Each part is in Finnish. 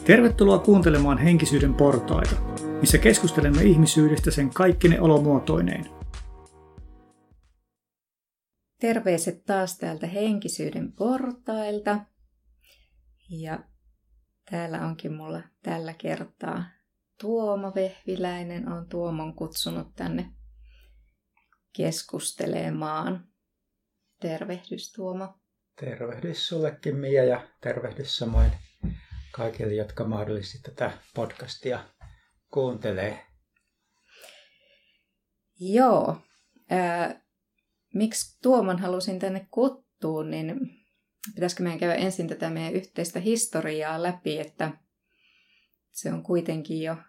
Tervetuloa kuuntelemaan Henkisyyden portaita, missä keskustelemme ihmisyydestä sen kaikkine olomuotoineen. Terveiset taas täältä Henkisyyden portailta. Ja täällä onkin mulla tällä kertaa Tuomo Vehviläinen. Olen Tuomon kutsunut tänne keskustelemaan. Tervehdys Tuomo. Tervehdys sullekin Mia ja tervehdys samoin kaikille, jotka mahdollisesti tätä podcastia kuuntelee. Joo. Miksi Tuomon halusin tänne kuttuun, niin pitäisikö meidän käydä ensin tätä meidän yhteistä historiaa läpi, että se on kuitenkin jo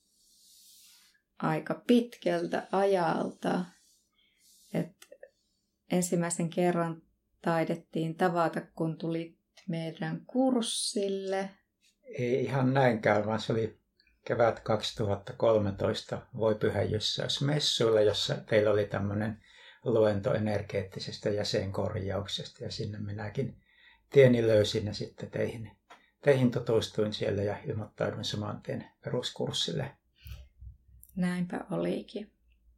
aika pitkältä ajalta. Että ensimmäisen kerran taidettiin tavata, kun tulit meidän kurssille. Ei ihan näinkään, vaan se oli kevät 2013 Voipyhäjyssäysmessuilla, jossa teillä oli tämmöinen luento energeettisestä jäsenkorjauksesta. Ja sinne minäkin tieni löysin ja sitten teihin tutustuin siellä ja ilmoittauduin saman tien peruskurssille. Näinpä olikin.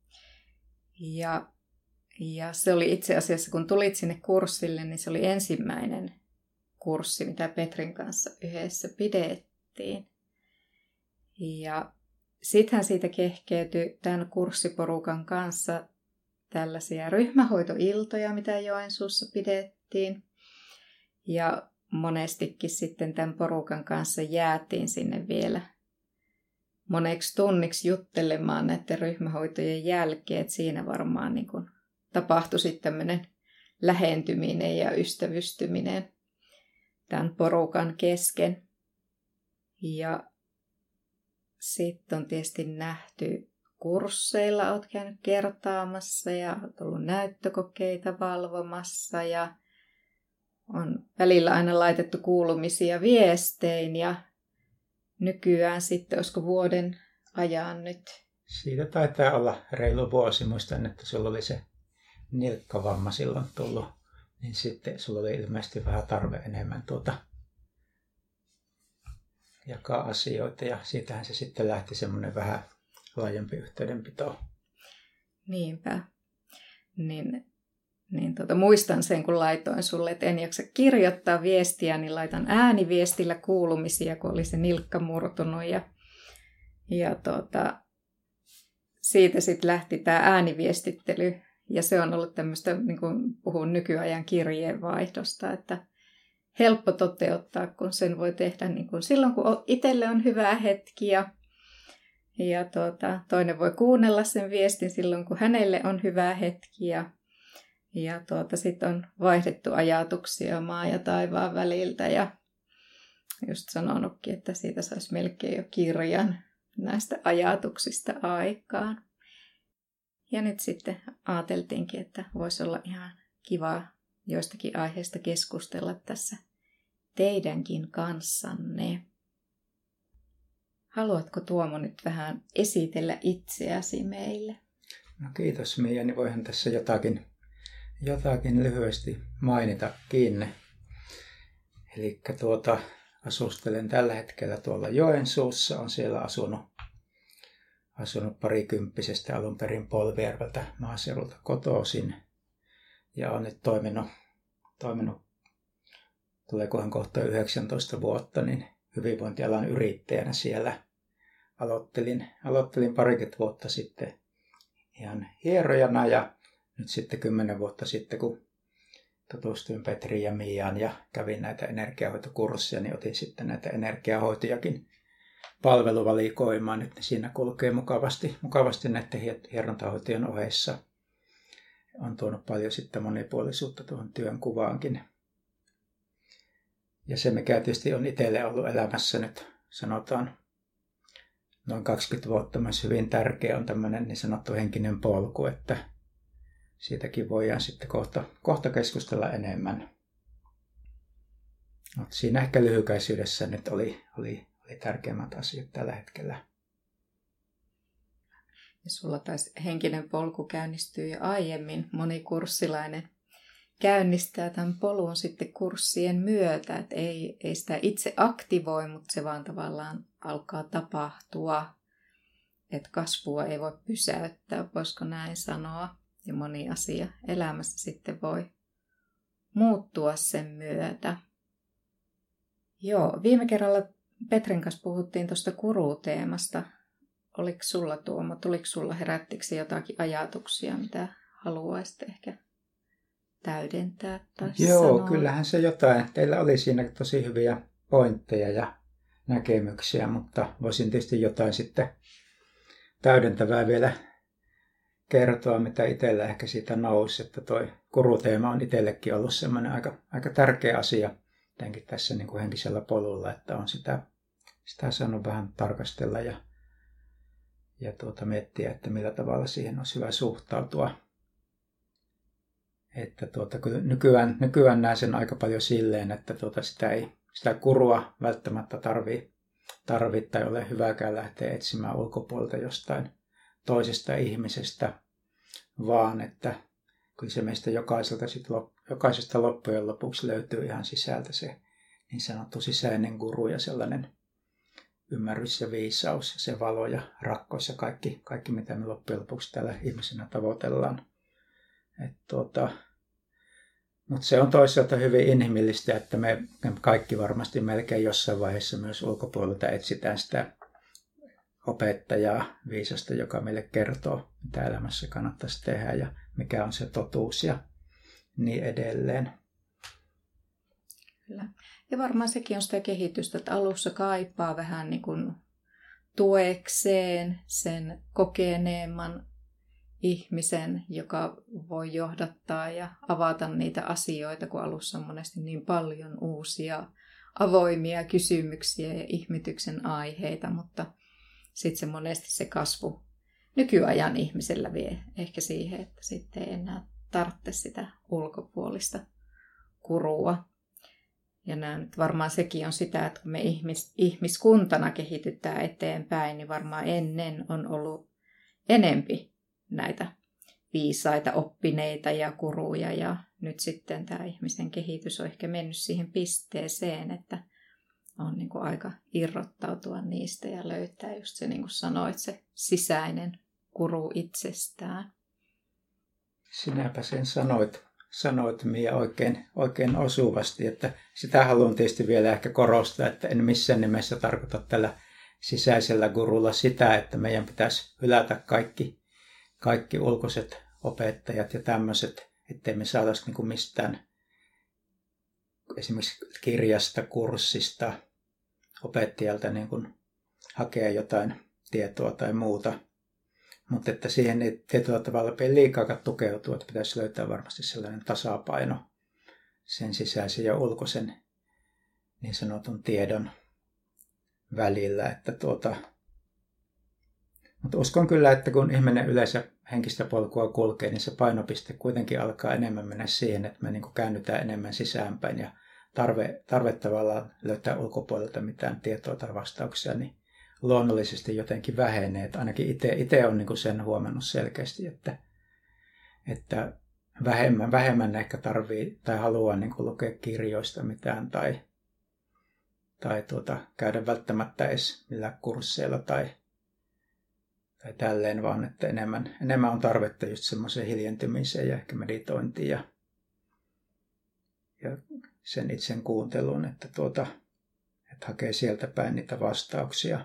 Ja se oli itse asiassa, kun tulit sinne kurssille, niin se oli ensimmäinen kurssi, mitä Petrin kanssa yhdessä pidettiin. Ja sittenhän siitä kehkeytyi tämän kurssiporukan kanssa tällaisia ryhmähoitoiltoja, mitä Joensuussa pidettiin. Ja monestikin sitten tämän porukan kanssa jäätiin sinne vielä moneksi tunniksi juttelemaan näiden ryhmähoitojen jälkeen. Että siinä varmaan niin kuin tapahtui sitten tämmöinen lähentyminen ja ystävystyminen tämän porukan kesken. Ja sitten on tietysti nähty kursseilla, olet käynyt kertaamassa ja olet ollut näyttökokeita valvomassa ja on välillä aina laitettu kuulumisia viestein ja nykyään sitten, olisiko vuoden ajan nyt? Siitä taitaa olla reilu vuosi. Muistan, että sulla oli se nilkkavamma silloin tullut, niin sitten sulla oli ilmeisesti vähän tarve enemmän jakaa asioita ja siitähän se sitten lähti semmoinen vähän laajempi yhteydenpito. Niinpä. Muistan sen, kun laitoin sulle, että en jaksa kirjoittaa viestiä, niin laitan ääniviestillä kuulumisia, kun oli se nilkka murtunut. Ja siitä sitten lähti tämä ääniviestittely. Ja se on ollut tämmöistä, niin kuin puhun nykyajan kirjeenvaihdosta, että helppo toteuttaa, kun sen voi tehdä niin kuin silloin, kun itselle on hyvä hetki. Ja toinen voi kuunnella sen viestin silloin, kun hänelle on hyvä hetki. Ja sitten on vaihdettu ajatuksia maan ja taivaan väliltä. Ja just sanonutkin, että siitä saisi melkein jo kirjan näistä ajatuksista aikaan. Ja nyt sitten ajateltiinkin, että voisi olla ihan kiva joistakin aiheista keskustella tässä teidänkin kanssanne. Haluatko Tuomo nyt vähän esitellä itseäsi meille? No kiitos Mia, niin voihan tässä jotakin lyhyesti mainitakin. Eli asustelen tällä hetkellä tuolla Joensuussa, on siellä asunut parikymppisestä alun perin Polvijärveltä maaseudulta kotoisin. Ja olen nyt toiminut tuleekohan kohta 19 vuotta, niin hyvinvointialan yrittäjänä siellä. Aloittelin parikymmentä vuotta sitten ihan hierojana ja nyt sitten 10 vuotta sitten, kun tutustuin Petriin ja Miaan ja kävin näitä energiahoitokursseja, niin otin sitten näitä energiahoitojakin palveluvalikoimaan. Nyt ne siinä kulkee mukavasti näiden hierontahoitojen ohessa. On tuonut paljon sitten monipuolisuutta tuohon työnkuvaankin. Ja se, mikä tietysti on itselle ollut elämässä nyt, sanotaan, noin 20 vuotta myös hyvin tärkeä on tämmöinen niin sanottu henkinen polku, että siitäkin voidaan sitten kohta keskustella enemmän. Mutta siinä ehkä lyhykäisyydessä nyt oli tärkeimmät asiat tällä hetkellä. Ja sulla taisi henkinen polku käynnistyy jo aiemmin. Moni kurssilainen käynnistää tämän polun sitten kurssien myötä, että ei sitä itse aktivoi, mutta se vaan tavallaan alkaa tapahtua, että kasvua ei voi pysäyttää, voisiko näin sanoa, ja moni asia elämässä sitten voi muuttua sen myötä. Joo, viime kerralla Petrin kanssa puhuttiin tuosta kuruteemasta. Oliko sulla, Tuomo, tuliko sulla, herättikö jotakin ajatuksia, mitä haluaisit ehkä täydentää tai Joo, sanoa? kyllähän se jotain. Teillä oli siinä tosi hyviä pointteja ja näkemyksiä, mutta voisin tietysti jotain sitten täydentävää vielä kertoa, mitä itsellä ehkä siitä nousi. Että toi kuruteema on itsellekin ollut semmoinen aika tärkeä asia tietenkin tässä niin kuin henkisellä polulla, että on sitä saanut vähän tarkastella ja miettiä, että millä tavalla siihen olisi hyvä suhtautua. Että nykyään näen sen aika paljon silleen, että sitä kurua välttämättä tarvitse tai ole hyväkään lähteä etsimään ulkopuolelta jostain toisesta ihmisestä, vaan että kyllä se meistä jokaisesta loppujen lopuksi löytyy ihan sisältä se niin sanottu sisäinen guru ja sellainen ymmärrys ja viisaus ja se valo ja rakkaus ja kaikki mitä me loppujen lopuksi täällä ihmisenä tavoitellaan. Mutta se on toisaalta hyvin inhimillistä, että me kaikki varmasti melkein jossain vaiheessa myös ulkopuolelta etsitään sitä opettajaa, viisasta, joka meille kertoo, mitä elämässä kannattaisi tehdä ja mikä on se totuus ja niin edelleen. Kyllä. Ja varmaan sekin on sitä kehitystä, että alussa kaipaa vähän niin kuin tuekseen sen kokeneemman ihmisen, joka voi johdattaa ja avata niitä asioita, kun alussa on monesti niin paljon uusia avoimia kysymyksiä ja ihmetyksen aiheita, mutta sitten se monesti se kasvu nykyajan ihmisellä vie ehkä siihen, että sitten ei enää tarvitse sitä ulkopuolista kurua. Ja nyt varmaan sekin on sitä, että kun me ihmiskuntana kehitytään eteenpäin, niin varmaan ennen on ollut enempi näitä viisaita, oppineita ja kuruja. Ja nyt sitten tämä ihmisen kehitys on ehkä mennyt siihen pisteeseen, että on niin kuin aika irrottautua niistä ja löytää just se, niin kuin sanoit, se sisäinen kuru itsestään. Sinäpä sen sanoit Mia oikein osuvasti, että sitä haluan tietysti vielä ehkä korostaa, että en missään nimessä tarkoita tällä sisäisellä gurulla sitä, että meidän pitäisi hylätä kaikki ulkoiset opettajat ja tämmöiset, ettei me saataisi niin kuin mistään esimerkiksi kirjasta, kurssista, opettajalta niin kuin hakea jotain tietoa tai muuta. Mutta että siihen ei tietyllä tavalla pidä liikaa tukeutua, että pitäisi löytää varmasti sellainen tasapaino sen sisäisen ja ulkoisen niin sanotun tiedon välillä. Mutta uskon kyllä, että kun ihminen yleensä henkistä polkua kulkee, niin se painopiste kuitenkin alkaa enemmän mennä siihen, että me niin kuin käännytään enemmän sisäänpäin ja tarve tavallaan löytää ulkopuolelta mitään tietoa tai vastauksia, niin luonnollisesti jotenkin vähenee. Että ainakin itse olen niin kuin sen huomannut selkeästi, että vähemmän ehkä tarvii tai haluaa niin kuin lukea kirjoista mitään tai käydä välttämättä edes millään kursseilla tai tälleen, vaan että enemmän on tarvetta just semmoiseen hiljentymiseen ja ehkä meditointiin ja sen itsen kuunteluun, että hakee sieltä päin niitä vastauksia.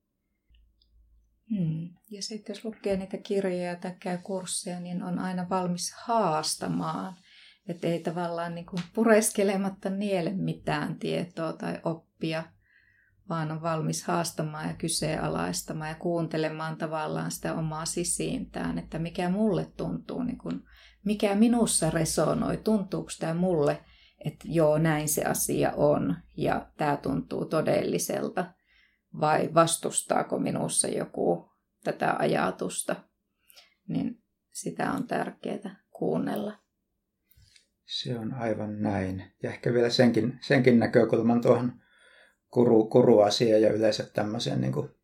Ja sitten jos lukee niitä kirjoja tai käy kursseja, niin on aina valmis haastamaan. Että ei tavallaan niin kuin pureskelematta niele mitään tietoa tai oppia, vaan on valmis haastamaan ja kyseenalaistamaan ja kuuntelemaan tavallaan sitä omaa sisiintään, että mikä mulle tuntuu, niin kuin, mikä minussa resonoi, tuntuuko tämä mulle, että joo, näin se asia on ja tämä tuntuu todelliselta, vai vastustaako minussa joku tätä ajatusta, niin sitä on tärkeää kuunnella. Se on aivan näin. Ja ehkä vielä senkin näkökulman tuohon kuruasiaan ja yleensä tämmöiseen niin kuin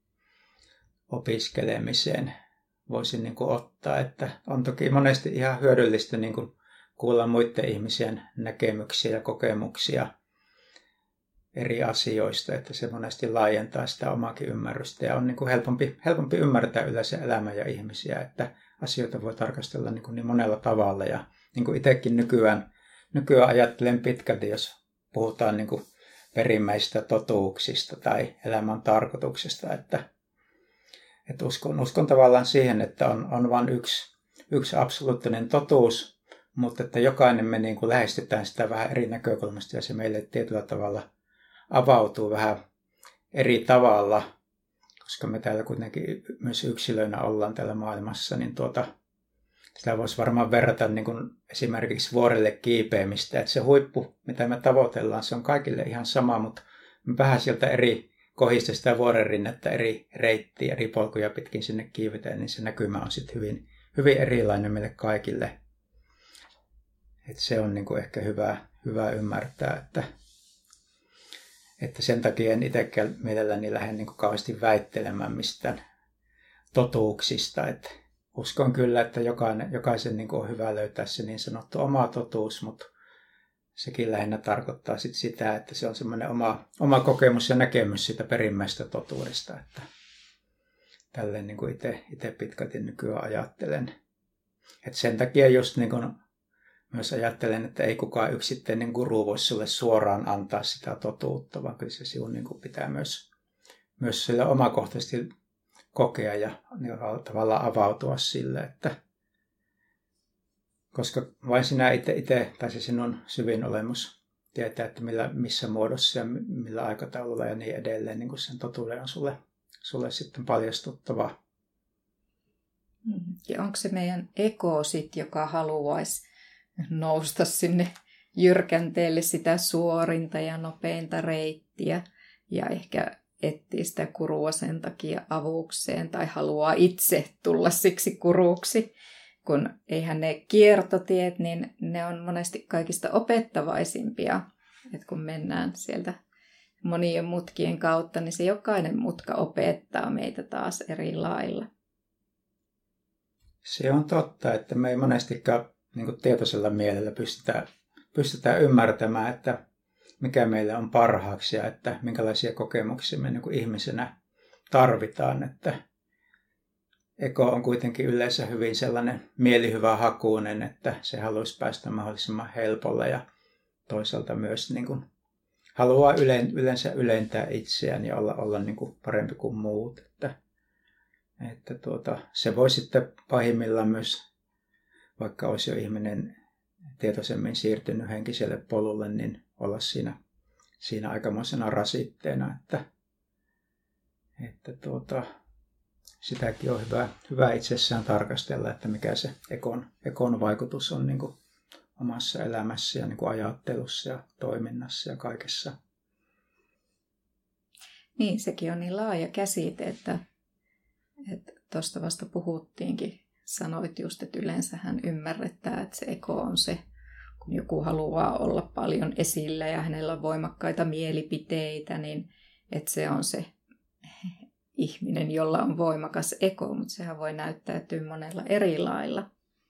opiskelemiseen voisin niin kuin ottaa, että on toki monesti ihan hyödyllistä niin kuin kuulla muiden ihmisten näkemyksiä ja kokemuksia eri asioista, että se monesti laajentaa sitä omaakin ymmärrystä ja on niin kuin helpompi ymmärtää yleensä elämää ja ihmisiä, että asioita voi tarkastella niin monella tavalla ja niin kuin itsekin nykyään ajattelen pitkälti, jos puhutaan niin kuin perimmäisistä totuuksista tai elämän tarkoituksesta, että uskon tavallaan siihen, että on vain yksi absoluuttinen totuus, mutta että jokainen me niin kuin lähestytään sitä vähän eri näkökulmasta ja se meille tietyllä tavalla avautuu vähän eri tavalla, koska me täällä kuitenkin myös yksilöinä ollaan täällä maailmassa, niin sitä voisi varmaan verrata niin kuin esimerkiksi vuorelle kiipeämistä, että se huippu, mitä me tavoitellaan, se on kaikille ihan sama, mutta me vähän sieltä eri kohdista sitä vuorenrinnettä, eri reittiä, eri polkuja pitkin sinne kiivetään, niin se näkymä on sitten hyvin erilainen meille kaikille. Että se on niin kuin ehkä hyvä ymmärtää, että sen takia en itsekään mielelläni lähde niin kuin kauheasti väittelemään mistään totuuksista. Että uskon kyllä, että jokaisen niin kuin on hyvä löytää se niin sanottu oma totuus, mutta sekin lähinnä tarkoittaa sitä, että se on semmoinen oma kokemus ja näkemys siitä perimmäisestä totuudesta. Että tälleen niin kuin itse pitkälti nykyään ajattelen. Että sen takia just niin kuin myös ajattelen, että ei kukaan yksittäinen guru voi sulle suoraan antaa sitä totuutta, vaan kyllä se sinun niin kuin pitää myös sille omakohtaisesti kokea ja tavallaan avautua sille, että koska vain sinä itse tai se sinun syvin olemus tietää, että missä muodossa ja millä aikataululla ja niin edelleen niin kuin sen totuuden on sulle sitten paljastuttava. Ja onko se meidän ego sit, joka haluaisi nousta sinne jyrkänteelle sitä suorinta ja nopeinta reittiä ja ehkä etsii sitä kurua sen takia avukseen tai haluaa itse tulla siksi kuruksi, kun eihän ne kiertotiet, niin ne on monesti kaikista opettavaisimpia, että kun mennään sieltä monien mutkien kautta, niin se jokainen mutka opettaa meitä taas eri lailla. Se on totta, että me ei monestikaan niin kuin tietoisella mielellä pystytään ymmärtämään, että mikä meille on parhaaksi ja että minkälaisia kokemuksia me niin kuin ihmisenä tarvitaan. Että ego on kuitenkin yleensä hyvin sellainen mielihyvä hakuinen, että se haluaisi päästä mahdollisimman helpolla ja toisaalta myös niin kuin haluaa yleensä ylentää itseään ja olla niin kuin parempi kuin muut. Että se voi sitten pahimmillaan myös, vaikka olisi jo ihminen tietoisemmin siirtynyt henkiselle polulle, niin olla siinä aikamoisena rasitteena, että sitäkin on hyvä itsessään tarkastella, että mikä se ekon vaikutus on niin kuin omassa elämässä ja niin kuin ajattelussa ja toiminnassa ja kaikessa. Niin, sekin on niin laaja käsite, että tuosta vasta puhuttiinkin. Sanoit just, että yleensähän ymmärretään, että se ego on se, kun joku haluaa olla paljon esillä ja hänellä on voimakkaita mielipiteitä, niin että se on se ihminen, jolla on voimakas ego, mutta sehän voi näyttäytyä monella eri lailla.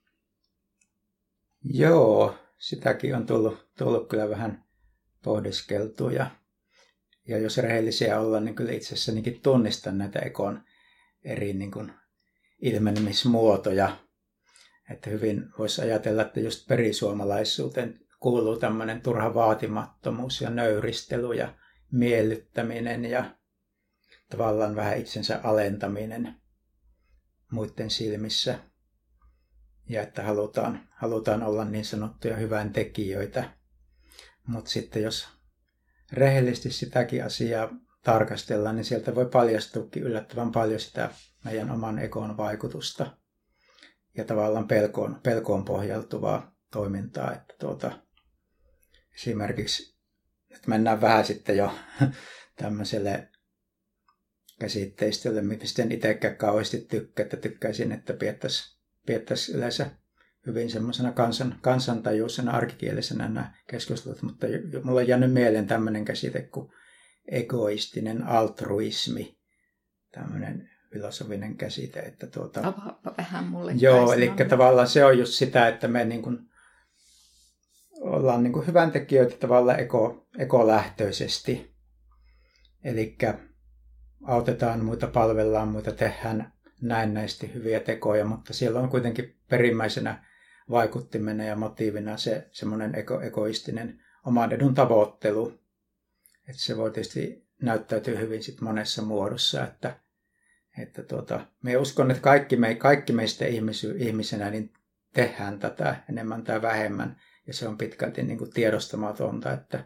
Joo, sitäkin on tullut kyllä vähän pohdiskeltua ja jos rehellisiä ollaan, niin kyllä itsessänikin tunnistan näitä egon eri niin kuin ilmenemismuotoja. Että hyvin voisi ajatella, että just perisuomalaisuuteen kuuluu tämmöinen turha vaatimattomuus ja nöyristely ja miellyttäminen ja tavallaan vähän itsensä alentaminen muiden silmissä. Ja että halutaan olla niin sanottuja hyvän tekijöitä. Mutta sitten jos rehellisesti sitäkin asiaa tarkastellaan, niin sieltä voi paljastuukin yllättävän paljon sitä meidän oman egon vaikutusta ja tavallaan pelkoon pohjautuvaa toimintaa. Että esimerkiksi, että mennään vähän sitten jo tämmöiselle käsitteistölle, mistä en itsekään kauheasti tykkäisin, että piettäisiin yleensä hyvin semmoisena kansantajuisena arkikielisenä nämä keskustelut, mutta mulla on jäänyt mieleen tämmöinen käsite kuin egoistinen altruismi, tämmöinen filosofinen käsite. Että Avaappa vähän mulle. Joo, eli tavallaan se on just sitä, että me niin kuin ollaan niin kuin hyväntekijöitä tavallaan ekolähtöisesti. Eli autetaan muita, palvellaan muita, tehdään näennäisesti hyviä tekoja, mutta siellä on kuitenkin perimmäisenä vaikuttimena ja motiivina se semmoinen egoistinen oman edun tavoittelu. Että se voi tietysti näyttäytyy hyvin sit monessa muodossa, että me uskon, että kaikki meistä ihmisenä niin tehdään tätä enemmän tai vähemmän, ja se on pitkälti niin kuin tiedostamatonta, että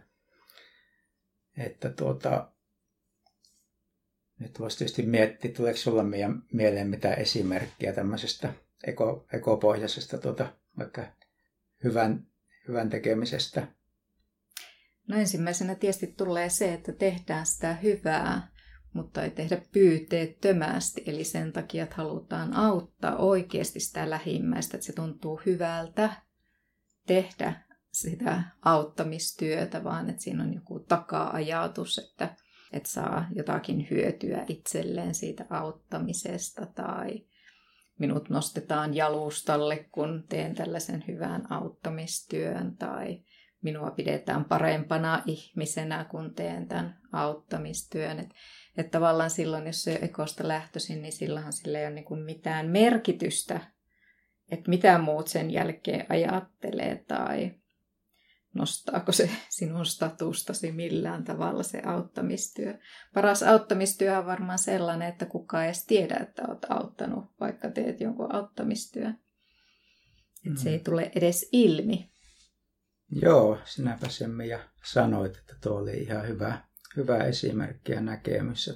nyt voisi tietysti miettiä, tuleeko sulla meidän mieleen mitään esimerkkiä tämmöisestä ekopohjaisesta vaikka hyvän tekemisestä? No ensimmäisenä tietysti tulee se, että tehdään sitä hyvää, mutta ei tehdä pyyteettömästi. Eli sen takia, että halutaan auttaa oikeasti sitä lähimmäistä, että se tuntuu hyvältä tehdä sitä auttamistyötä, vaan että siinä on joku taka-ajatus, että saa jotakin hyötyä itselleen siitä auttamisesta tai minut nostetaan jalustalle, kun teen tällaisen hyvän auttamistyön tai minua pidetään parempana ihmisenä, kun teen tämän auttamistyön. Että tavallaan silloin, jos se ekosta lähtöisin, niin silloinhan sillä ei ole niin kuin mitään merkitystä, että mitä muut sen jälkeen ajattelee tai nostaako se sinun statustasi millään tavalla se auttamistyö. Paras auttamistyö on varmaan sellainen, että kukaan ei edes tiedä, että olet auttanut, vaikka teet jonkun auttamistyön. Että se ei tule edes ilmi. Joo, sinäpä sen ja sanoit, että tuo oli ihan hyvä esimerkki ja näkemys.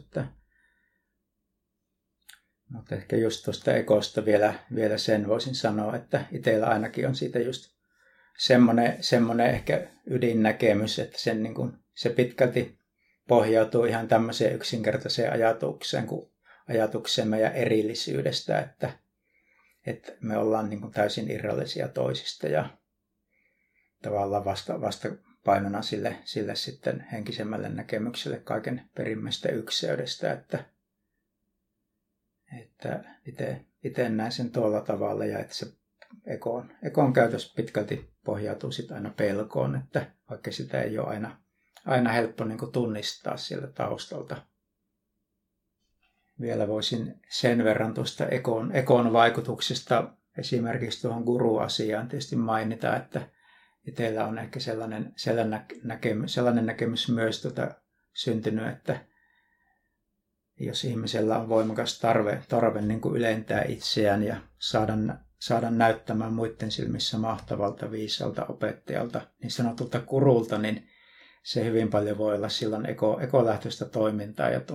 Mutta ehkä just tuosta ekosta vielä sen voisin sanoa, että itsellä ainakin on siitä just semmoinen ehkä ydinnäkemys, että se pitkälti pohjautuu ihan tämmöiseen yksinkertaiseen ajatukseen kuin ajatuksemme ja erillisyydestä, että me ollaan niin kuin täysin irrallisia toisista ja tavallaan vastapainona sille sitten henkisemmälle näkemykselle kaiken perimmäistä ykseydestä, että itse näen sen tuolla tavalla ja että se ekon käytös pitkälti pohjautuu sitten aina pelkoon, että vaikka sitä ei ole aina helppo niin kuin tunnistaa sieltä taustalta. Vielä voisin sen verran tuosta ekon vaikutuksesta esimerkiksi tuohon guru-asiaan tietysti mainita, että itsellä on ehkä sellainen näkemys myös syntynyt, että jos ihmisellä on voimakas tarve niin kuin ylentää itseään ja saada näyttämään muiden silmissä mahtavalta, viisalta opettajalta, niin sanotulta gurulta, niin se hyvin paljon voi olla silloin ekolähtöistä toimintaa. Ja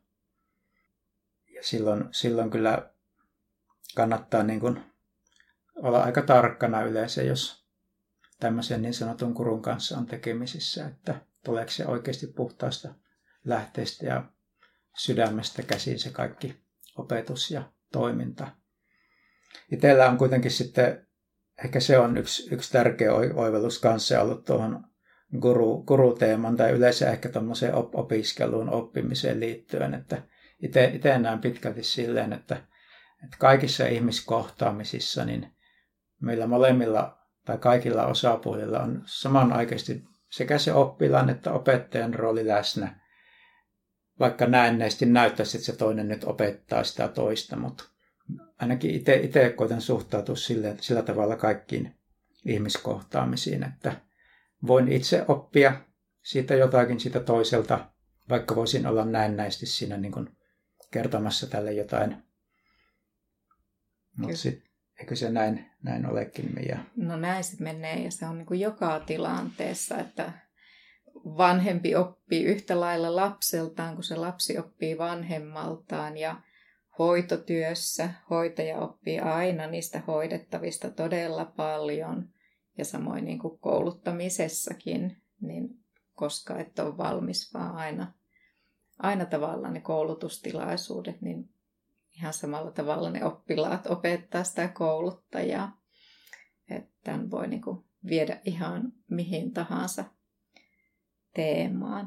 silloin kyllä kannattaa niin kuin olla aika tarkkana yleensä, jos tämmöisen niin sanotun gurun kanssa on tekemisissä, että tuleeko se oikeasti puhtaasta lähteestä ja sydämestä käsin se kaikki opetus ja toiminta. Itsellä on kuitenkin sitten, ehkä se on yksi tärkeä oivallus kanssa ollut tuohon guru-teeman tai yleensä ehkä tuommoiseen opiskeluun, oppimiseen liittyen, että itse näen pitkälti silleen, että kaikissa ihmiskohtaamisissa niin meillä molemmilla tai kaikilla osapuolilla on samanaikaisesti sekä se oppilaan että opettajan rooli läsnä, vaikka näennäisesti näyttäisi, että se toinen nyt opettaa sitä toista, mutta ainakin itse koitan suhtautua sillä tavalla kaikkiin ihmiskohtaamisiin, että voin itse oppia siitä jotakin siitä toiselta, vaikka voisin olla näennäisesti siinä niin kuin kertomassa tälle jotain. Mutta eikö se näin olekin, Mia? No näin se menee ja se on niin kuin joka tilanteessa, että vanhempi oppii yhtä lailla lapseltaan, kun se lapsi oppii vanhemmaltaan ja hoitotyössä hoitaja oppii aina niistä hoidettavista todella paljon ja samoin niin kuin kouluttamisessakin, niin koska et ole valmis, vaan aina tavallaan ne koulutustilaisuudet, niin ihan samalla tavalla ne oppilaat opettaa sitä kouluttajaa. Että tämän voi niin kuin viedä ihan mihin tahansa teemaan.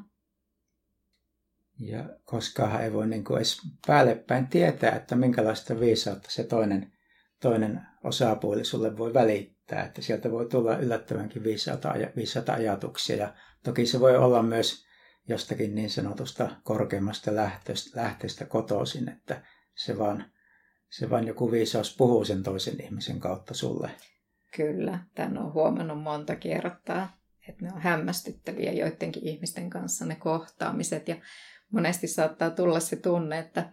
Ja koskaan ei voi niin kuin edes päällepäin tietää, että minkälaista viisautta se toinen osapuoli sulle voi välittää, että sieltä voi tulla yllättävänkin viisaita ajatuksia ja toki se voi olla myös jostakin niin sanotusta korkeimmasta lähteestä kotoisin, että se vaan joku viisaus puhuu sen toisen ihmisen kautta sulle. Kyllä, tämän on huomannut monta kertaa, että ne on hämmästyttäviä joidenkin ihmisten kanssa ne kohtaamiset ja monesti saattaa tulla se tunne, että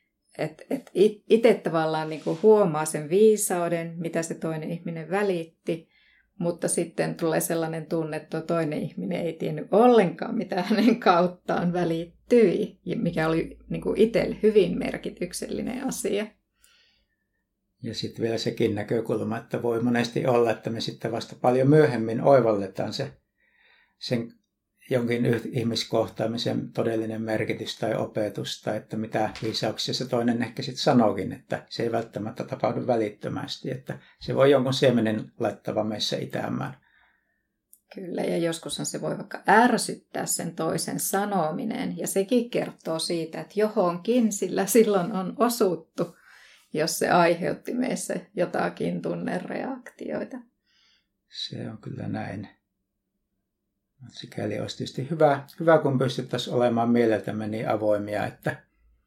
itse tavallaan niin kuin huomaa sen viisauden, mitä se toinen ihminen välitti, mutta sitten tulee sellainen tunne, että tuo toinen ihminen ei tiennyt ollenkaan, mitä hänen kauttaan välittyi, mikä oli niin kuin itselle hyvin merkityksellinen asia. Ja sitten vielä sekin näkökulma, että voi monesti olla, että me sitten vasta paljon myöhemmin oivalletaan sen jonkin ihmiskohtaamisen todellinen merkitys tai opetus, tai että mitä viisauksia se toinen ehkä sitten sanookin, että se ei välttämättä tapahdu välittömästi, että se voi jonkun siemenen laittava meissä itämään. Kyllä, ja joskushan se voi vaikka ärsyttää sen toisen sanominen, ja sekin kertoo siitä, että johonkin sillä silloin on osuttu, jos se aiheutti meissä jotakin tunnereaktioita. Se on kyllä näin. Sikäli olisi tietysti hyvä kun pystyttäisiin olemaan mieleltämme niin avoimia, että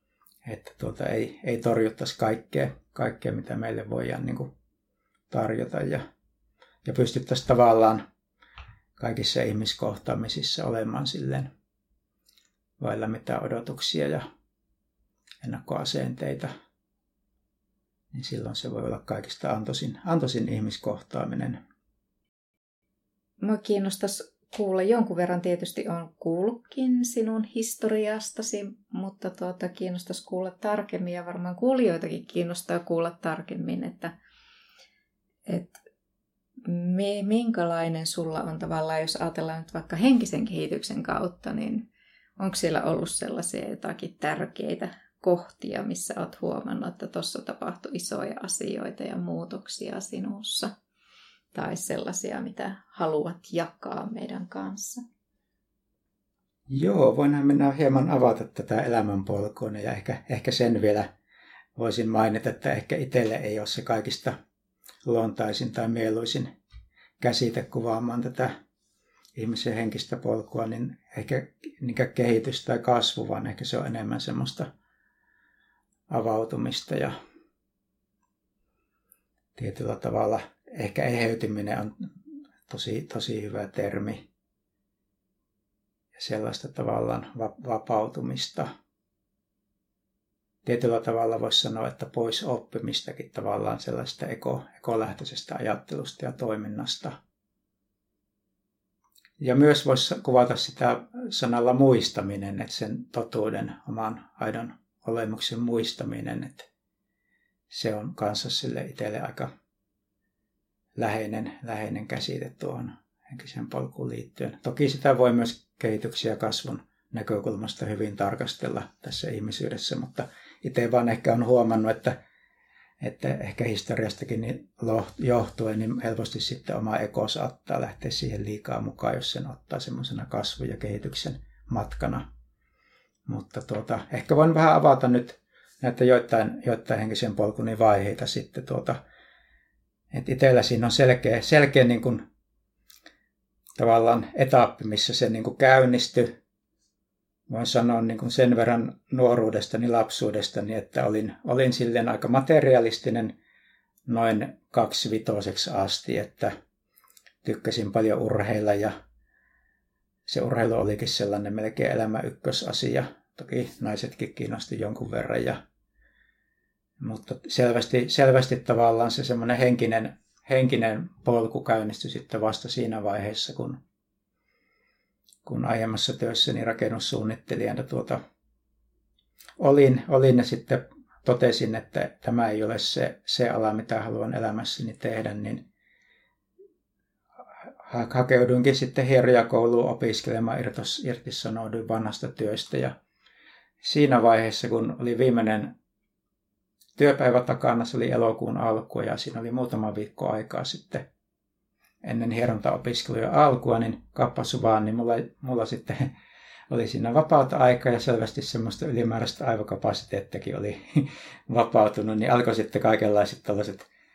ei torjuttaisi kaikkea, mitä meille voidaan niin kuin tarjota. Ja pystyttäisiin tavallaan kaikissa ihmiskohtaamisissa olemaan silleen vailla mitään odotuksia ja ennakkoasenteita. Niin silloin se voi olla kaikista antoisin ihmiskohtaaminen. Mua kiinnostaisi kuulla jonkun verran, tietysti on kuullutkin sinun historiastasi, mutta kiinnostaisi kuulla tarkemmin ja varmaan kuulijoitakin kiinnostaa kuulla tarkemmin, että minkälainen sulla on tavallaan, jos ajatellaan nyt vaikka henkisen kehityksen kautta, niin onko siellä ollut sellaisia jotakin tärkeitä kohtia, missä olet huomannut, että tuossa tapahtui isoja asioita ja muutoksia sinussa? Tai sellaisia, mitä haluat jakaa meidän kanssa? Joo, voinhan mennä hieman avata tätä elämänpolkua ja ehkä sen vielä voisin mainita, että ehkä itselle ei ole se kaikista luontaisin tai mieluisin käsite kuvaamaan tätä ihmisen henkistä polkua, niin ehkä kehitys tai kasvu, vaan ehkä se on enemmän semmoista avautumista ja tietyllä tavalla ehkä eheytyminen on tosi hyvä termi ja sellaista tavallaan vapautumista. Tietyllä tavalla voisi sanoa, että pois oppimistakin tavallaan sellaista ekolähtöisestä ajattelusta ja toiminnasta. Ja myös voisi kuvata sitä sanalla muistaminen, että sen totuuden, oman aidon olemuksen muistaminen, että se on kanssa sille itselle aika läheinen käsite tuohon henkiseen polkuun liittyen. Toki sitä voi myös kehityksen ja kasvun näkökulmasta hyvin tarkastella tässä ihmisyydessä, mutta itse vaan ehkä on huomannut, että ehkä historiastakin johtuen niin helposti sitten oma ego saattaa lähteä siihen liikaa mukaan, jos sen ottaa semmoisena kasvun ja kehityksen matkana. Mutta ehkä voin vähän avata nyt näitä joitain henkisen polkuni vaiheita sitten että itsellä siinä on selkeä niin kuin, tavallaan etappi, missä se niin kuin käynnistyi. Voin sanoa niin kuin sen verran nuoruudestani, lapsuudestani, että olin silleen aika materialistinen noin 25 asti, että tykkäsin paljon urheilla ja se urheilu olikin sellainen melkein elämän ykkösasia. Toki naisetkin kiinnosti jonkun verran mutta selvästi tavallaan se semmoinen henkinen polku käynnistyi sitten vasta siinä vaiheessa, kun aiemmassa työssäni rakennussuunnittelijana olin ja sitten totesin, että tämä ei ole se ala, mitä haluan elämässäni tehdä, niin hakeuduinkin sitten hierojakouluun opiskelemaan, irtisanouduin vanhasta työstä ja siinä vaiheessa, kun oli viimeinen työpäivä takana, se oli elokuun alku ja siinä oli muutama viikko aikaa sitten ennen hierontaopiskelujen alkua, niin kappasu vaan, niin mulla sitten oli siinä vapaata aikaa ja selvästi semmoista ylimääräistä aivokapasiteettakin oli vapautunut, niin alkoi sitten kaikenlaiset tällaiset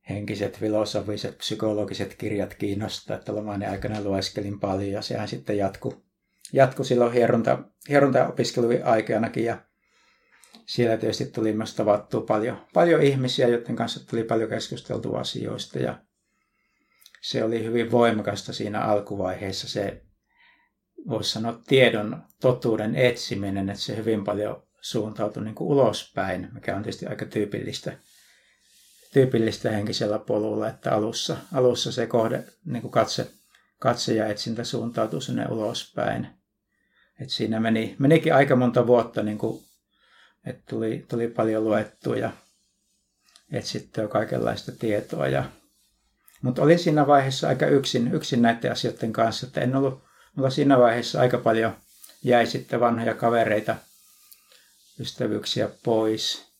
henkiset, filosofiset, psykologiset kirjat kiinnostaa, että lomani aikana lueskelin paljon ja sehän sitten jatkui silloin hieronta-opiskelujen aikanakin ja siellä tietysti tuli myös tavattua paljon ihmisiä, joiden kanssa tuli paljon keskusteltua asioista ja se oli hyvin voimakasta siinä alkuvaiheessa se, voisi sanoa, tiedon, totuuden etsiminen, että se hyvin paljon suuntautui niin kuin ulospäin, mikä on tietysti aika tyypillistä henkisellä polulla, että alussa se kohde, niin kuin katse ja etsintä suuntautui sinne ulospäin. Et siinä menikin aika monta vuotta, niin kuin, että tuli paljon luettua ja etsittyä kaikenlaista tietoa. Mutta olin siinä vaiheessa aika yksin näiden asioiden kanssa, että mulla siinä vaiheessa aika paljon jäi sitten vanhoja kavereita, ystävyyksiä pois.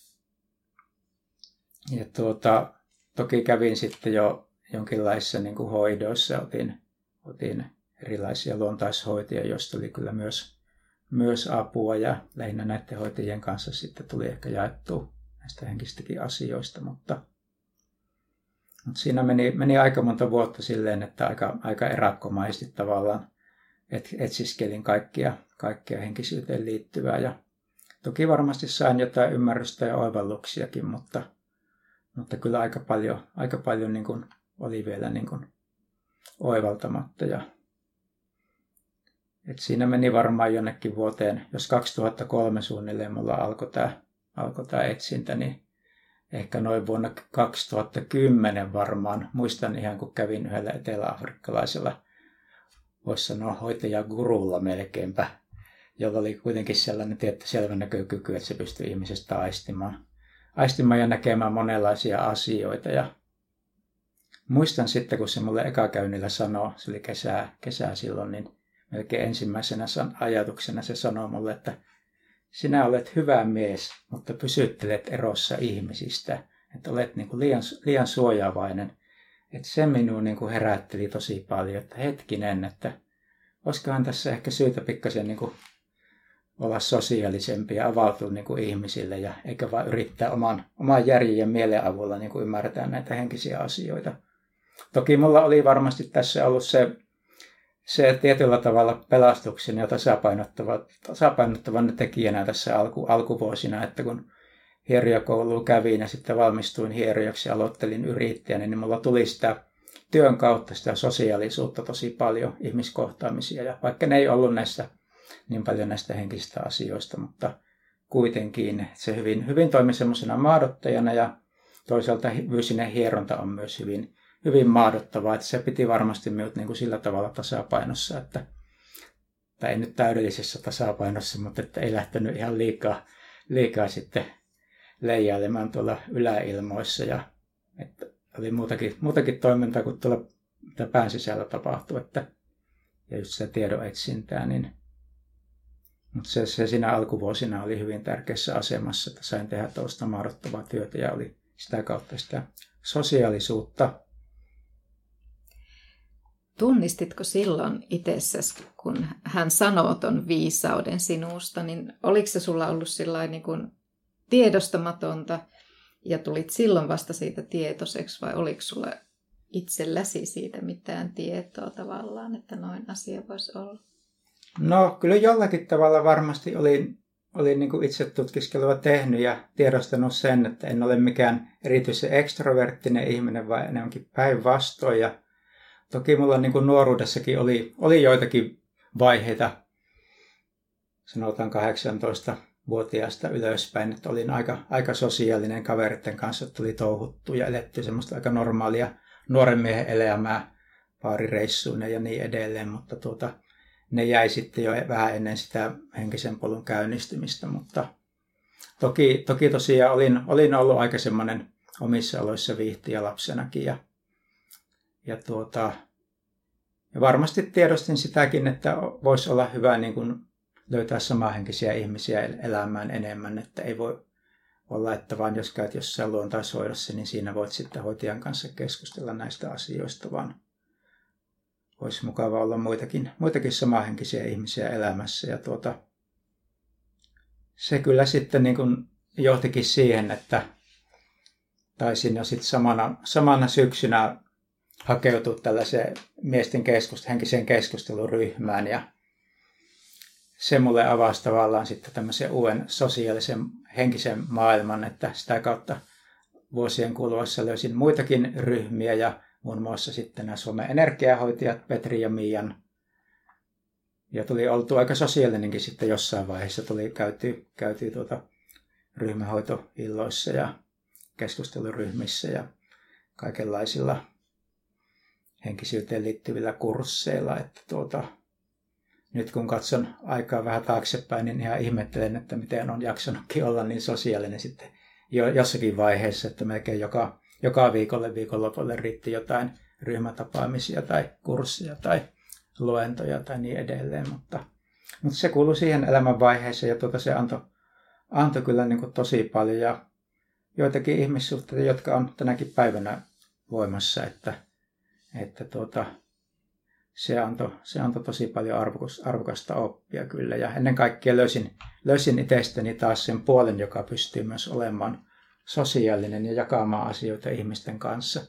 Ja toki kävin sitten jo jonkinlaisissa niin kuin hoidoissa, otin erilaisia luontaishoitoja, joista oli kyllä myös apua ja lähinnä näiden hoitajien kanssa sitten tuli ehkä jaettua näistä henkistäkin asioista, mutta siinä meni aika monta vuotta silleen, että aika erakkomaisesti tavallaan etsiskelin kaikkea henkisyyteen liittyvää ja toki varmasti sain jotain ymmärrystä ja oivalluksiakin, mutta kyllä aika paljon niin kuin oli vielä niin kuin oivaltamatta. Siinä meni varmaan jonnekin vuoteen, jos 2003 suunnilleen mulla alkoi tämä etsintä, niin ehkä noin vuonna 2010 varmaan. Muistan ihan, kun kävin yhdellä eteläafrikkalaisella, voisi sanoa hoitajagurulla melkeinpä, jolla oli kuitenkin sellainen tietty selvä näkökyky, että se pystyi ihmisestä aistimaan ja näkemään monenlaisia asioita. Ja muistan sitten, kun se mulle ekakäynnillä sanoi, se oli kesää silloin, niin melkein ensimmäisenä ajatuksena se sanoi mulle, että sinä olet hyvä mies, mutta pysyttelet erossa ihmisistä, että olet niin kuin liian suojaavainen. Että se minua niin kuin herätteli tosi paljon, että hetkinen, että olisikohan tässä ehkä syytä pikkasen niin kuin olla sosiaalisempi ja avautua niin kuin ihmisille, ja eikä vaan yrittää oman järjen ja mielen avulla niin kuin ymmärtää näitä henkisiä asioita. Toki mulla oli varmasti tässä ollut se tietyllä tavalla pelastuksen ja tasapainottavan tekijänä tässä alkuvuosina, että kun hierojakoulua kävin ja sitten valmistuin hierojaksi ja aloittelin yrittäjänä, niin mulla tuli sitä työn kautta sitä sosiaalisuutta tosi paljon, ihmiskohtaamisia. Ja vaikka ne ei ollut niin paljon näistä henkisistä asioista, mutta kuitenkin se hyvin toimi semmoisena maadottajana ja toisaalta fyysinen hieronta on myös hyvin maadottavaa, että se piti varmasti minut niin kuin sillä tavalla tasapainossa, tai ei nyt täydellisessä tasapainossa, mutta että ei lähtenyt ihan liikaa sitten leijailemaan tuolla yläilmoissa ja että oli muutakin toimintaa kuin tuolla mitä pään sisällä tapahtui, ja just se tiedon etsintää, niin mutta se siinä alkuvuosina oli hyvin tärkeässä asemassa, että sain tehdä tuosta maadottavaa työtä ja oli sitä kautta sitä sosiaalisuutta. Tunnistitko silloin itsessäsi, kun hän sanoo ton viisauden sinusta, niin oliko se sulla ollut sillain niin kuin tiedostamatonta ja tulit silloin vasta siitä tietoiseksi, vai oliko sulla itselläsi siitä mitään tietoa tavallaan, että noin asia voisi olla? No kyllä jollakin tavalla varmasti olin niin kuin itse tutkiskelua tehnyt ja tiedostanut sen, että en ole mikään erityisen ekstroverttinen ihminen, vaan enemmänkin päinvastoin. Ja toki mulla niin kuin nuoruudessakin oli joitakin vaiheita, sanotaan 18-vuotiaasta ylöspäin, että olin aika sosiaalinen kaveritten kanssa, tuli touhuttu ja eletty semmoista aika normaalia nuoren miehen elämää baarireissuina ja niin edelleen, mutta ne jäi sitten jo vähän ennen sitä henkisen polun käynnistymistä, mutta toki tosiaan olin ollut aika semmoinen omissa oloissa viihtyjä lapsenakin ja varmasti tiedostin sitäkin, että voisi olla hyvä niin kuin löytää samanhenkisiä ihmisiä elämään enemmän, että ei voi olla, että vaan jos käyt jossain luontaishoidossa, niin siinä voit sitten hoitajan kanssa keskustella näistä asioista, vaan olisi mukava olla muitakin samanhenkisiä ihmisiä elämässä. Ja se kyllä sitten niin kuin johtikin siihen, että taisin jo sitten samana syksynä hakeutua tällaiseen miesten henkiseen keskusteluryhmään ja se mulle avasi tavallaan sitten tämmöisen uuden sosiaalisen henkisen maailman, että sitä kautta vuosien kuluessa löysin muitakin ryhmiä ja muun muassa sitten nämä Suomen energiahoitajat, Petri ja Miian. Ja tuli oltu aika sosiaalinenkin sitten jossain vaiheessa. Tuli käyty ryhmähoitoilloissa ja keskusteluryhmissä ja kaikenlaisilla henkisyyteen liittyvillä kursseilla. Että nyt kun katson aikaa vähän taaksepäin, niin ihan ihmettelen, että miten on jaksanutkin olla niin sosiaalinen sitten jossakin vaiheessa, että melkein joka viikonlopulle riitti jotain ryhmätapaamisia tai kurssia tai luentoja tai niin edelleen, mutta se kuului siihen elämänvaiheeseen ja se antoi kyllä niin kuin tosi paljon ja joitakin ihmissuhteita, jotka on tänäkin päivänä voimassa, että se antoi tosi paljon arvokasta oppia kyllä ja ennen kaikkea löysin itsestäni taas sen puolen, joka pystyy myös olemaan sosiaalinen ja jakamaan asioita ihmisten kanssa,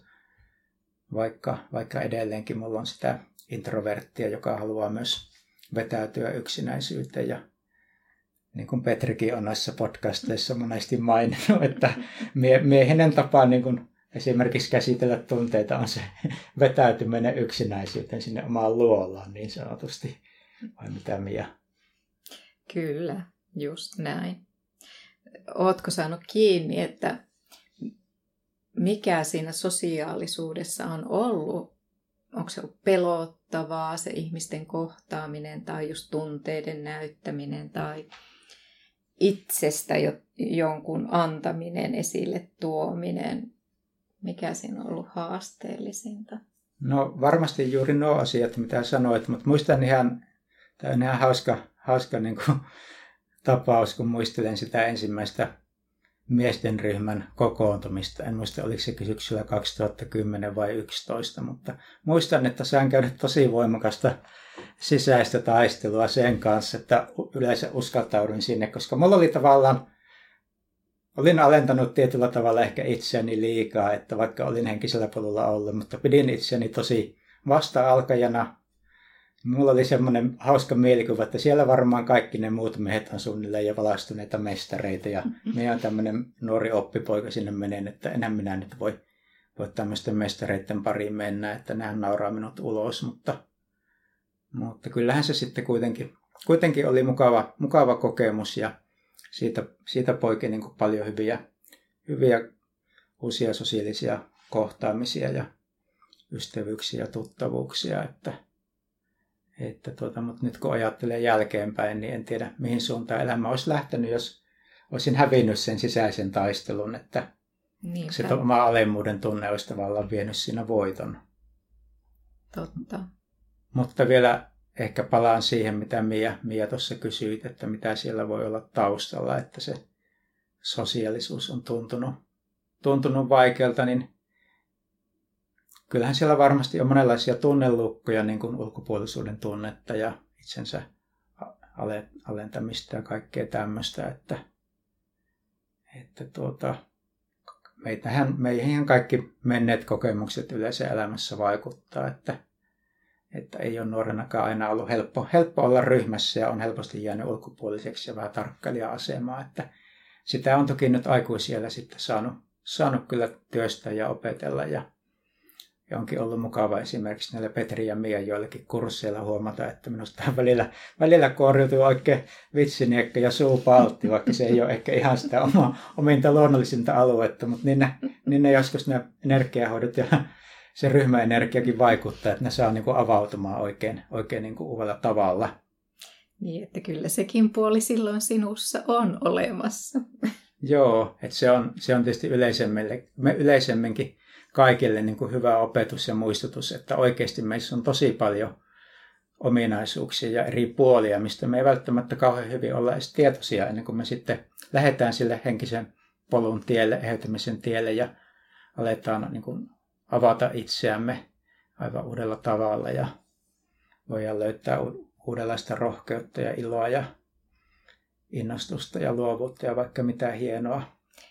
vaikka edelleenkin mulla on sitä introverttia, joka haluaa myös vetäytyä yksinäisyyteen ja niin kuin Petrikin on näissä podcasteissa monesti maininnut, että miehinen tapa niin kuin esimerkiksi käsitellä tunteita on se vetäytyminen yksinäisyyteen sinne omaan luolaan niin sanotusti. Vai mitä Mia? Kyllä, just näin. Ootko saanut kiinni, että mikä siinä sosiaalisuudessa on ollut? Onko se ollut pelottavaa, se ihmisten kohtaaminen tai just tunteiden näyttäminen tai itsestä jonkun antaminen, esille tuominen? Mikä siinä on ollut haasteellisinta? No varmasti juuri nuo asiat, mitä sanoit, mutta muistan tämä on ihan hauska niin kuin tapaus, kun muistelen sitä ensimmäistä miesten ryhmän kokoontumista. En muista, oliko se syksyllä 2010 vai 2011, mutta muistan, että sain käydä tosi voimakasta sisäistä taistelua sen kanssa, että yleensä uskaltauduin sinne, koska mulla oli olin alentanut tietyllä tavalla ehkä itseäni liikaa, että vaikka olin henkisellä polulla ollut, mutta pidin itseäni tosi vasta-alkajana. Mulla oli semmoinen hauska mielikuva, että siellä varmaan kaikki ne muut miehet on suunnilleen jo valastuneita mestareita ja minä on tämmöinen nuori oppipoika sinne menen, että enää minä nyt voi tämmöisten mestareiden pariin mennä, että nehän nauraa minut ulos, mutta kyllähän se sitten kuitenkin oli mukava kokemus ja siitä poikii niin kuin paljon hyviä uusia sosiaalisia kohtaamisia ja ystävyyksiä ja tuttavuuksia, mutta nyt kun ajattelee jälkeenpäin, niin en tiedä mihin suuntaan elämä olisi lähtenyt, jos olisin hävinnyt sen sisäisen taistelun, että niinpä. Se oma alemmuuden tunne olisi tavallaan vienyt siinä voiton. Totta. Mutta vielä ehkä palaan siihen, mitä Mia tuossa kysyit, että mitä siellä voi olla taustalla, että se sosiaalisuus on tuntunut vaikealta, niin kyllähän siellä varmasti on monenlaisia tunnelukkoja, niin kuin ulkopuolisuuden tunnetta ja itsensä alentamista ja kaikkea tämmöistä, että meihin kaikki menneet kokemukset yleensä elämässä vaikuttaa, että ei ole nuorenakaan aina ollut helppo olla ryhmässä ja on helposti jäänyt ulkopuoliseksi ja vähän tarkkailija-asemaa, että sitä on toki nyt aikuisiellä sitten saanut kyllä työstää ja opetella ja onkin ollut mukava esimerkiksi näillä Petri ja Mia joillakin kursseilla huomata, että minusta välillä kuoriutuu oikein vitsiniekka ja suupaltti, vaikka se ei ole ehkä ihan sitä ominta luonnollisinta aluetta, mutta niin ne joskus ne energiahoidot ja se ryhmäenergiakin vaikuttaa, että ne saa niin kuin avautumaan oikein niin kuin uudella tavalla. Niin, että kyllä sekin puoli silloin sinussa on olemassa. Joo, että se on tietysti yleisemminkin kaikille niin kuin hyvä opetus ja muistutus, että oikeasti meissä on tosi paljon ominaisuuksia ja eri puolia, mistä me ei välttämättä kauhean hyvin olla edes tietoisia ennen kuin me sitten lähdetään sille henkisen polun tielle, eheytymisen tielle ja aletaan niin kuin avata itseämme aivan uudella tavalla ja voidaan löytää uudenlaista rohkeutta ja iloa ja innostusta ja luovuutta ja vaikka mitä hienoa.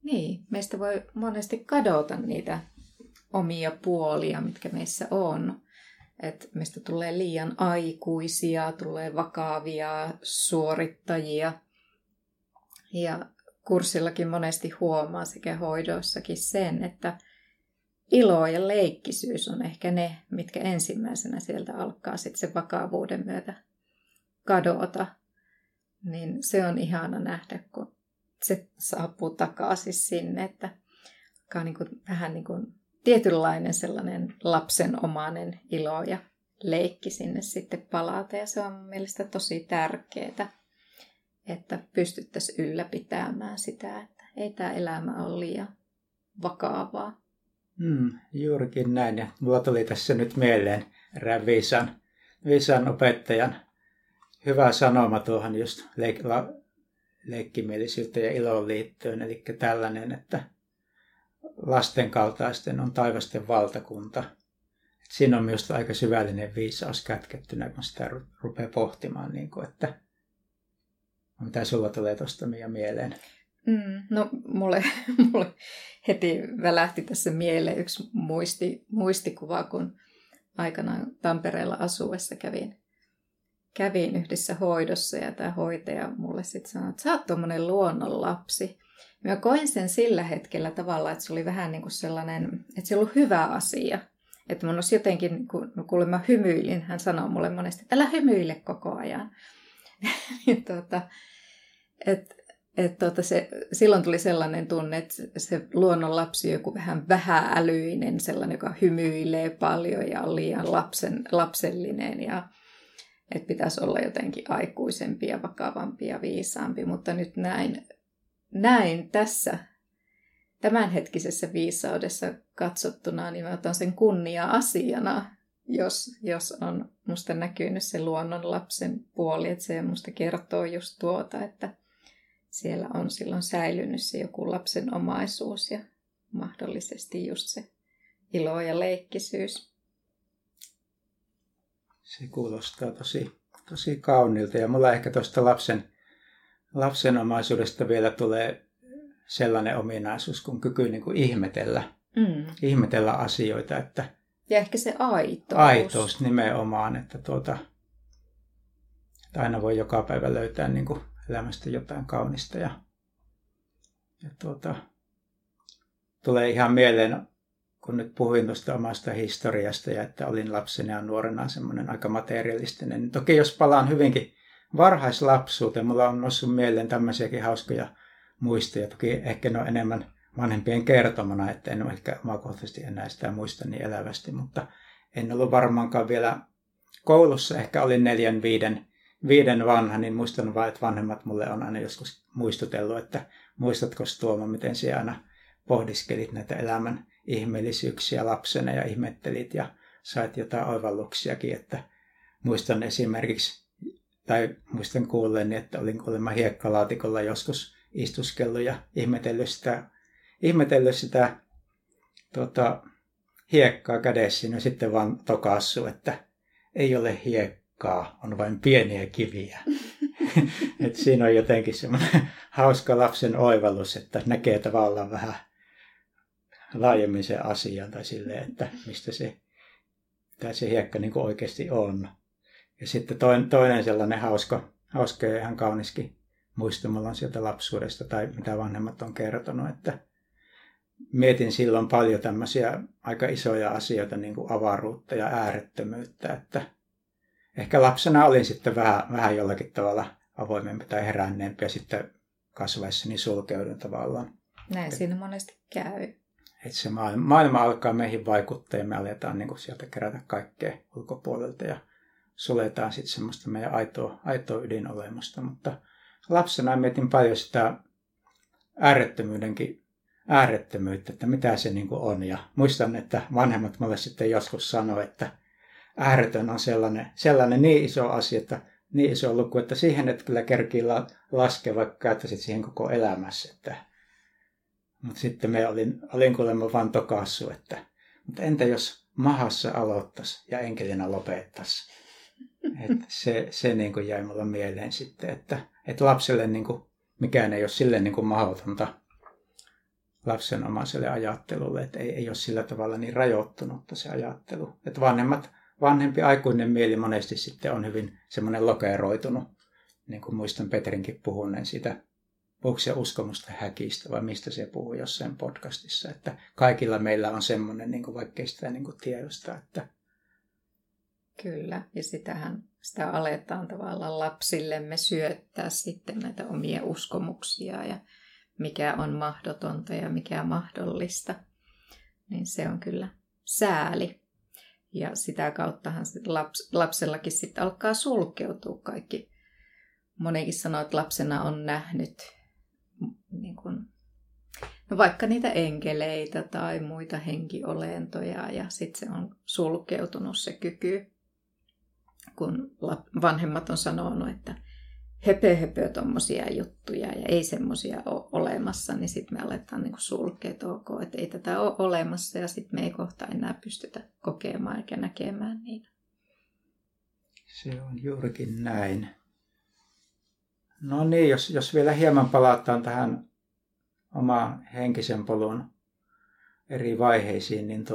Niin, meistä voi monesti kadota niitä omia puolia, mitkä meissä on. Että meistä tulee liian aikuisia, tulee vakavia suorittajia. Ja kurssillakin monesti huomaa sekä hoidoissakin sen, että ilo ja leikkisyys on ehkä ne, mitkä ensimmäisenä sieltä alkaa sitten sen vakavuuden myötä kadota. Niin se on ihana nähdä, kun se saapuu takaisin sinne, että alkaa vähän niin kuin tietynlainen sellainen lapsenomainen ilo ja leikki sinne sitten palata. Ja se on mielestäni tosi tärkeää, että pystyttäisiin ylläpitämään sitä, että ei tämä elämä ole liian vakavaa. Juurikin näin. Ja mulla tuli tässä nyt mieleen erään viisaan opettajan hyvä sanoma tuohon just leikkimielisyyteen ja iloon liittyen. Eli tällainen, että lasten kaltaisten on taivasten valtakunta. Et siinä on myös aika syvällinen viisaus kätkettynä, kun sitä rupeaa pohtimaan, että mitä sulla tulee tuosta mieleen? No mulle heti välähti tässä mieleen yksi muistikuva, kun aikanaan Tampereella asuessa kävin yhdessä hoidossa ja tämä hoitaja mulle sitten sanoi, että sä oot tommonen luonnonlapsi. Mä koin sen sillä hetkellä tavallaan, että se oli vähän niin kuin sellainen, että se oli hyvä asia. Että mun olisi jotenkin, kun kuulemma hymyilin, hän sanoi mulle monesti, että älä hymyile koko ajan. Silloin tuli sellainen tunne, että se luonnonlapsi on joku vähän vähäälyinen, sellainen, joka hymyilee paljon ja on liian lapsellinen ja että pitäisi olla jotenkin aikuisempi ja vakavampi ja viisaampi. Mutta nyt näin tässä tämänhetkisessä viisaudessa katsottuna, niin mä otan sen kunnia-asiana, jos on musta näkynyt se luonnonlapsen puoli, että se musta kertoo just tuota, että siellä on silloin säilynyt se joku lapsen omaisuus ja mahdollisesti just se ilo ja leikkisyys. Se kuulostaa tosi kauniilta ja mulla ehkä tuosta lapsen omaisuudesta vielä tulee sellainen ominaisuus kuin kyky niin kuin ihmetellä asioita. Että ja ehkä se aitous. Aitous nimenomaan, että aina voi joka päivä löytää niin kuin elämästä jotain kaunista. Ja tulee ihan mieleen, kun nyt puhuin tuosta omasta historiasta ja että olin lapsena ja nuorena semmoinen aika materialistinen. Niin toki jos palaan hyvinkin varhaislapsuuteen, mulla on noussut mieleen tämmöisiäkin hauskoja muistoja. Toki ehkä ne on enemmän vanhempien kertomana, että en ole ehkä omakohtaisesti enää sitä muista niin elävästi, mutta en ollut varmaankaan vielä koulussa. Ehkä olin 4-5 vanha, niin muistan vain, että vanhemmat mulle on aina joskus muistutellut, että muistatko Tuomo, miten sinä aina pohdiskelit näitä elämän ihmeellisyyksiä lapsena ja ihmettelit ja sait jotain oivalluksiakin, että muistan esimerkiksi, tai muistan kuulleeni, että olin kuulemma hiekkalaatikolla joskus istuskellut ja ihmetellyt sitä hiekkaa kädessä ja sitten vaan tokassu, että ei ole hiekkaa, on vain pieniä kiviä. Et siinä on jotenkin semmoinen hauska lapsen oivallus, että näkee tavallaan vähän laajemmin sen asian tai silleen, että mistä se hiekka niin kuin oikeasti on. Ja sitten toinen sellainen hauska ja ihan kauniskin muisto mulla on sieltä lapsuudesta tai mitä vanhemmat on kertonut, että mietin silloin paljon tämmöisiä aika isoja asioita, niin kuin avaruutta ja äärettömyyttä, että ehkä lapsena olin sitten vähän jollakin tavalla avoimempi tai heränneempi ja sitten kasvaessani sulkeudun tavallaan. Näin siinä monesti käy. Että se maailma alkaa meihin vaikuttaa ja me aletaan niin kuin sieltä kerätä kaikkea ulkopuolelta ja suljetaan sitten semmoista meidän aitoa ydinolemusta. Mutta lapsena mietin paljon sitä äärettömyyttä, että mitä se niin kuin on. Ja muistan, että vanhemmat mulle sitten joskus sanoi, että ääretön on sellainen niin iso asia, että niin iso luku, että siihen et kyllä kerkii laskea, vaikka käyttäisit siihen koko elämässä. Mutta sitten me olin kuulemma vaan tokassu, että mutta entä jos mahassa aloittaisi ja enkelinä lopettaisi? Se niin kuin jäi mulle mieleen sitten, että lapselle niin kuin, mikään ei ole silleen niin kuin mahdotonta. lapsenomaiselle ajattelulle, että ei ole sillä tavalla niin rajoittunutta se ajattelu. Että vanhempi aikuinen mieli monesti sitten on hyvin semmoinen lokeroitunut, niin kuin muistan Petrinkin puhuneen siitä, puhuuko se uskomusta häkistä vai mistä se puhuu jossain podcastissa, että kaikilla meillä on semmoinen, niin kuin vaikkei sitä niin kuin tiedosta, että kyllä, ja sitä aletaan tavallaan lapsillemme syöttää sitten näitä omia uskomuksia ja mikä on mahdotonta ja mikä mahdollista, niin se on kyllä sääli. Ja sitä kauttahan lapsellakin sitten alkaa sulkeutua kaikki. Monikin sanoo, että lapsena on nähnyt niin kuin, no vaikka niitä enkeleitä tai muita henkiolentoja ja sitten se on sulkeutunut se kyky, kun vanhemmat on sanonut, että höpö tommosia juttuja ja ei semmosia ole olemassa, niin sitten me aletaan niin kuin sulkea, että ok, että ei tätä ole olemassa ja sitten me ei kohta enää pystytä kokemaan eikä näkemään niitä. Se on juurikin näin. No niin, jos vielä hieman palataan tähän omaan henkisen polun eri vaiheisiin, niin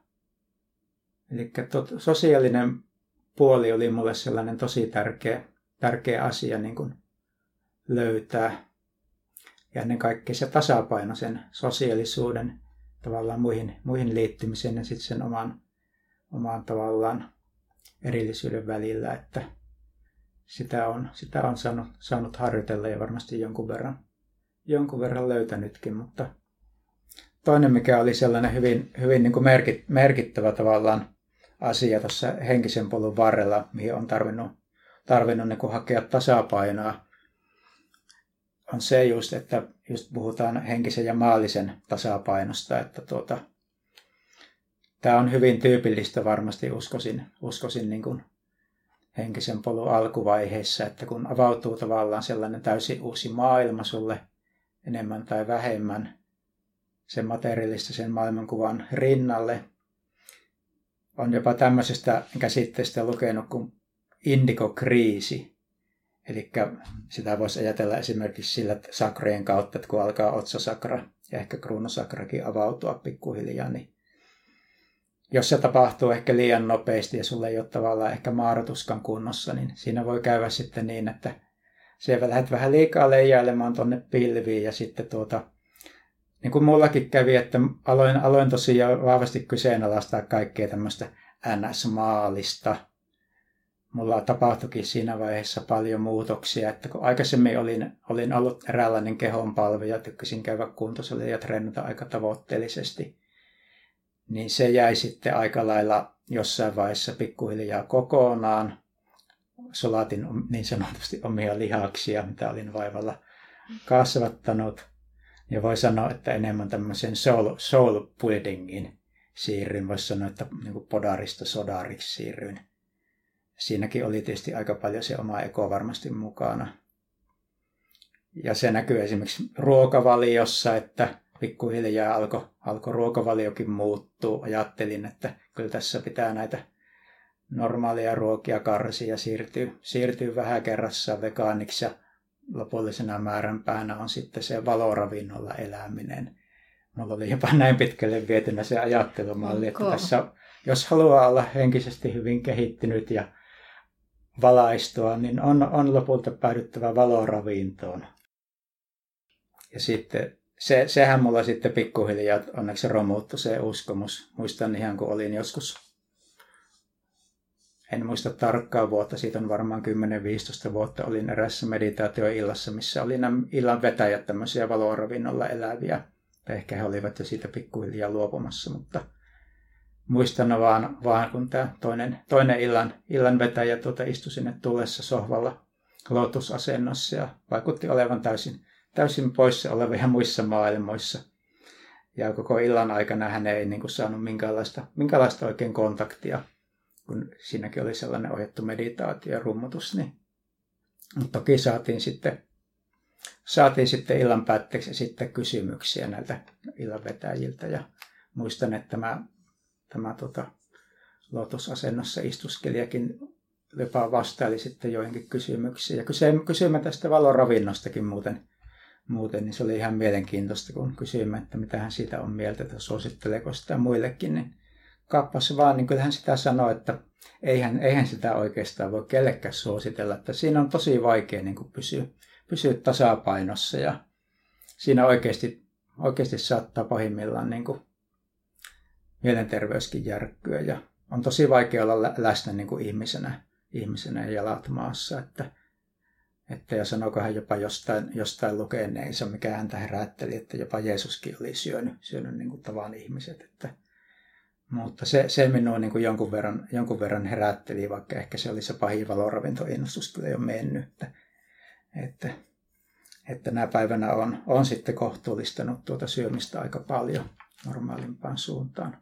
sosiaalinen puoli oli mulle sellainen tosi tärkeä asia niin kuin löytää. Ja ennen kaikkea se tasapaino sen sosiaalisuuden tavallaan muihin liittymisen ja sitten sen oman tavallaan erillisyyden välillä, että sitä on saanut harjoitella ja varmasti jonkun verran löytänytkin, mutta toinen mikä oli sellainen hyvin niin kuin merkittävä tavallaan asia tuossa henkisen polun varrella, mihin on tarvinnut niin kuin hakea tasapainoa, on se just, että just puhutaan henkisen ja maallisen tasapainosta, että tämä on hyvin tyypillistä varmasti uskoisin niin kuin henkisen polun alkuvaiheessa, että kun avautuu tavallaan sellainen täysin uusi maailma sulle enemmän tai vähemmän sen materiaalistisen maailmankuvan rinnalle, on jopa tämmöisestä käsitteestä lukenut kuin indigokriisi. Eli sitä voisi ajatella esimerkiksi sillä sakrien kautta, että kun alkaa otsasakra ja ehkä kruunosakrakin avautua pikkuhiljaa, niin jos se tapahtuu ehkä liian nopeasti ja sulla ei ole tavallaan ehkä maadotuskan kunnossa, niin siinä voi käydä sitten niin, että siellä lähdet vähän liikaa leijailemaan tuonne pilviin ja sitten niin kuin mullakin kävi, että aloin tosiaan vahvasti kyseenalaistaa kaikkea tämmöistä NS-maalista. Mulla tapahtuikin siinä vaiheessa paljon muutoksia, että kun aikaisemmin olin ollut eräänlainen kehonpalvelija, tykkäsin käydä kuntosalilla ja treenata aika tavoitteellisesti, niin se jäi sitten aika lailla jossain vaiheessa pikkuhiljaa kokonaan. Sulatin niin sanotusti omia lihaksia, mitä olin vaivalla kasvattanut. Ja voi sanoa, että enemmän tämmöisen soul buildingin siirryin. Voisi sanoa, että niin kuin podarista sodariksi siirryin. Siinäkin oli tietysti aika paljon se oma ego varmasti mukana. Ja se näkyy esimerkiksi ruokavaliossa, että pikkuhiljaa alkoi ruokavaliokin muuttua. Ajattelin, että kyllä tässä pitää näitä normaaleja ruokia karsia ja siirtyy vähän kerrassaan vegaaniksi ja lopullisena määränpäänä on sitten se valoravinnolla eläminen. Mulla oli jopa näin pitkälle vietynä se ajattelumalli, että tässä, jos haluaa olla henkisesti hyvin kehittynyt ja valaistua, niin on lopulta päädyttävä valoravintoon. Ja sitten sehän mulla sitten pikkuhiljaa onneksi romuuttui se uskomus. Muistan ihan kun olin joskus, en muista tarkkaa vuotta, siitä on varmaan 10-15 vuotta, olin erässä meditaatioillassa, missä oli nämä illan vetäjät tämmöisiä valoravinnolla eläviä. Tai ehkä he olivat jo siitä pikkuhiljaa luopumassa, mutta muistan vaan kun tämä toinen illan vetäjä istui sinne tullessa sohvalla lotusasennossa ja vaikutti olevan täysin poissa olevia muissa maailmoissa. Ja koko illan aikana hän ei niin kuin saanut minkäänlaista oikein kontaktia, kun siinäkin oli sellainen ohjattu meditaatio ja rummutus. Niin. Mutta toki saatiin sitten illan päätteeksi sitten kysymyksiä näiltä illanvetäjiltä. Ja muistan, että tämä lotusasennossa istuskelijakin jopa vastaili sitten joihinkin kysymyksiin. Ja kysyimme tästä valoravinnostakin muuten, niin se oli ihan mielenkiintoista, kun kysyimme, että mitä hän siitä on mieltä, että suositteleeko sitä muillekin, niin kappas vaan, niin kyllähän sitä sanoo, että eihän sitä oikeastaan voi kellekään suositella, että siinä on tosi vaikea niin kuin pysyä tasapainossa ja siinä oikeasti saattaa pahimmillaan niin kuin mielenterveyskin järkkyä ja on tosi vaikea olla läsnä niin kuin ihmisenä ja jalat maassa, että ja sanokohan jopa jostain lukeneensa, mikä häntä herätteli, että jopa Jeesuskin oli syönyt niin kuin tavan ihmiset. Mutta se minua niin kuin jonkun verran herätteli, vaikka ehkä se oli se pahin valoravintoinnostus kyllä jo mennyt. Että nämä päivänä on sitten kohtuullistanut tuota syömistä aika paljon normaalimpaan suuntaan.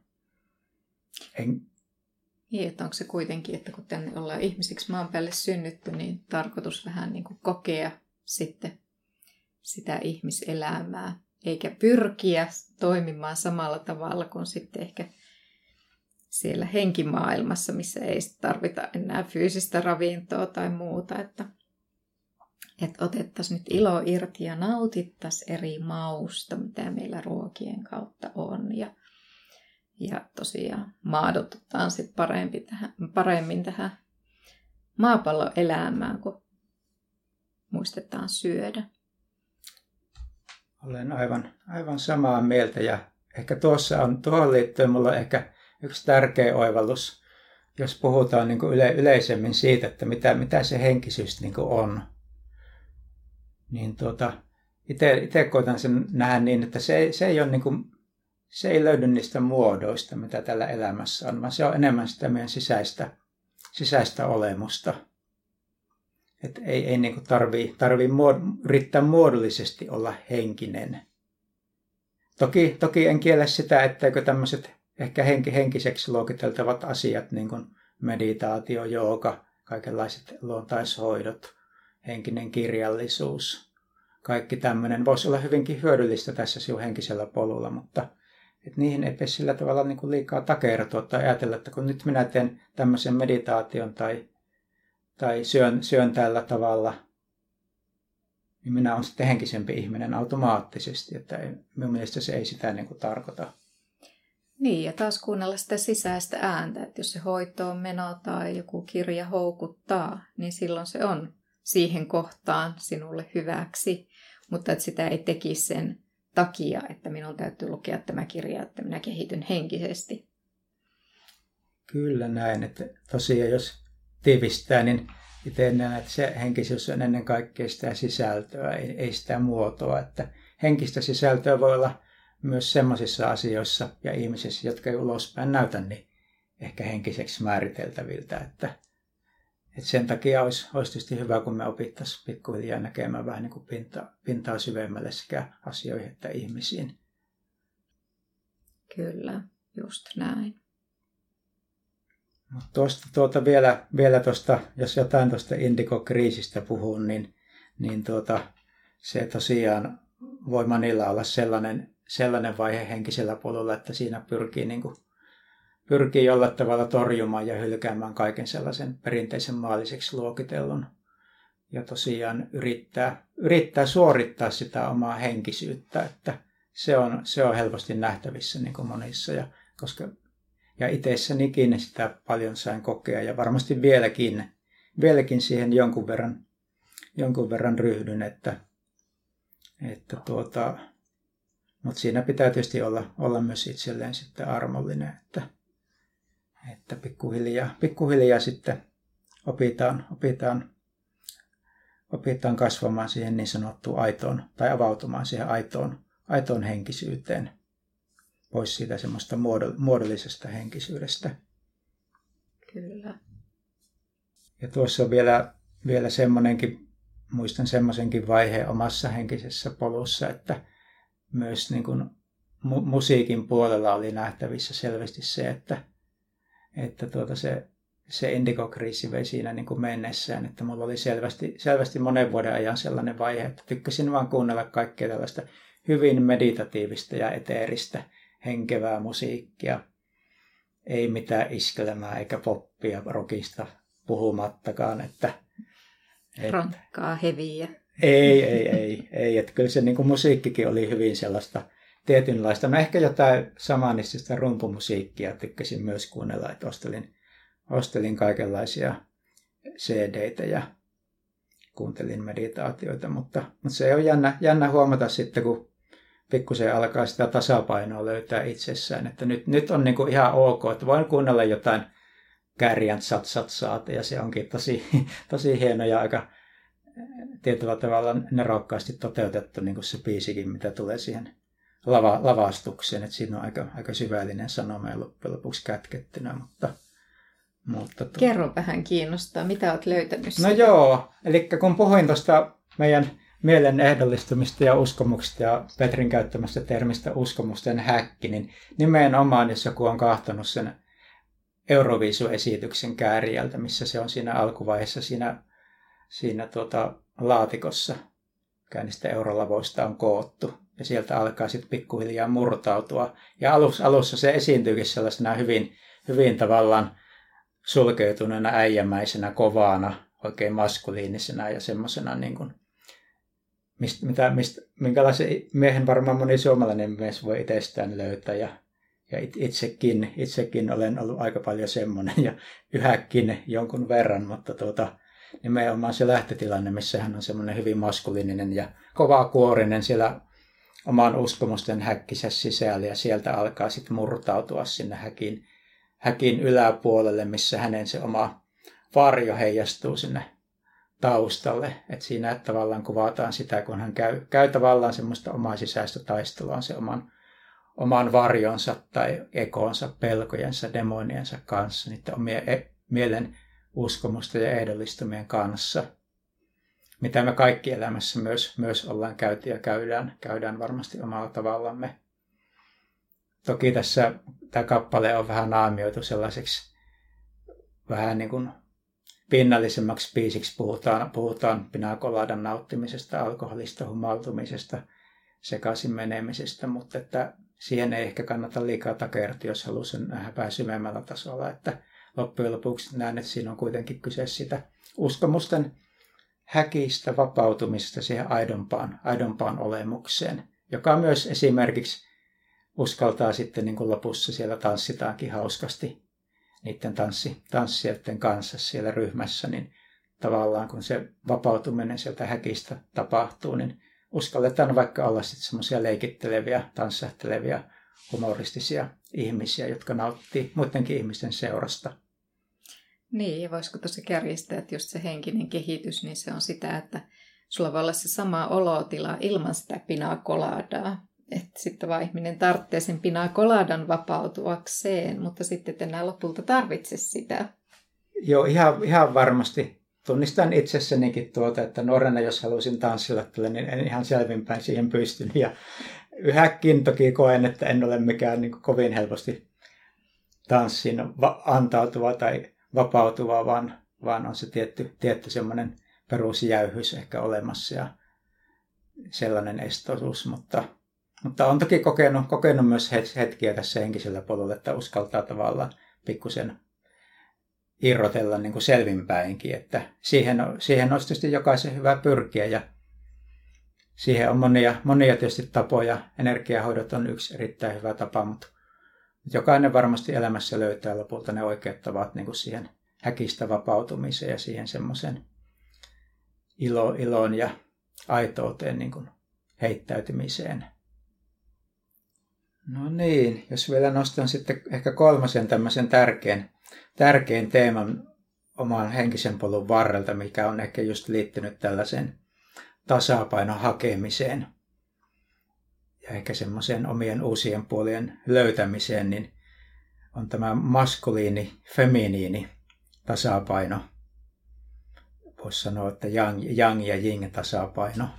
Niin, että onko se kuitenkin, että kun tänne ollaan ihmisiksi maan päälle synnytty, niin tarkoitus vähän niin kuin kokea sitten sitä ihmiselämää, eikä pyrkiä toimimaan samalla tavalla kuin sitten ehkä siellä henkimaailmassa, missä ei tarvita enää fyysistä ravintoa tai muuta, että otettaisiin nyt ilo irti ja nautittaisiin eri mausta, mitä meillä ruokien kautta on ja tosiaan maadotetaan sit paremmin tähän maapallon elämään, kun muistetaan syödä. Olen aivan samaa mieltä ja ehkä tuohon liittyen minulla on ehkä yksi tärkeä oivallus, jos puhutaan niin kuin yleisemmin siitä, että mitä se henkisyys niin kuin on. Niin itse koitan sen nähdä niin, että se ei ole niin kuin, se ei löydy niistä muodoista, mitä tällä elämässä on, vaan se on enemmän sitä meidän sisäistä olemusta. Että ei niin kuin tarvii yrittää muodollisesti olla henkinen. Toki en kiellä sitä, etteikö tämmöiset ehkä henkiseksi luokiteltavat asiat, niin kuin meditaatio, jooga, kaikenlaiset luontaishoidot, henkinen kirjallisuus, kaikki tämmöinen voisi olla hyvinkin hyödyllistä tässä sinun henkisellä polulla, mutta niihin ei pidä sillä tavalla niin kuin liikaa takertua tai ajatella, että kun nyt minä teen tämmöisen meditaation tai syön tällä tavalla, niin minä olen sitten henkisempi ihminen automaattisesti, että minun mielestä se ei sitä niin kuin tarkoita. Niin, ja taas kuunnella sitä sisäistä ääntä, että jos se hoitoon meno tai joku kirja houkuttaa, niin silloin se on siihen kohtaan sinulle hyväksi, mutta että sitä ei tekisi sen takia, että minun täytyy lukea tämä kirja, että minä kehityn henkisesti. Kyllä näin, että tosiaan jos tiivistää, niin itse näen, että se henkisyys on ennen kaikkea sitä sisältöä, ei sitä muotoa, että henkistä sisältöä voi olla myös sellaisissa asioissa ja ihmisissä, jotka ei ulospäin näytä niin ehkä henkiseksi määriteltäviltä, että sen takia olisi tietysti hyvä, kun me opittaisiin pikkuhiljaa näkemään vähän niin kuin pintaa syvemmälle sekä asioihin että ihmisiin. Kyllä, just näin. Vielä tuosta, jos jotain tuosta Indigo-kriisistä puhun, niin se tosiaan voi monilla olla sellainen vaihe henkisellä polulla, että siinä pyrkii jollain tavalla torjumaan ja hylkäämään kaiken sellaisen perinteisen maalliseksi luokitellun. Ja tosiaan yrittää suorittaa sitä omaa henkisyyttä, että se on helposti nähtävissä niin kuin monissa. Ja itsessänikin sitä paljon sain kokea ja varmasti vieläkin siihen jonkun verran ryhdyn, mutta siinä pitää tietysti olla myös itselleen sitten armollinen, että pikkuhiljaa sitten opitaan kasvamaan siihen niin sanottuun aitoon tai avautumaan siihen aitoon henkisyyteen pois siitä semmoista muodollisesta henkisyydestä. Kyllä. Ja tuossa on vielä muistan semmoisenkin vaiheen omassa henkisessä polussa, että myös niin kuin musiikin puolella oli nähtävissä selvästi se, että se Indigo-kriisi vei siinä niin kuin mennessään, että mulla oli selvästi monen vuoden ajan sellainen vaihe, että tykkäsin vaan kuunnella kaikkea tällaista hyvin meditatiivista ja eteeristä henkevää musiikkia. Ei mitään iskelmää eikä poppia rockista puhumattakaan. Rankkaa, heviä. Ei. Että kyllä se niin kuin musiikkikin oli hyvin sellaista tietynlaista. No ehkä jotain samanistista rumpumusiikkia tykkäsin myös kuunnella, että ostelin kaikenlaisia CD-tä ja kuuntelin meditaatioita, mutta se on jännä huomata sitten, kun pikkusen alkaa sitä tasapainoa löytää itsessään, että nyt on niin kuin ihan ok, että voin kuunnella jotain Käärijän Saat ja se onkin tosi hieno ja aika tietyllä tavalla nerokkaasti toteutettu niin kuin se biisikin, mitä tulee siihen lavastukseen, että siinä on aika syvällinen sanoma ja loppujen lopuksi kätkettynä, mutta Kerro vähän, kiinnostaa, mitä olet löytänyt? No joo, eli kun puhuin tuosta meidän mielen ehdollistumista ja uskomuksista ja Petrin käyttämästä termistä uskomusten häkki, niin nimenomaan, jos joku on katsonut sen Euroviisu-esityksen Käärijältä, missä se on siinä alkuvaiheessa siinä laatikossa, mikä niistä eurolavoista on koottu. Ja sieltä alkaa sitten pikkuhiljaa murtautua. Ja alussa se esiintyykin sellaisena hyvin tavallaan sulkeutuneena äijämäisenä, kovana, oikein maskuliinisena ja semmoisena, niin kuin, minkälaisen miehen varmaan moni suomalainen mies voi itsestään löytää. Ja itsekin olen ollut aika paljon semmoinen ja yhäkin jonkun verran, mutta nimenomaan se lähtötilanne, missä hän on semmoinen hyvin maskuliininen ja kovakuorinen siellä oman uskomusten häkkinsä sisällä ja sieltä alkaa sitten murtautua sinne häkin yläpuolelle, missä hänen se oma varjo heijastuu sinne taustalle. Et siinä tavallaan kuvataan sitä, kun hän käy tavallaan semmoista omaa sisäistä taistelua se oman varjonsa tai ekoonsa, pelkojensa, demoniensa kanssa, niiden omien mielen uskomusten ja ehdollistumien kanssa, mitä me kaikki elämässä myös ollaan käyty ja käydään varmasti omalla tavallamme. Toki tämä kappale on vähän naamioitu sellaiseksi vähän niin kuin pinnallisemmaksi biisiksi. Puhutaan pinakoladan nauttimisesta, alkoholista, humaltumisesta, sekaisin menemisestä, mutta että siihen ei ehkä kannata liikaa takertua, jos haluaa sen nähdä vähän syvemmällä tasolla, että loppujen lopuksi näen, että siinä on kuitenkin kyse sitä uskomusten häkistä vapautumisesta siihen aidompaan olemukseen, joka myös esimerkiksi uskaltaa sitten niin kuin lopussa siellä tanssitaankin hauskasti niiden tanssijoiden kanssa siellä ryhmässä, niin tavallaan kun se vapautuminen sieltä häkistä tapahtuu, niin uskalletaan vaikka olla sitten semmoisia leikitteleviä, tanssahtelevia, humoristisia ihmisiä, jotka nauttii muidenkin ihmisten seurasta. Niin, ja voisiko tuossa kärjistää, että just se henkinen kehitys, niin se on sitä, että sulla voi olla se sama olotila ilman sitä pinakoladaa. Että sitten vaan ihminen tarvitsee sen pinakoladan vapautuakseen, mutta sitten et enää lopulta tarvitse sitä. Joo, ihan varmasti. Tunnistan itsessänikin että nuorena, jos halusin tanssilla, niin en ihan selvinpäin siihen pystynyt. Ja yhäkin toki koen, että en ole mikään niin kuin kovin helposti tanssiin antautuva tai vapautuva, vaan on se tietty semmoinen perusjäyhys ehkä olemassa ja sellainen estoisuus. Mutta on toki kokenut myös hetkiä tässä henkisellä polulla, että uskaltaa tavallaan pikkusen irrotella niin kuin selvinpäinkin, että siihen olisi tietysti jokaisen hyvä pyrkiä ja siihen on monia tietysti tapoja. Energiahoidot on yksi erittäin hyvä tapa, mutta jokainen varmasti elämässä löytää lopulta ne oikeat tavat niin kuin siihen häkistä vapautumiseen ja siihen semmoisen iloon ja aitouteen niin kuin heittäytymiseen. No niin, jos vielä nostan sitten ehkä kolmasen tämmöisen tärkeän teeman oman henkisen polun varrelta, mikä on ehkä just liittynyt tällaiseen tasapainon hakemiseen ja ehkä semmoiseen omien uusien puolien löytämiseen, niin on tämä maskuliini-feminiini tasapaino. Voisi sanoa, että yang ja jing tasapaino.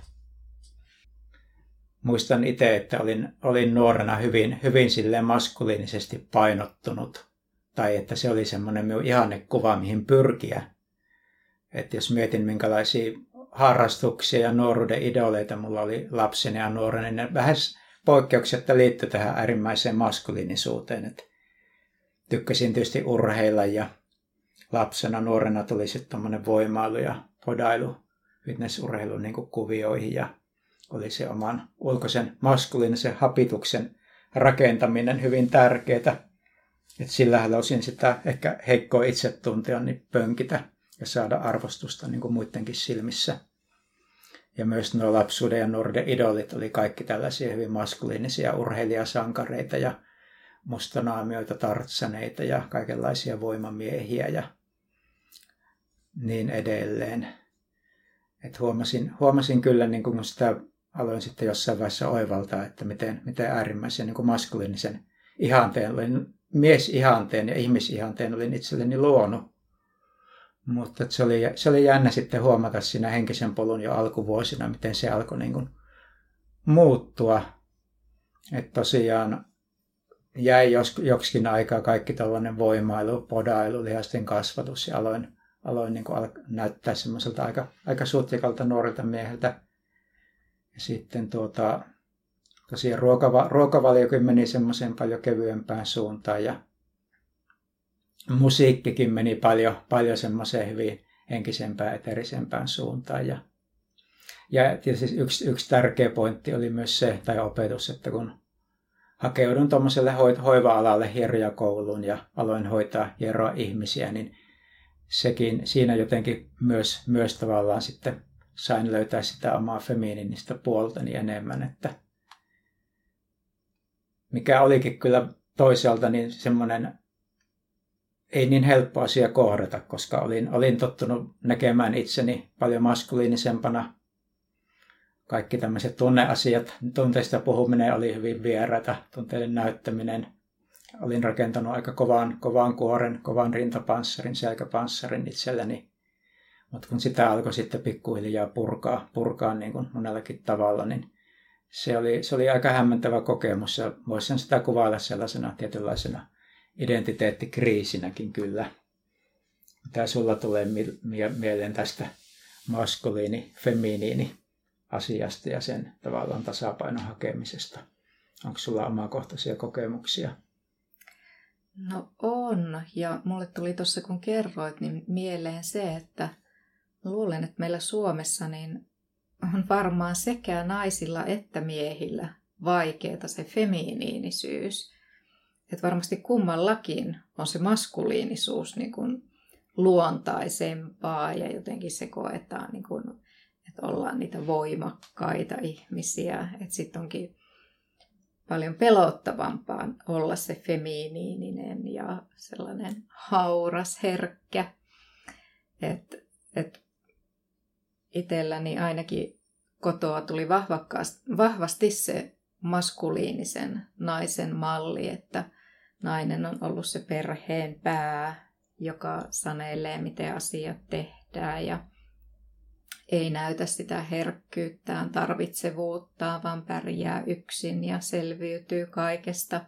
Muistan itse, että olin nuorena hyvin silleen maskuliinisesti painottunut. Tai että se oli semmoinen minun ihannekuva, mihin pyrkiä. Että jos mietin, minkälaisia harrastuksia ja nuoruuden idoleita mulla oli lapsena ja nuorena, niin ne vähän poikkeuksetta liittyi tähän äärimmäiseen maskuliinisuuteen. Että tykkäsin tietysti urheilla ja lapsena, nuorena tuli sitten tommoinen voimailu ja podailu fitnessurheilun niin kuin kuvioihin ja oli se oman ulkoisen maskuliinisen hapituksen rakentaminen hyvin tärkeää. Että sillä halusin sitä ehkä heikkoa itsetuntia niin pönkitä ja saada arvostusta niin kuin muidenkin silmissä. Ja myös nuo lapsuuden ja nuoruuden idolit oli kaikki tällaisia hyvin maskuliinisia urheilijasankareita ja mustanaamioita, tartsaneita ja kaikenlaisia voimamiehiä ja niin edelleen. Et huomasin kyllä, niin kun sitä aloin sitten jossain vaiheessa oivaltaa, että miten äärimmäisen niin kuin maskuliinisen ihanteen, miesihanteen ja ihmisihanteen olin itselleni luonut. Mutta se oli jännä sitten huomata siinä henkisen polun jo alkuvuosina, miten se alkoi niin kuin muuttua. Että tosiaan jäi joksikin aikaa kaikki tällainen voimailu, podailu, lihasten kasvatus ja aloin niin kuin näyttää semmoiselta aika sutjakalta nuorilta mieheltä. Ja sitten tosiaan ruokavaliokin meni semmoiseen paljon kevyempään suuntaan ja musiikkikin meni paljon semmoiseen hyvin henkisempään, eteerisempään suuntaan. Ja tietysti yksi tärkeä pointti oli myös se, tai opetus, että kun hakeudun tuommoiselle hoiva-alalle hierojakouluun ja aloin hoitaa hieroa ihmisiä, niin siinä jotenkin myös tavallaan sitten sain löytää sitä omaa feminiinistä puoltani enemmän, että mikä olikin kyllä toisaalta niin semmoinen ei niin helppo asia kohdata, koska olin tottunut näkemään itseni paljon maskuliinisempana. Kaikki tämmöiset tunneasiat, tunteista puhuminen oli hyvin vieraita, tunteiden näyttäminen. Olin rakentanut aika kovaan kuoren, kovan rintapanssarin, selkäpanssarin itselleni. Mutta kun sitä alkoi sitten pikkuhiljaa purkaa niin kuin monellakin tavalla, niin se oli aika hämmentävä kokemus ja voisin sitä kuvailla sellaisena tietynlaisena identiteettikriisinäkin kyllä. Mitä sulla tulee mieleen tästä maskuliini-feminiini asiasta ja sen tavallaan tasapainon hakemisesta? Onko sulla omakohtaisia kokemuksia? No on, ja mulle tuli tuossa kun kerroit, niin mieleen se, että luulen, että meillä Suomessa niin on varmaan sekä naisilla että miehillä vaikeaa se feminiinisyys. Että varmasti kummallakin on se maskuliinisuus niin kuin luontaisempaa ja jotenkin se koetaan, niin kuin, että ollaan niitä voimakkaita ihmisiä. Että sitten onkin paljon pelottavampaa olla se feminiininen ja sellainen hauras, herkkä. Et itselläni ainakin kotoa tuli vahvasti se maskuliinisen naisen malli, että nainen on ollut se perheen pää, joka sanelee, miten asiat tehdään ja ei näytä sitä herkkyyttään, tarvitsevuuttaan, vaan pärjää yksin ja selviytyy kaikesta.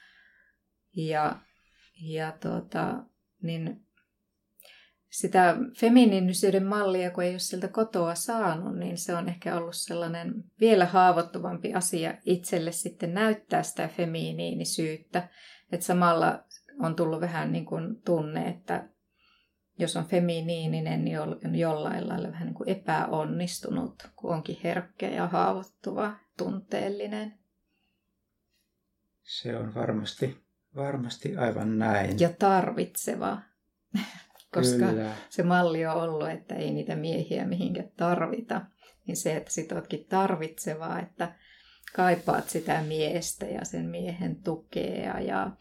Niin sitä feminiinisyyden mallia, kun ei ole siltä kotoa saanut, niin se on ehkä ollut sellainen vielä haavoittuvampi asia itselle sitten näyttää sitä feminiinisyyttä. Että samalla on tullut vähän niin kuin tunne, että jos on feminiininen, niin on jollain lailla vähän niin kuin epäonnistunut, kun onkin herkkä ja haavoittuva, tunteellinen. Se on varmasti aivan näin. Ja tarvitseva. Koska Kyllä. Se malli on ollut, että ei niitä miehiä mihinkään tarvita. Niin se, että sit ootkin tarvitsevaa, että kaipaat sitä miestä ja sen miehen tukea.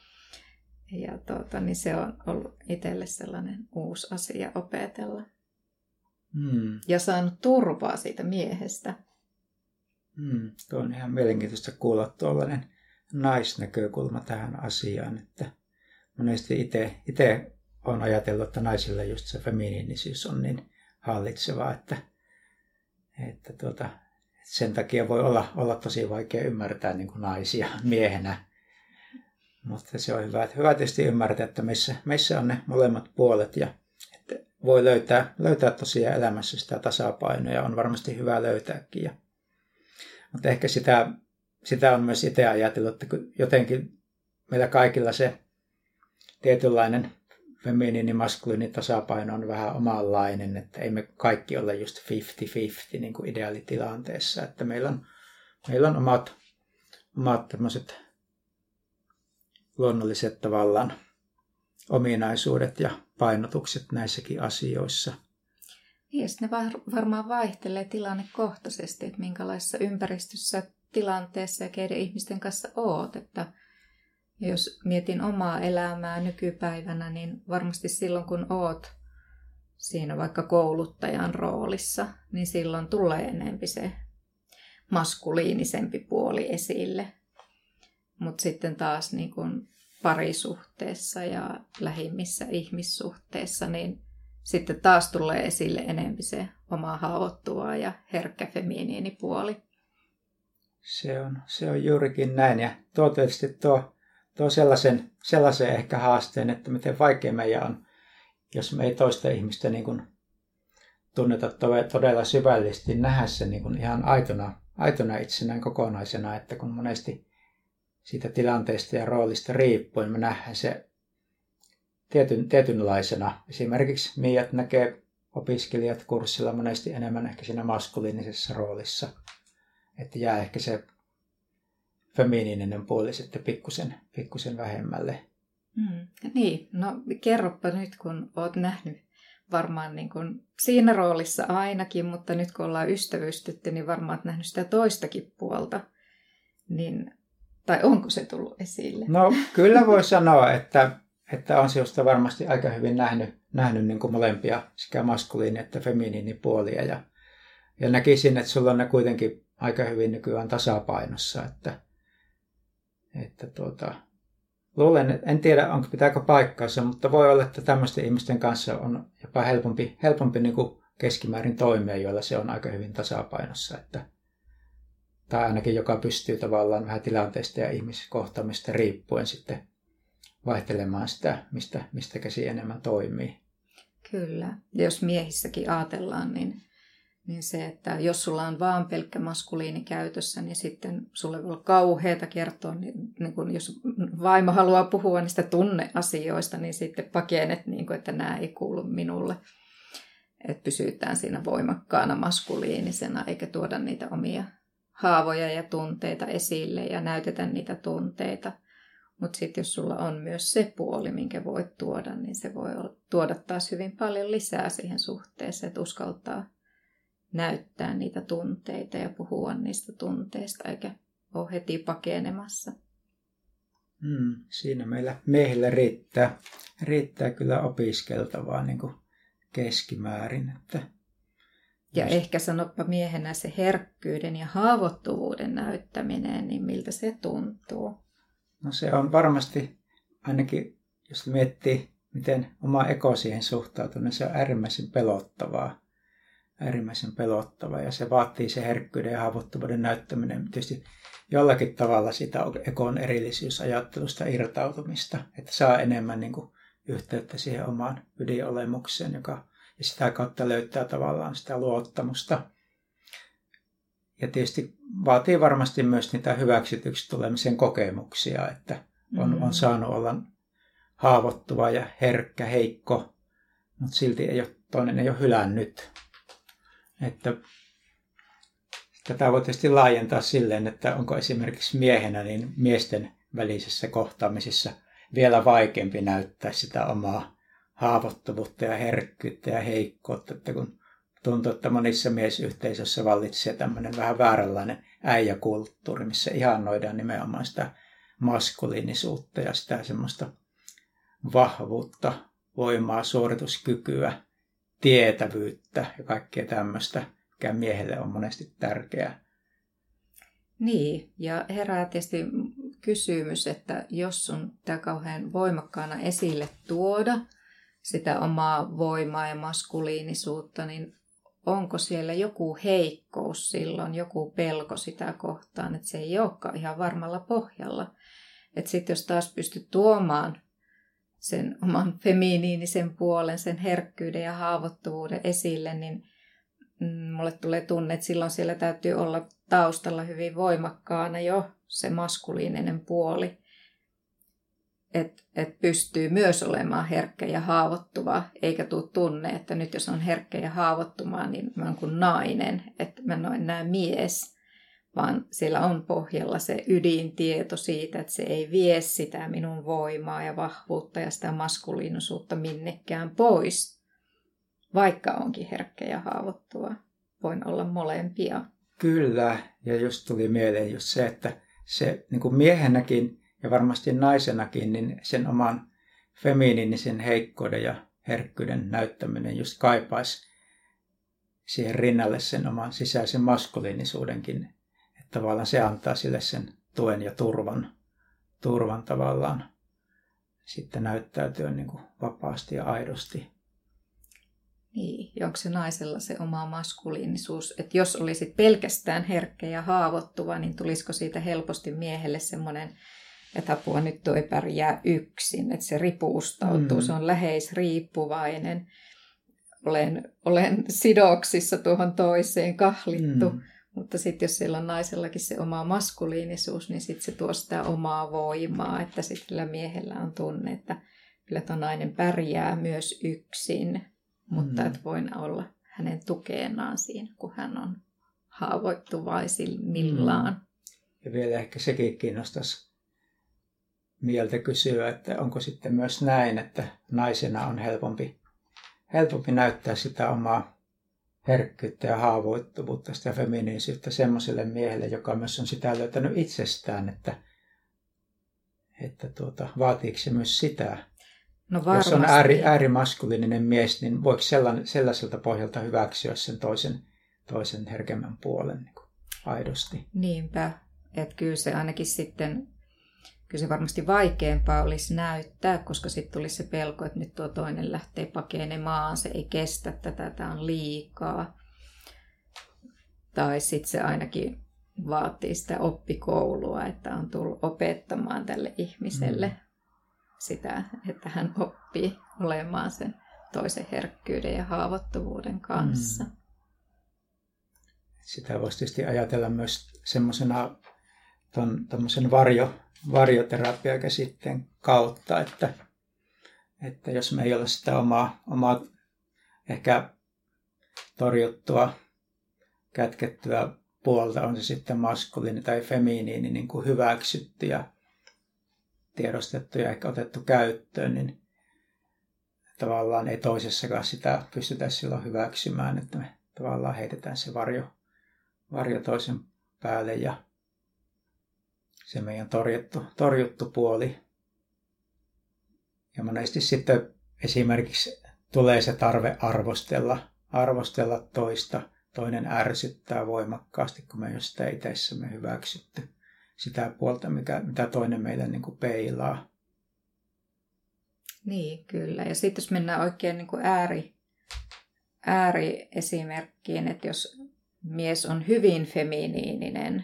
Niin se on ollut itselle sellainen uusi asia opetella. Ja saanut turvaa siitä miehestä. Tuo on ihan mielenkiintoista kuulla tuollainen naisnäkökulma tähän asiaan. Että monesti itse olen ajatellut, että naisilla just se feminiinisyys on niin hallitsevaa, että sen takia voi olla tosi vaikea ymmärtää niin kuin naisia miehenä. Mutta se on hyvä tietysti ymmärtää, että meissä on ne molemmat puolet ja että voi löytää tosiaan elämässä sitä tasapainoa ja on varmasti hyvä löytääkin. Mutta ehkä sitä on myös itse ajatellut, että jotenkin meillä kaikilla se tietynlainen feminiini maskuliini tasapaino on vähän omanlainen, että ei me kaikki ole just 50-50 niin kuin ideaalitilanteessa, että meillä on omat tämmöiset luonnolliset tavallaan ominaisuudet ja painotukset näissäkin asioissa. Ja ne varmaan vaihtelee tilannekohtaisesti, että minkälaisessa ympäristössä, tilanteessa ja keiden ihmisten kanssa oot. Että jos mietin omaa elämää nykypäivänä, niin varmasti silloin kun oot siinä vaikka kouluttajan roolissa, niin silloin tulee enemmän se maskuliinisempi puoli esille. Mutta sitten taas niin kun parisuhteessa ja lähimmissä ihmissuhteissa, niin sitten taas tulee esille enemmän se oma haavoittuva ja herkkä feminiinipuoli. Se on juurikin näin. Ja tuo tietysti tuo sellaisen ehkä haasteen, että miten vaikea meidän on, jos me ei toista ihmistä niin kuin tunneta todella syvällisesti, nähdä se niin kuin ihan aitona itsenään kokonaisena, että kun monesti siitä tilanteesta ja roolista riippuen me nähdään se tietynlaisena. Esimerkiksi Miat näkee opiskelijat kurssilla monesti enemmän ehkä siinä maskuliinisessa roolissa, että jää ehkä se feminiininen puoli sitten pikkusen vähemmälle. Niin, no kerropa nyt, kun olet nähnyt varmaan niin kuin siinä roolissa ainakin, mutta nyt kun ollaan ystävystytty, niin varmaan olet nähnyt sitä toistakin puolta. Niin, tai onko se tullut esille? No kyllä voi sanoa, että on sinusta varmasti aika hyvin nähnyt niin kuin molempia, sekä maskuliini- että feminiinipuolia. Ja näkisin, että sulla on ne kuitenkin aika hyvin nykyään tasapainossa. Luulen, en tiedä, pitääkö paikkaansa, mutta voi olla, että tämmöisten ihmisten kanssa on jopa helpompi niin kuin keskimäärin toimia, joilla se on aika hyvin tasapainossa. Tai ainakin joka pystyy tavallaan vähän tilanteesta ja ihmiskohtaamista riippuen sitten vaihtelemaan sitä, mistä käsi enemmän toimii. Kyllä. Jos miehissäkin ajatellaan, niin se, että jos sulla on vaan pelkkä maskuliini käytössä, niin sitten sulle voi olla kauheata kertoa, niin kun jos vaimo haluaa puhua niistä tunneasioista, niin sitten pakenet, niin kun, että nämä ei kuulu minulle. Että pysytään siinä voimakkaana maskuliinisena, eikä tuoda niitä omia haavoja ja tunteita esille ja näytetä niitä tunteita. Mutta sitten jos sulla on myös se puoli, minkä voit tuoda, niin se voi tuoda taas hyvin paljon lisää siihen suhteeseen, että uskaltaa näyttää niitä tunteita ja puhua niistä tunteista, eikä ole heti pakenemassa. Siinä meillä miehillä riittää kyllä opiskeltavaa niin kuin keskimäärin. Ja ehkä sanoppa miehenä se herkkyyden ja haavoittuvuuden näyttäminen, niin miltä se tuntuu? No se on varmasti, ainakin jos miettii, miten oma ego siihen suhtautuu, niin se on äärimmäisen pelottavaa ja se vaatii se herkkyyden ja haavoittuvuuden näyttäminen ja jollakin tavalla sitä egon erillisyysajattelusta irtautumista, että saa enemmän niin kuin yhteyttä siihen omaan ydinolemukseen, ja sitä kautta löytää tavallaan sitä luottamusta. Ja tietysti vaatii varmasti myös niitä hyväksytyksi tulemisen kokemuksia, että on saanut olla haavoittuva ja herkkä, heikko, mutta silti toinen ei ole hylännyt. Että tätä voi tietysti laajentaa silleen, että onko esimerkiksi miehenä niin miesten välisessä kohtaamisessa vielä vaikeampi näyttää sitä omaa haavoittuvuutta ja herkkyyttä ja heikkoutta, että kun tuntuu, että monissa miesyhteisöissä vallitsee tämmöinen vähän vääränlainen äijäkulttuuri, missä ihannoidaan nimenomaan sitä maskuliinisuutta ja sitä semmoista vahvuutta, voimaa, suorituskykyä, tietävyyttä ja kaikkea tämmöistä, mikä miehelle on monesti tärkeää. Niin, ja herää tietysti kysymys, että jos on tämä kauhean voimakkaana esille tuoda sitä omaa voimaa ja maskuliinisuutta, niin onko siellä joku heikkous silloin, joku pelko sitä kohtaan, että se ei olekaan ihan varmalla pohjalla. Että sitten jos taas pystyt tuomaan sen oman feminiinisen puolen, sen herkkyyden ja haavoittuvuuden esille, niin mulle tulee tunne, että silloin siellä täytyy olla taustalla hyvin voimakkaana jo se maskuliininen puoli. että pystyy myös olemaan herkkä ja haavoittuva, eikä tule tunne, että nyt jos on herkkä ja haavoittuva, niin mä oon kuin nainen, että mä en ole enää mies, vaan siellä on pohjalla se ydintieto siitä, että se ei vie sitä minun voimaa ja vahvuutta ja sitä maskuliinisuutta minnekään pois, vaikka onkin herkkä ja haavoittuva. Voin olla molempia. Kyllä, ja just tuli mieleen just se, että se niin kuin miehenäkin ja varmasti naisenakin, niin sen oman feminiinisen heikkouden ja herkkyyden näyttäminen just kaipaisi siihen rinnalle sen oman sisäisen maskuliinisuudenkin. Että tavallaan se antaa sille sen tuen ja turvan tavallaan sitten näyttäytyä niin kuin vapaasti ja aidosti. Niin, ja onko se naisella se oma maskuliinisuus, että jos olisit pelkästään herkkä ja haavoittuva, niin tulisiko siitä helposti miehelle semmoinen, että apua nyt tuo ei pärjää yksin, että se ripuustautuu, se on läheisriippuvainen, olen sidoksissa tuohon toiseen, kahlittu, mutta sitten jos siellä on naisellakin se oma maskuliinisuus, niin sitten se tuo sitä omaa voimaa, että sitten miehellä on tunne, että kyllä tuo nainen pärjää myös yksin. Mutta että voin olla hänen tukenaan siinä, kun hän on haavoittuvaisimmillaan. Ja vielä ehkä sekin kiinnostaisi mieltä kysyä, että onko sitten myös näin, että naisena on helpompi näyttää sitä omaa herkkyyttä ja haavoittuvuutta, sitä feminiinisyyttä semmoiselle miehelle, joka myös on sitä löytänyt itsestään, että vaatiiko se myös sitä. No jos on äärimaskuliininen mies, niin voiko sellaiselta pohjalta hyväksyä sen toisen herkemmän puolen niin kuin aidosti? Niinpä, että kyllä se ainakin sitten, kyllä se varmasti vaikeampaa olisi näyttää, koska sitten tulisi se pelko, että nyt tuo toinen lähtee pakenemaan, se ei kestä tätä, tämä on liikaa. Tai sitten se ainakin vaatii sitä oppikoulua, että on tullut opettamaan tälle ihmiselle sitä, että hän oppii olemaan sen toisen herkkyyden ja haavoittuvuuden kanssa. Sitä voisi tietysti ajatella myös semmoisena tuommoisen varjoterapiakäsitteen kautta, että jos me ei ole sitä omaa ehkä torjuttua, kätkettyä puolta, on se sitten maskuliini tai feminiini, niin kuin hyväksytty ja tiedostettu ja ehkä otettu käyttöön, niin tavallaan ei toisessakaan sitä pystytä silloin hyväksymään, että me tavallaan heitetään se varjo toisen päälle ja se meidän torjuttu puoli. Ja monesti sitten esimerkiksi tulee se tarve arvostella toista. Toinen ärsyttää voimakkaasti, kun me ei ole sitä itsessämme hyväksytty sitä puolta, mitä toinen meille niin kuin peilaa. Niin, kyllä. Ja sitten jos mennään oikein niin kuin ääriesimerkkiin, että jos mies on hyvin feminiininen,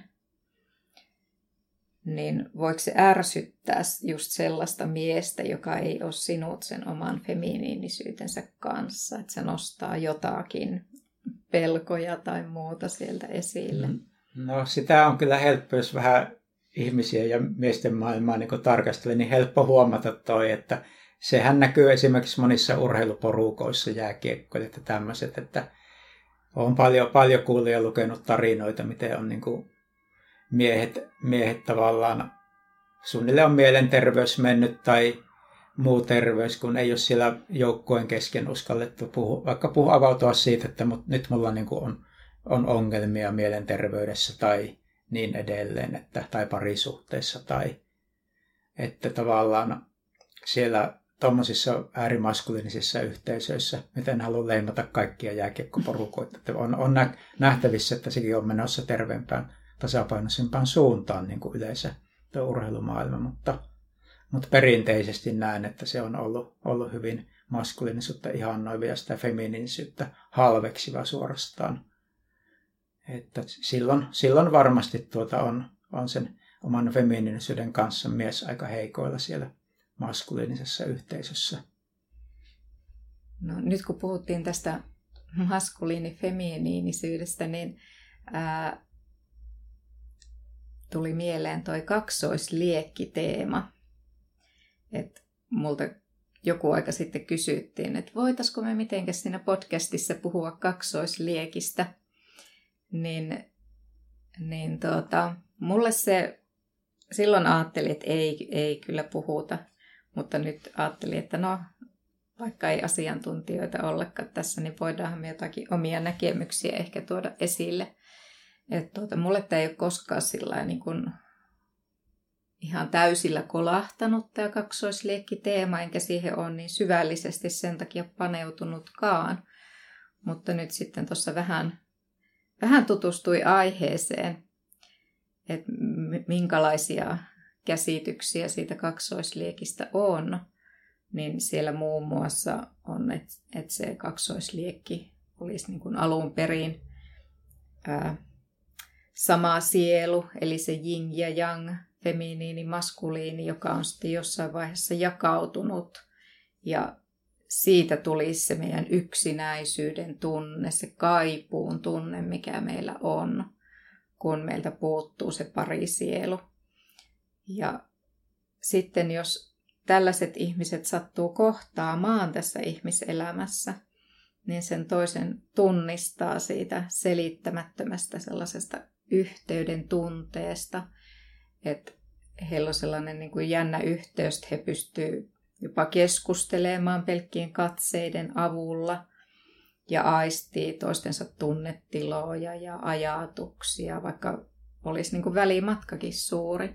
niin voiko se ärsyttää just sellaista miestä, joka ei ole sinut sen oman feminiinisyytensä kanssa, että se nostaa jotakin pelkoja tai muuta sieltä esille? No sitä on kyllä helppo, jos vähän ihmisiä ja miesten maailmaa niin tarkastelee, niin helppo huomata toi, että sehän näkyy esimerkiksi monissa urheiluporukoissa, jääkiekkoilijat ja tämmöiset, että olen paljon kuullut ja lukenut tarinoita, miten on niin kuin miehet tavallaan, suunnilleen on mielenterveys mennyt tai muu terveys, kun ei ole siellä joukkueen kesken uskallettu avautua siitä, että nyt mulla niin kuin on ongelmia mielenterveydessä tai niin edelleen, tai parisuhteessa, tai että tavallaan siellä tuommoisissa äärimaskuliinisissa yhteisöissä, miten haluan leimata kaikkia jääkiekkoporukoita, että on nähtävissä, että sekin on menossa terveempään, tasapainoisempaan suuntaan niin kuin yleensä tuo urheilumaailma, mutta perinteisesti näen, että se on ollut hyvin maskuliinisuutta ihannoiva ja sitä feminiinisyyttä halveksiva suorastaan. Että silloin varmasti on sen oman feminiinisyyden kanssa mies aika heikoilla siellä maskuliinisessa yhteisössä. No, nyt kun puhuttiin tästä maskuliini-feminiinisyydestä, niin tuli mieleen toi kaksoisliekkiteema. että multa joku aika sitten kysyttiin, että voitaisiko me mitenkäs siinä podcastissa puhua kaksoisliekistä. Mulle se, silloin ajattelin, että ei kyllä puhuta, mutta nyt ajattelin, että no, vaikka ei asiantuntijoita ollenkaan tässä, niin voidaan me jotakin omia näkemyksiä ehkä tuoda esille. Että mulle tämä ei ole koskaan sillä niin kuin ihan täysillä kolahtanut tämä kaksoisliekki-teema, enkä siihen ole niin syvällisesti sen takia paneutunutkaan. Mutta nyt sitten tuossa vähän tutustui aiheeseen, että minkälaisia käsityksiä siitä kaksoisliekistä on, niin siellä muun muassa on, että se kaksoisliekki olisi niin kuin alun perin sama sielu, eli se yin ja yang, feminiini, maskuliini, joka on sitten jossain vaiheessa jakautunut. Ja siitä tulisi se meidän yksinäisyyden tunne, se kaipuun tunne, mikä meillä on, kun meiltä puuttuu se parisielu. Ja sitten jos tällaiset ihmiset sattuu kohtaamaan tässä ihmiselämässä, niin sen toisen tunnistaa siitä selittämättömästä sellaisesta yhteyden tunteesta, että heillä on sellainen niin kuin jännä yhteys, että he pystyvät jopa keskustelemaan pelkkien katseiden avulla ja aistii toistensa tunnetiloja ja ajatuksia, vaikka olisi niin kuin välimatkakin suuri.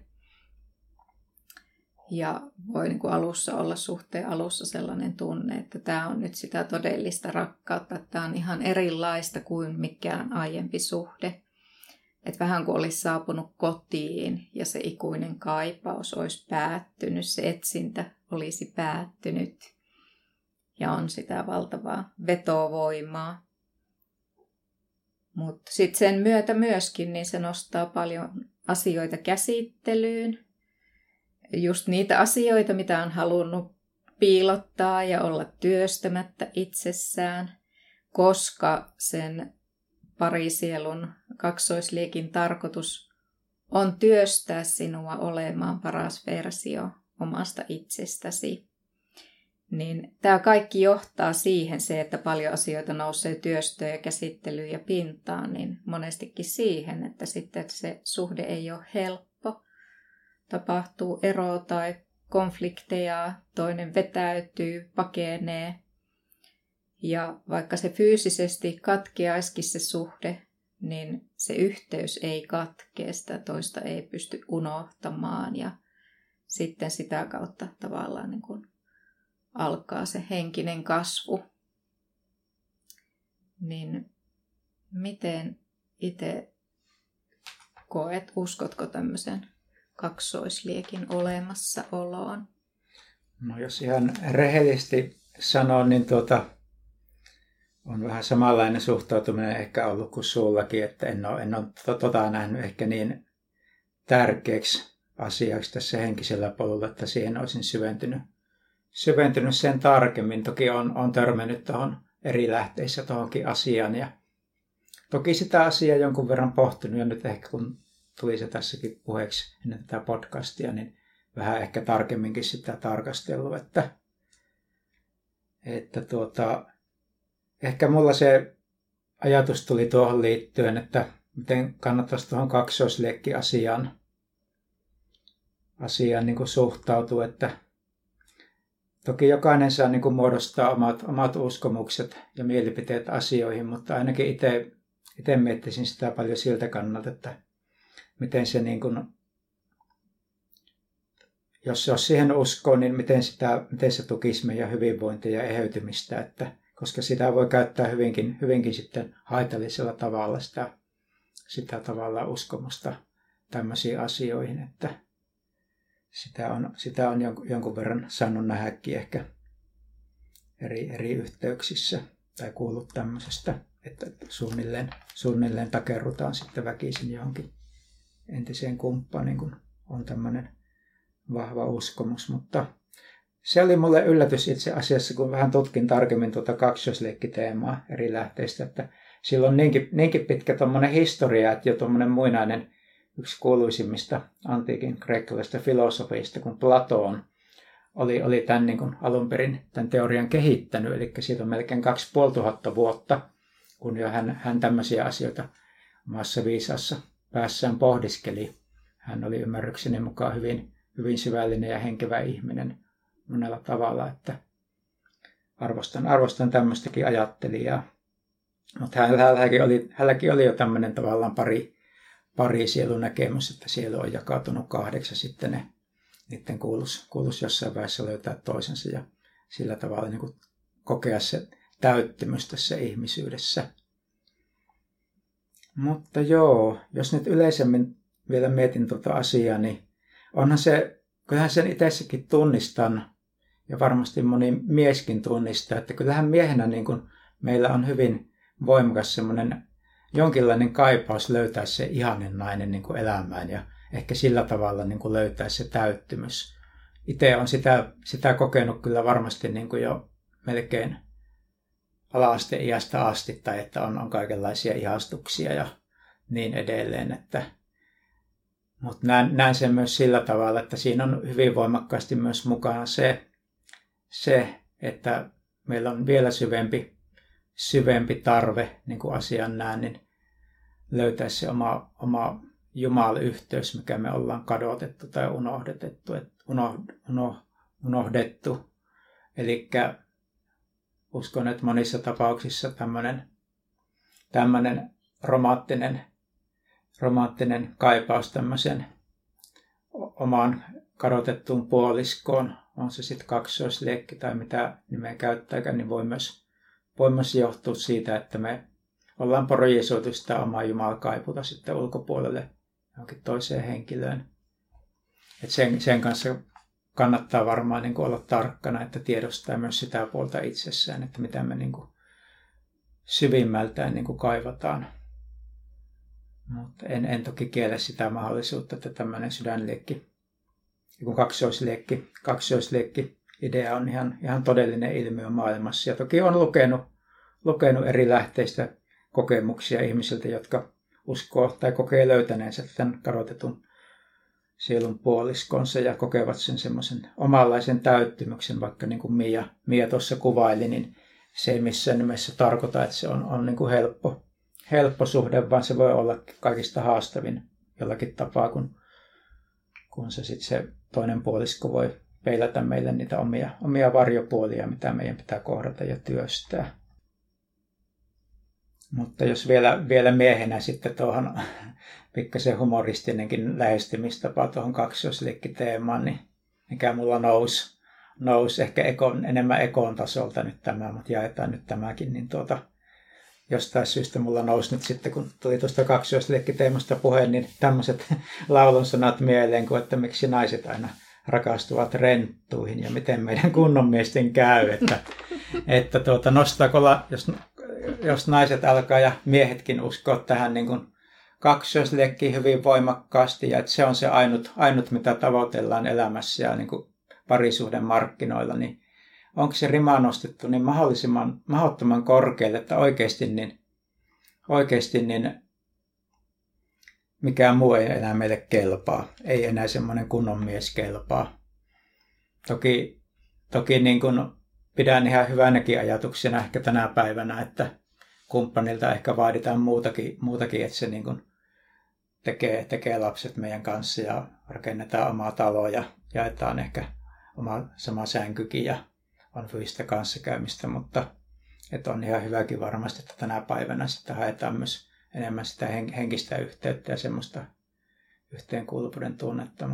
Ja voi niin kuin alussa olla suhteen alussa sellainen tunne, että tämä on nyt sitä todellista rakkautta, että tämä on ihan erilaista kuin mikään aiempi suhde. Että vähän kuin olisi saapunut kotiin ja se ikuinen kaipaus olisi päättynyt, se etsintä olisi päättynyt ja on sitä valtavaa vetovoimaa. Mutta sitten sen myötä myöskin niin se nostaa paljon asioita käsittelyyn. Just niitä asioita, mitä on halunnut piilottaa ja olla työstämättä itsessään, koska sen parisielun kaksoisliekin tarkoitus on työstää sinua olemaan paras versio omasta itsestäsi. Niin tämä kaikki johtaa siihen se, että paljon asioita nousee työstöön ja käsittelyyn ja pintaan, niin monestikin siihen, että sitten se suhde ei ole helppo. Tapahtuu ero tai konflikteja, toinen vetäytyy, pakenee. Ja vaikka se fyysisesti katkeaisikin se suhde, niin se yhteys ei katkea, sitä toista ei pysty unohtamaan. Ja sitten sitä kautta tavallaan niin kuin alkaa se henkinen kasvu. Niin miten itse koet, uskotko tämmöisen kaksoisliekin olemassaoloon? No jos ihan rehellisesti sanon, niin on vähän samanlainen suhtautuminen ehkä ollut kuin sullakin, että en ole nähnyt ehkä niin tärkeäksi asiaksi tässä henkisellä polulla, että siihen olisin syventynyt sen tarkemmin. Toki on törmännyt tuohon eri lähteissä tuohonkin asiaan ja toki sitä asiaa jonkun verran pohtinut ja nyt ehkä kun tuli se tässäkin puheeksi ennen tätä podcastia, niin vähän ehkä tarkemminkin sitä tarkastellut, että ehkä mulla se ajatus tuli tuohon liittyen, että miten kannattaisi tuohon kaksoisliekki-asiaan niin kuin suhtautua, että toki jokainen saa niin kuin muodostaa omat uskomukset ja mielipiteet asioihin, mutta ainakin itse miettisin sitä paljon siltä kannalta, että miten se niin kuin, jos siihen uskoo, niin miten se tukisi meidän hyvinvointia ja eheytymistä, että koska sitä voi käyttää hyvinkin sitten haitallisella tavalla sitä tavallaan uskomusta tämmöisiin asioihin, että sitä on jonkun verran saanut nähdäkin ehkä eri yhteyksissä tai kuullut tämmöisestä, että suunnilleen takerrutaan sitten väkisin johonkin entiseen kumppaniin, kun on tämmöinen vahva uskomus, mutta se oli mulle yllätys itse asiassa, kun vähän tutkin tarkemmin tuota kaksoisleikkiteemaa eri lähteistä, että sillä on niinkin pitkä tommoinen historia, että jo tommoinen muinainen yksi kuuluisimmista antiikin kreikkalaisista filosofeista, kun Platon oli tämän niin kuin alun perin tämän teorian kehittänyt. Eli siitä on melkein 2500 vuotta, kun jo hän tämmöisiä asioita omassa viisaassa päässään pohdiskeli. Hän oli ymmärrykseni mukaan hyvin syvällinen ja henkevä ihminen monella tavalla, että arvostan tämmöistäkin ajattelijaa. Mutta hänelläkin oli jo tämmöinen tavallaan pari sielunäkemys, että sielu on jakautunut 8, sitten niiden kuuluisi jossain vaiheessa löytää toisensa ja sillä tavalla niin kuin kokea se täyttymys tässä ihmisyydessä. Mutta joo, jos nyt yleisemmin vielä mietin tuota asiaa, niin kyllähän sen itsekin tunnistan, ja varmasti moni mieskin tunnistaa, että kyllähän miehenä niin kuin meillä on hyvin voimakas semmoinen jonkinlainen kaipaus löytää se ihanen nainen niin kuin elämään ja ehkä sillä tavalla niin kuin löytää se täyttymys. Itse olen sitä kokenut kyllä varmasti niin kuin jo melkein ala-asteiästä asti, tai että on kaikenlaisia ihastuksia ja niin edelleen. Mutta näen sen myös sillä tavalla, että siinä on hyvin voimakkaasti myös mukana se että meillä on vielä syvempi tarve, niin kuin asian näen, niin löytää se oma Jumala-yhteys, mikä me ollaan kadotettu tai unohdettu. Eli uskon, että monissa tapauksissa tämmöinen romanttinen kaipaus tämmöisen omaan kadotettuun puoliskoon, on se sitten kaksoisliekki tai mitä nimeä käyttääkään, niin voi myös johtua siitä, että me ollaan projisoitu sitä omaa jumalakaipuuta sitten ulkopuolelle johonkin toiseen henkilöön. Et sen kanssa kannattaa varmaan niin kuin olla tarkkana, että tiedostaa myös sitä puolta itsessään, että mitä me niin kuin syvimmältään niin kuin kaivataan. Mutta en toki kiellä sitä mahdollisuutta, että tämmöinen sydänliekki, kaksoisliekki idea on ihan todellinen ilmiö maailmassa. Ja toki on lukenut eri lähteistä kokemuksia ihmisiltä, jotka uskoo tai kokee löytäneensä tämän kadotetun sielun puoliskonsa ja kokevat sen semmoisen omanlaisen täyttymyksen, vaikka niin kuin Mia tuossa kuvaili, niin se ei missään nimessä tarkoita, että se on niin kuin helppo suhde, vaan se voi olla kaikista haastavin jollakin tapaa, kun se toinen puolisko voi peilata meille niitä omia varjopuolia, mitä meidän pitää kohdata ja työstää. Mutta jos vielä miehenä sitten tuohon pikkasen humoristinenkin lähestymistapa tuohon kaksoisliikkiteemaan, niin mikä mulla nousi ehkä enemmän ekon tasolta nyt tämä, mutta jaetaan nyt tämäkin, niin jostain syystä mulla nousi nyt sitten, kun tuli tuosta kaksoisliikkiteemasta puhe, niin tämmöiset laulun sanat mieleen, kuin että miksi naiset aina rakastuvat renttuihin ja miten meidän kunnon miesten käy, että nostaako, jos naiset alkaa ja miehetkin uskoo tähän niin kuin kaksoisliekkiin hyvin voimakkaasti ja että se on se ainut mitä tavoitellaan elämässä ja niin kuin parisuhden markkinoilla, niin onko se rima nostettu niin mahdottoman korkealle, että oikeasti niin mikään muu ei enää meille kelpaa. Ei enää semmoinen kunnon mies kelpaa. Toki niin kuin pidän ihan hyvänäkin ajatuksena ehkä tänä päivänä, että kumppanilta ehkä vaaditaan muutakin että se niin kuin tekee lapset meidän kanssa ja rakennetaan omaa taloa ja jaetaan ehkä oma sama sänkykin ja on fyysistä kanssakäymistä, mutta että on ihan hyväkin varmasti, että tänä päivänä sitten haetaan myös enemmän sitä henkistä yhteyttä ja semmoista yhteenkuuluvuuden tunnetta,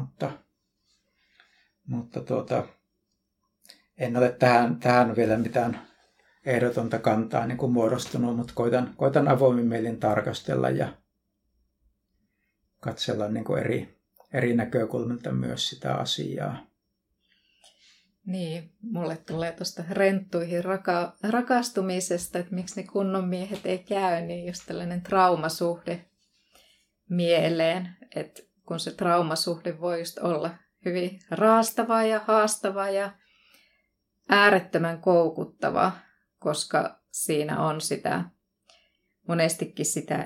mutta en ole tähän vielä mitään ehdotonta kantaa niin kuin muodostunut, mutta koitan avoimin mielin tarkastella ja katsella niin kuin eri näkökulmilta myös sitä asiaa. Niin, mulle tulee tuosta renttuihin rakastumisesta, että miksi ne kunnon miehet ei käy, niin just tällainen traumasuhde mieleen, että kun se traumasuhde voi just olla hyvin raastava ja haastava ja äärettömän koukuttava, koska siinä on monestikin sitä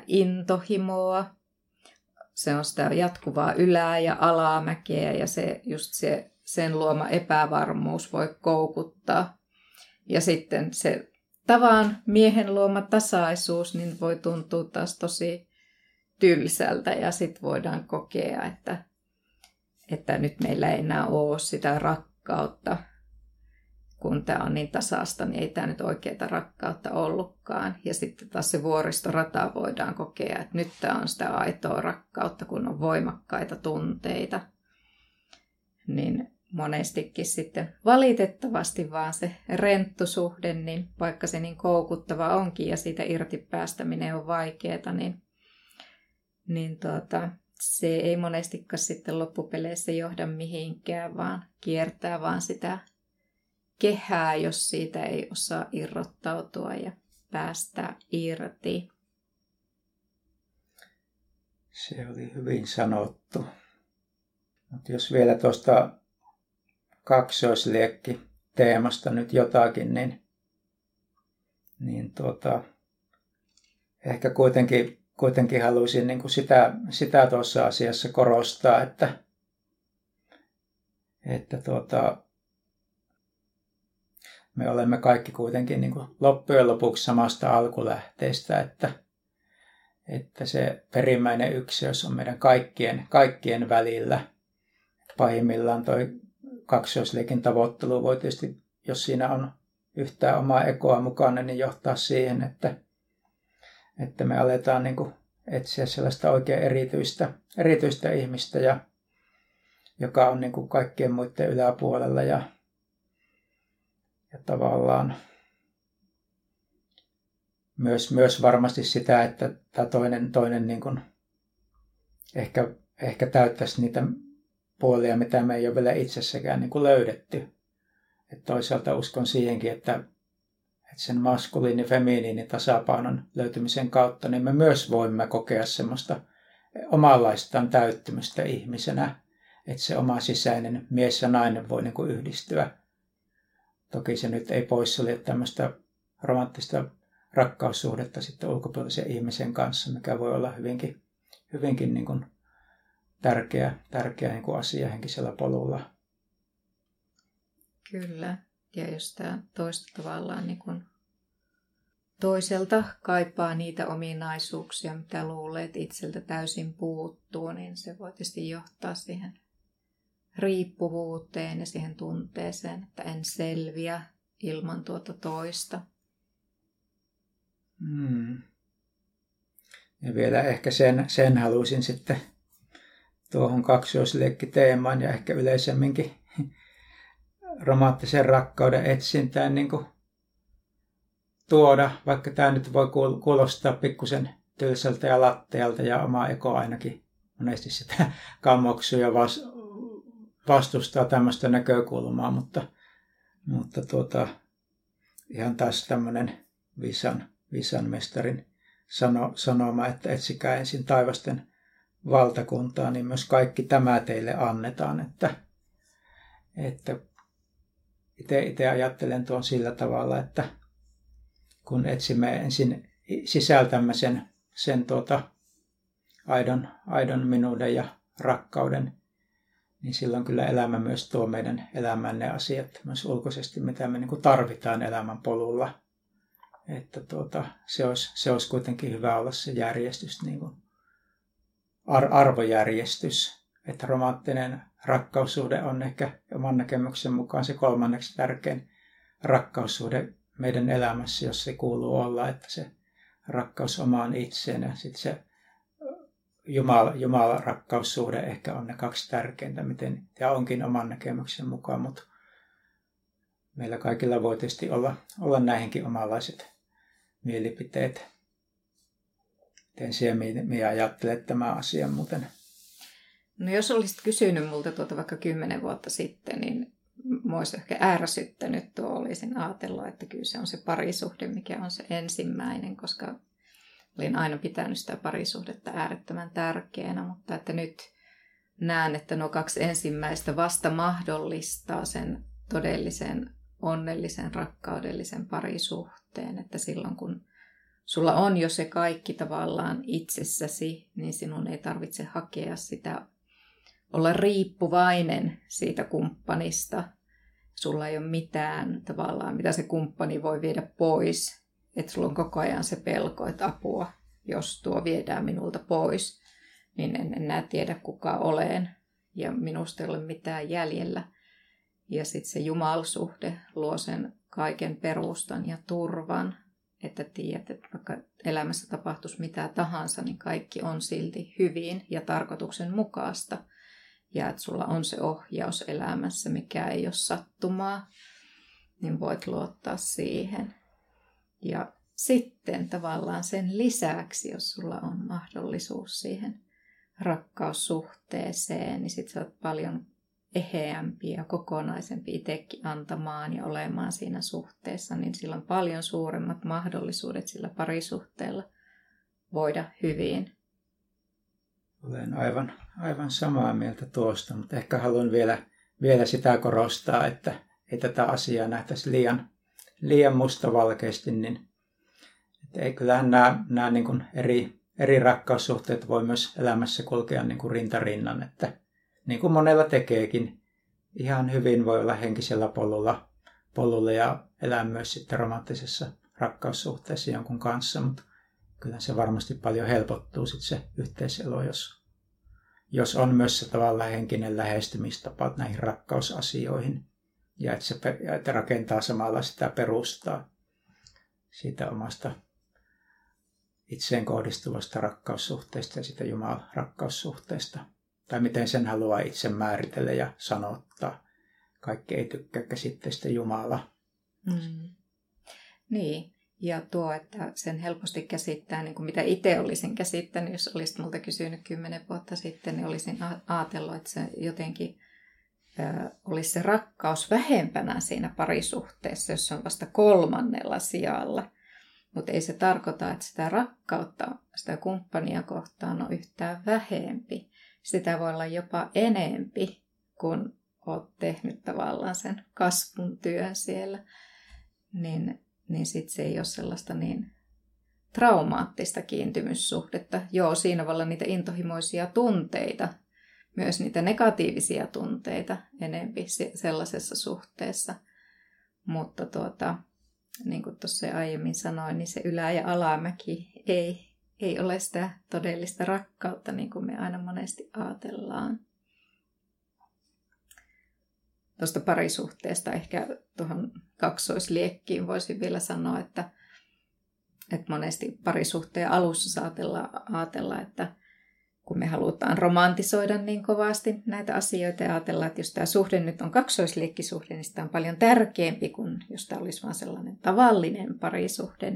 intohimoa, se on sitä jatkuvaa ylä- ja alamäkeä ja se sen luoma epävarmuus voi koukuttaa. Ja sitten se tavan miehen luoma tasaisuus niin voi tuntua taas tosi tylsältä ja sitten voidaan kokea, että nyt meillä ei enää ole sitä rakkautta. Kun tämä on niin tasaista, niin ei tämä nyt oikeaa rakkautta ollutkaan. Ja sitten taas se vuoristorata voidaan kokea, että nyt tämä on sitä aitoa rakkautta, kun on voimakkaita tunteita. Niin monestikin sitten valitettavasti vaan se renttusuhde, niin vaikka se niin koukuttava onkin ja siitä irti päästäminen on vaikeaa, niin se ei monestikaan sitten loppupeleissä johda mihinkään, vaan kiertää vaan sitä kehää, jos siitä ei osaa irrottautua ja päästä irti. Se oli hyvin sanottu. Mutta jos vielä tuosta kaksoisliekki-teemasta nyt jotakin, niin ehkä kuitenkin haluaisin niin kuin sitä tuossa asiassa korostaa, että me olemme kaikki kuitenkin niin kuin loppujen lopuksi samasta alkulähteestä, että se perimmäinen ykseys on meidän kaikkien välillä. Pahimmillaan toi kaksoisliikin tavoittelu voi tietysti, jos siinä on yhtään omaa ekoa mukana, niin johtaa siihen, että me aletaan niin kuin etsiä sellaista oikein erityistä ihmistä, joka on niin kuin kaikkien muiden yläpuolella ja tavallaan myös varmasti sitä, että tämä toinen niin kuin ehkä täyttäisi niitä puolia, mitä me ei ole vielä itsessäkään niin kuin löydetty. Et toisaalta uskon siihenkin, että sen maskuliini-feminiini tasapainon löytymisen kautta, niin me myös voimme kokea semmoista omanlaistaan täyttymystä ihmisenä, että se oma sisäinen mies ja nainen voi niin kuin yhdistyä. Toki se nyt ei poissulje tämmöistä romanttista rakkaussuhdetta sitten ulkopuolisen ihmisen kanssa, mikä voi olla hyvinkin niin kuin tärkeä niin kuin asia henkisellä polulla. Kyllä. Ja jos tämä toista tavallaan niin kuin toiselta kaipaa niitä ominaisuuksia, mitä luulee, että itseltä täysin puuttuu, niin se voi tietysti johtaa siihen riippuvuuteen ja siihen tunteeseen, että en selviä ilman tuota toista. Ja vielä ehkä sen haluaisin sitten tuohon kaksoisleikkiteemaan ja ehkä yleisemminkin romanttisen rakkauden etsintään niin kuin tuoda, vaikka tämä nyt voi kuulostaa pikkusen tylsältä ja lattealta ja oma eko ainakin monesti sitä kammoksuu ja vastustaa tämmöistä näkökulmaa, mutta ihan taas tämmöinen visan mestarin sanoma, että etsikää ensin taivasten valtakuntaa, niin myös kaikki tämä teille annetaan, että itse ajattelen tuon sillä tavalla, että kun etsimme ensin sisältämme sen aidon minuuden ja rakkauden, niin silloin kyllä elämä myös tuo meidän elämään ne asiat myös ulkoisesti, mitä me niin kuin tarvitaan elämän polulla. Että se olisi kuitenkin hyvä olla se järjestys, niin kuin arvojärjestys. Että romanttinen rakkaussuhde on ehkä oman näkemyksen mukaan se 3. tärkein rakkaussuhde meidän elämässä, jos se kuuluu olla, että se rakkaus omaan itseen ja sitten se Jumalan rakkaussuhde ehkä on ne 2 tärkeintä, miten ja onkin oman näkemyksen mukaan, mutta meillä kaikilla voi tietysti olla näihinkin omanlaiset mielipiteet. Miten sinä ajattelet tämän asian muuten? No jos olisit kysynyt multa vaikka 10 vuotta sitten, niin minua olisi ehkä ärsyttänyt tuo. Olisin ajatellut, että kyllä se on se parisuhde, mikä on se ensimmäinen, koska olin aina pitänyt sitä parisuhdetta äärettömän tärkeänä, mutta että nyt näen, että nuo 2 ensimmäistä vasta mahdollistaa sen todellisen onnellisen, rakkaudellisen parisuhteen, että silloin kun sulla on jo se kaikki tavallaan itsessäsi, niin sinun ei tarvitse hakea sitä olla riippuvainen siitä kumppanista. Sulla ei ole mitään tavallaan, mitä se kumppani voi viedä pois. Että sulla on koko ajan se pelko, että apua, jos tuo viedään minulta pois, niin en enää tiedä kuka olen ja minusta ei ole mitään jäljellä. Ja sitten se jumalsuhde luo sen kaiken perustan ja turvan, että tiedät, että vaikka elämässä tapahtuisi mitä tahansa, niin kaikki on silti hyvin ja tarkoituksenmukaista. Ja että sulla on se ohjaus elämässä, mikä ei ole sattumaa, niin voit luottaa siihen. Ja sitten tavallaan sen lisäksi, jos sulla on mahdollisuus siihen rakkaussuhteeseen, niin sit sä oot paljon eheämpi ja kokonaisempi itsekin antamaan ja olemaan siinä suhteessa, niin sillä on paljon suuremmat mahdollisuudet sillä parisuhteella voida hyvin. Olen aivan samaa mieltä tuosta, mutta ehkä haluan vielä sitä korostaa, että ei tätä asiaa nähtäisi liian mustavalkeasti, niin että ei kyllähän nämä niin kuin eri rakkaussuhteet voi myös elämässä kulkea niin kuin rintarinnan, että niin kuin monella tekeekin, ihan hyvin voi olla henkisellä polulla ja elää myös sitten romanttisessa rakkaussuhteessa jonkun kanssa, mutta kyllä se varmasti paljon helpottuu sitten se yhteiselo, jos on myös se tavallaan henkinen lähestymistapa näihin rakkausasioihin ja että rakentaa samalla sitä perustaa siitä omasta itseen kohdistuvasta rakkaussuhteesta ja sitä Jumalan rakkaussuhteesta. Tai miten sen haluaa itse määritellä ja sanottaa. Kaikki ei tykkää käsitteestä Jumala. Niin, ja tuo, että sen helposti käsittää, niin kuin mitä itse olisin käsittänyt, jos olisit multa kysynyt 10 vuotta sitten, niin olisin ajatellut, että se jotenkin olisi se rakkaus vähempänä siinä parisuhteessa, jos se on vasta 3. sijalla. Mutta ei se tarkoita, että sitä rakkautta, sitä kumppania kohtaan on yhtään vähempi. Sitä voi olla jopa enempi, kun olet tehnyt tavallaan sen kasvun työn siellä. Niin sitten se ei ole sellaista niin traumaattista kiintymyssuhdetta. Joo, siinä voi olla niitä intohimoisia tunteita, myös niitä negatiivisia tunteita enempi sellaisessa suhteessa. Mutta niin kuin tuossa aiemmin sanoin, niin se ylä- ja alamäki ei ole sitä todellista rakkautta, niin kuin me aina monesti ajatellaan. Tuosta parisuhteesta ehkä tuohon kaksoisliekkiin voisin vielä sanoa, että monesti parisuhteen alussa ajatella, että kun me halutaan romantisoida niin kovasti näitä asioita ja ajatellaan, että jos tämä suhde nyt on kaksoisliikkisuhde, niin sitä on paljon tärkeämpi kuin jos tämä olisi vain sellainen tavallinen parisuhde,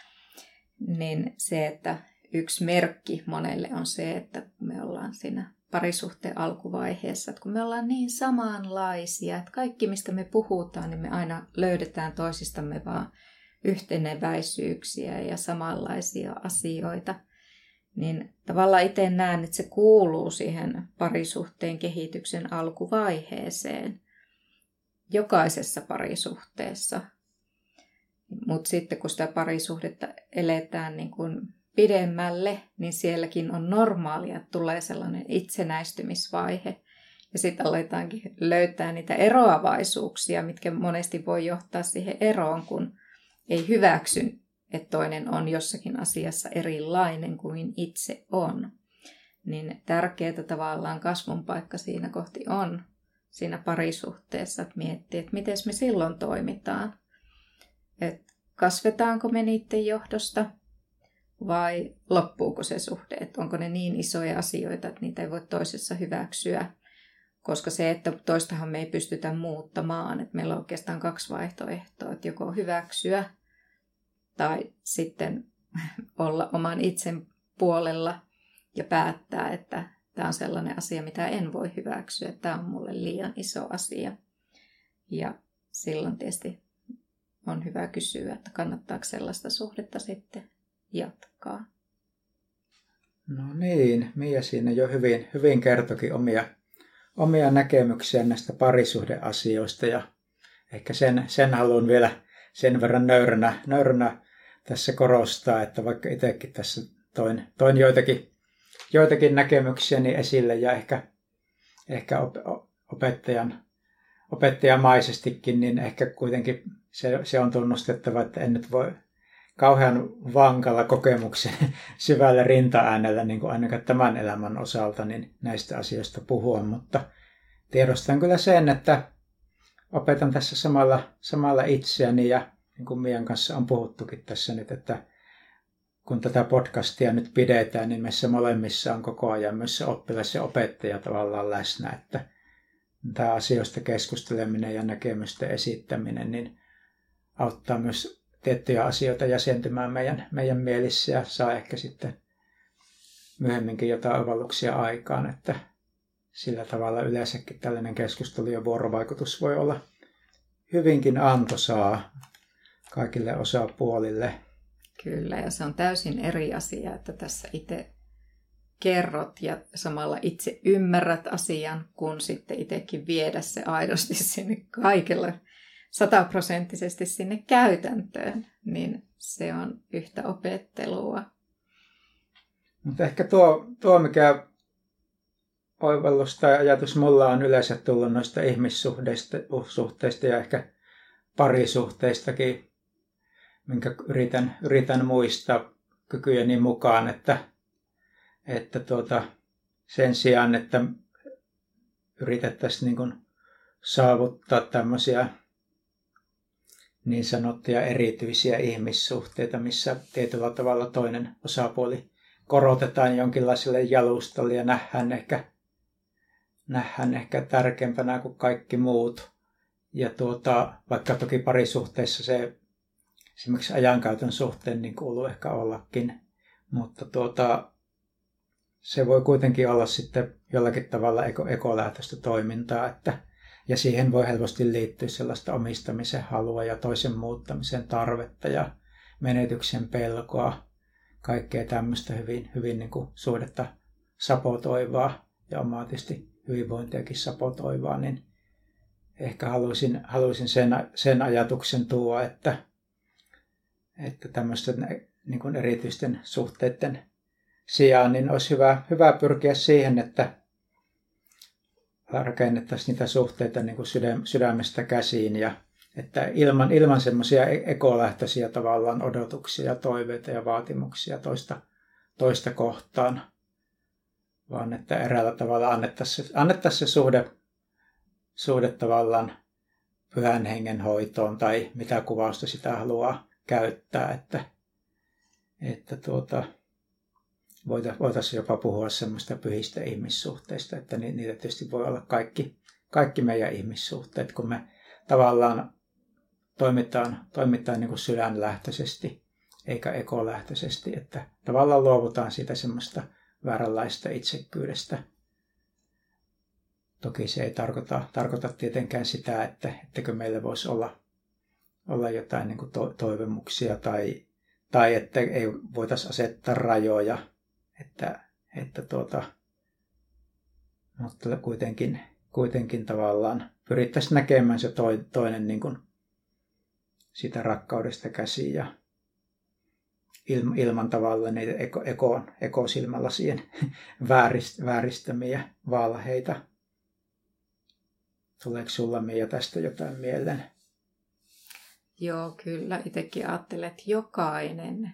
niin se, että yksi merkki monelle on se, että me ollaan siinä parisuhteen alkuvaiheessa, että kun me ollaan niin samanlaisia, että kaikki mistä me puhutaan, niin me aina löydetään toisistamme vaan yhteneväisyyksiä ja samanlaisia asioita, niin tavallaan itse näen, että se kuuluu siihen parisuhteen kehityksen alkuvaiheeseen jokaisessa parisuhteessa. Mutta sitten kun sitä parisuhdetta eletään niin kuin pidemmälle, niin sielläkin on normaalia, että tulee sellainen itsenäistymisvaihe. Ja sitten aletaankin löytää niitä eroavaisuuksia, mitkä monesti voi johtaa siihen eroon, kun ei hyväksy, että toinen on jossakin asiassa erilainen kuin itse on. Niin tärkeää tavallaan kasvun paikka siinä kohti on siinä parisuhteessa, että miettii, että miten me silloin toimitaan. Että kasvetaanko me niiden johdosta vai loppuuko se suhde? Että onko ne niin isoja asioita, että niitä ei voi toisessa hyväksyä. Koska se, että toistahan me ei pystytä muuttamaan. Että meillä on oikeastaan 2 vaihtoehtoa, että joko hyväksyä tai sitten olla oman itsen puolella ja päättää, että tämä on sellainen asia, mitä en voi hyväksyä. Tämä on mulle liian iso asia. Ja silloin tietysti on hyvä kysyä, että kannattaako sellaista suhdetta sitten jatkaa. No niin, Mia siinä jo hyvin kertoikin omia näkemyksiä näistä parisuhdeasioista ja ehkä sen haluan vielä sen verran nöyränä tässä korostaa, että vaikka itsekin tässä toin joitakin näkemyksiäni esille ja ehkä opettajamaisestikin, niin ehkä kuitenkin se on tunnustettava, että en nyt voi kauhean vankalla kokemuksen syvällä rintaäänellä niin kuin ainakaan tämän elämän osalta niin näistä asioista puhua, mutta tiedostan kyllä sen, että opetan tässä samalla itseäni ja niin kuin Mian kanssa on puhuttukin tässä nyt, että kun tätä podcastia nyt pidetään, niin meissä molemmissa on koko ajan myös se oppilas ja opettaja tavallaan läsnä, että tämä asioista keskusteleminen ja näkemysten esittäminen niin auttaa myös tiettyjä asioita jäsentymään meidän mielissä ja saa ehkä sitten myöhemminkin jotain ovelluksia aikaan, että sillä tavalla yleensäkin tällainen keskustelu ja vuorovaikutus voi olla hyvinkin antoisaa kaikille osapuolille. Kyllä, ja se on täysin eri asia, että tässä itse kerrot ja samalla itse ymmärrät asian, kun sitten itsekin viedä se aidosti sinne kaikilla 100% sinne käytäntöön, niin se on yhtä opettelua. Mutta ehkä tuo mikä oivallus tai ajatus mulla on yleensä tullut noista ihmissuhteista ja ehkä parisuhteistakin, minkä yritän muistaa kykyjeni mukaan, että sen sijaan, että yritettäisiin niin kuin saavuttaa tämmöisiä niin sanottuja erityisiä ihmissuhteita, missä tietyllä tavalla toinen osapuoli korotetaan jonkinlaiselle jalustalle ja nähdään ehkä tärkeämpänä kuin kaikki muut. Ja vaikka toki parisuhteissa se esimerkiksi ajankäytön suhteen niin kuuluu ehkä ollakin, mutta se voi kuitenkin olla sitten jollakin tavalla ekolähtöistä toimintaa, ja siihen voi helposti liittyä sellaista omistamisen halua ja toisen muuttamisen tarvetta ja menetyksen pelkoa, kaikkea tämmöistä hyvin niin kuin suhdetta sapotoivaa ja omaa tietysti hyvinvointiakin sapotoivaa, niin ehkä haluaisin sen ajatuksen tuoda, että tämmöisten niin kuin erityisten suhteiden sijaan niin olisi hyvä pyrkiä siihen, että rakennettaisiin niitä suhteita niin kuin sydämestä käsiin ja että ilman semmoisia ekolähtöisiä tavallaan odotuksia, toiveita ja vaatimuksia toista kohtaan, vaan että eräällä tavalla annettaisiin se suhde tavallaan pyhän hengen hoitoon tai mitä kuvausta sitä haluaa käyttää, että voitaisiin jopa puhua semmoista pyhistä ihmissuhteista, että niitä tietysti voi olla kaikki meidän ihmissuhteet, kun me tavallaan toimitaan niin kuin sydänlähtöisesti eikä ekolähtöisesti, että tavallaan luovutaan siitä semmoista vääränlaista itsekkyydestä. Toki se ei tarkoita tietenkään sitä, ettekö meillä voisi olla jotain niin kuin toivomuksia tai että ei voitaisiin asettaa rajoja, mutta kuitenkin tavallaan pyrittäisiin näkemään se toinen niin kuin sitä rakkaudesta käsiin ja ilman tavalla niitä ekosilmälasien vääristämiä valheita. Tuleeko sulla, Mia, tästä jotain mieleen? Joo, kyllä. Itsekin ajattelen, että jokainen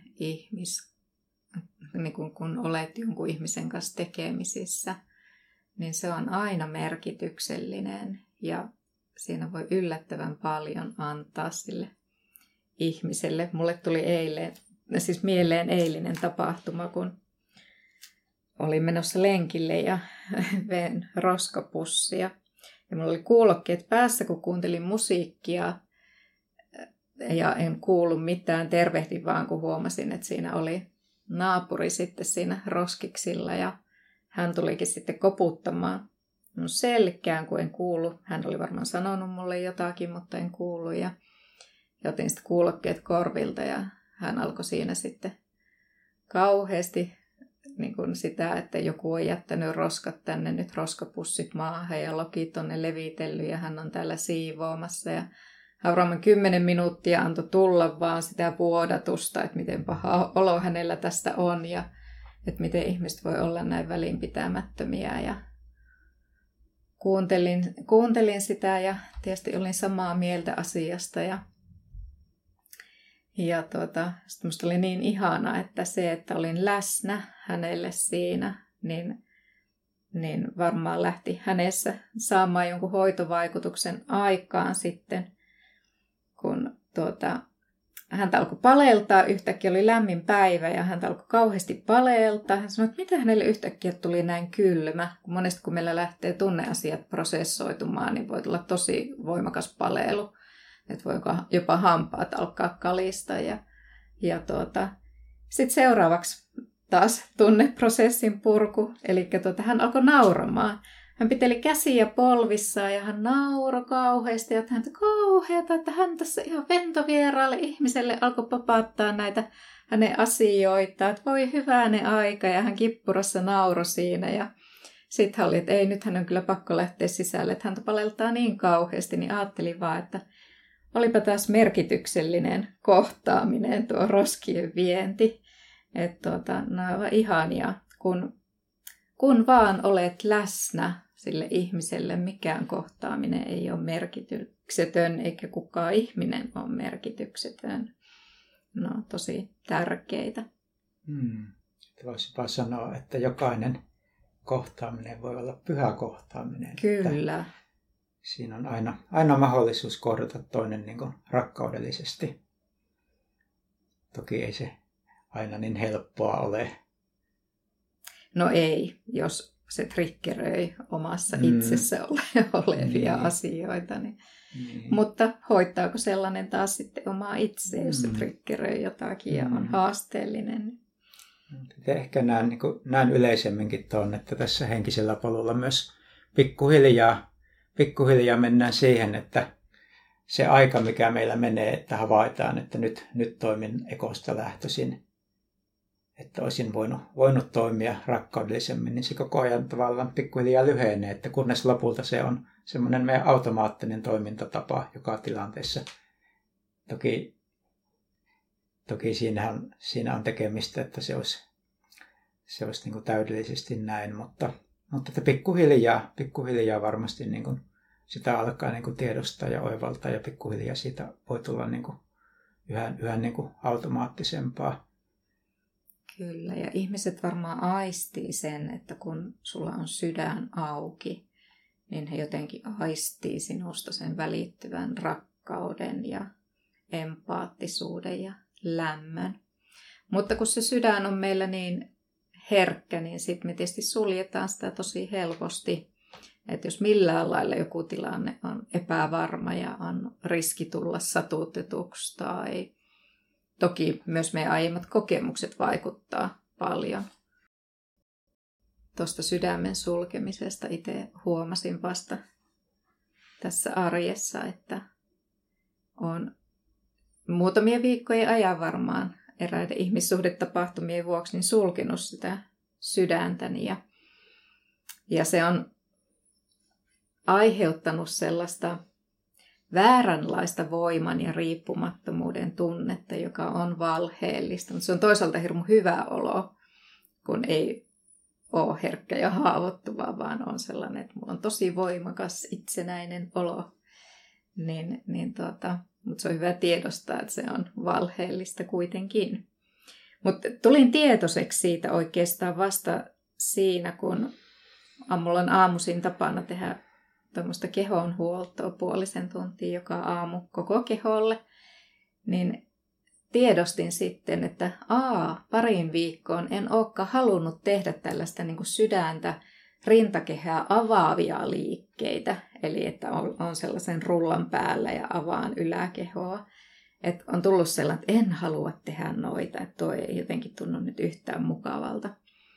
niin kun olet jonkun ihmisen kanssa tekemisissä, niin se on aina merkityksellinen ja siinä voi yllättävän paljon antaa sille ihmiselle. Mulle tuli mieleen eilinen tapahtuma, kun olin menossa lenkille ja vein roskapussia. Ja mulla oli kuulokkeet päässä, kun kuuntelin musiikkia ja en kuullut mitään. Tervehdin vaan, kun huomasin, että siinä oli naapuri sitten siinä roskiksilla ja hän tulikin sitten koputtamaan mun selkään, kun en kuullut. Hän oli varmaan sanonut mulle jotakin, mutta en kuullut ja otin sitten kuulokkeet korvilta ja hän alkoi siinä sitten kauheasti niin kuin sitä, että joku on jättänyt roskat tänne, nyt roskapussit maahan ja lokit on ne levitellyt ja hän on täällä siivoamassa ja hän varmaan 10 minuuttia antoi tulla vaan sitä vuodatusta, että miten paha olo hänellä tästä on ja että miten ihmiset voi olla näin välinpitämättömiä. kuuntelin sitä ja tietysti olin samaa mieltä asiasta. Ja sitten musta oli niin ihanaa, että se, että olin läsnä hänelle siinä, niin varmaan lähti hänessä saamaan jonkun hoitovaikutuksen aikaan sitten, kun häntä alkoi paleltaa, yhtäkkiä oli lämmin päivä ja häntä alkoi kauheasti paleltaa. Hän sanoi, että mitä hänelle yhtäkkiä tuli näin kylmä. Monesti kun meillä lähtee tunneasiat prosessoitumaan, niin voi tulla tosi voimakas palelu. Että voi jopa hampaat alkaa kalista. Sitten seuraavaksi taas tunneprosessin purku. Eli hän alkoi nauramaan. Hän piteli käsiä polvissaan ja hän nauroi kauheasti, että häntä kauheata, että hän tässä ihan ventovieraalle ihmiselle alkoi papaattaa näitä hänen asioitaan, että voi hyvänen aika, ja hän kippurassa nauroi siinä. Ja sitten hän oli, että ei, nyt hän on kyllä pakko lähteä sisälle, että häntä paleltaa niin kauheasti, niin ajattelin vaan, että olipa taas merkityksellinen kohtaaminen tuo roskien vienti. Että no aivan ihania, kun vaan olet läsnä sille ihmiselle, mikään kohtaaminen ei ole merkityksetön, eikä kukaan ihminen ole merkityksetön. No, tosi tärkeitä. Voisipa sanoa, että jokainen kohtaaminen voi olla pyhä kohtaaminen. Kyllä. Siinä on aina mahdollisuus kohdata toinen niin kuin rakkaudellisesti. Toki ei se aina niin helppoa ole. No ei, jos se triggeröi omassa itsessä olevia asioita. Niin. Mutta hoitaako sellainen taas sitten omaa itseä, jos se triggeröi jotakin ja on haasteellinen? Ehkä näen yleisemminkin tuon, että tässä henkisellä polulla myös pikkuhiljaa mennään siihen, että se aika, mikä meillä menee, että havaitaan, että nyt toimin ekosta lähtöisin, että olisin voinut toimia rakkaudellisemmin, niin se koko ajan tavallaan pikkuhiljaa lyhenee, että kunnes lopulta se on semmoinen meidän automaattinen toimintatapa joka tilanteessa. Toki siinä on tekemistä, että se olisi niin kuin täydellisesti näin, mutta että pikkuhiljaa varmasti niin kuin sitä alkaa niin kuin tiedostaa ja oivaltaa, ja pikkuhiljaa siitä voi tulla niin kuin yhä niin kuin automaattisempaa. Kyllä, ja ihmiset varmaan aistii sen, että kun sulla on sydän auki, niin he jotenkin aistii sinusta sen välittyvän rakkauden ja empaattisuuden ja lämmön. Mutta kun se sydän on meillä niin herkkä, niin sitten me tietysti suljetaan sitä tosi helposti. Että jos millään lailla joku tilanne on epävarma ja on riski tulla satutetuksi tai toki myös meidän aiemmat kokemukset vaikuttaa paljon. Tuosta sydämen sulkemisesta itse huomasin vasta tässä arjessa, että olen muutamia viikkoja ajan varmaan eräiden ihmissuhdetapahtumien vuoksi niin sulkenut sitä sydäntäni. Ja se on aiheuttanut sellaista vääränlaista voiman ja riippumattomuuden tunnetta, joka on valheellista. Mutta se on toisaalta hirmu hyvä olo, kun ei ole herkkä ja haavoittuva, vaan on sellainen, että mulla on tosi voimakas itsenäinen olo. Mutta se on hyvä tiedostaa, että se on valheellista kuitenkin. Mutta tulin tietoiseksi siitä oikeastaan vasta siinä, kun mulla on aamuisin tapana tehdä tuommoista kehonhuoltoa 0,5 tuntia joka aamu koko keholle, niin tiedostin sitten, että parin viikkoon en olekaan halunnut tehdä tällaista niin kuin sydäntä, rintakehää avaavia liikkeitä, eli että on sellaisen rullan päällä ja avaan yläkehoa. Että on tullut sellainen, että en halua tehdä noita, että tuo ei jotenkin tunnu nyt yhtään mukavalta.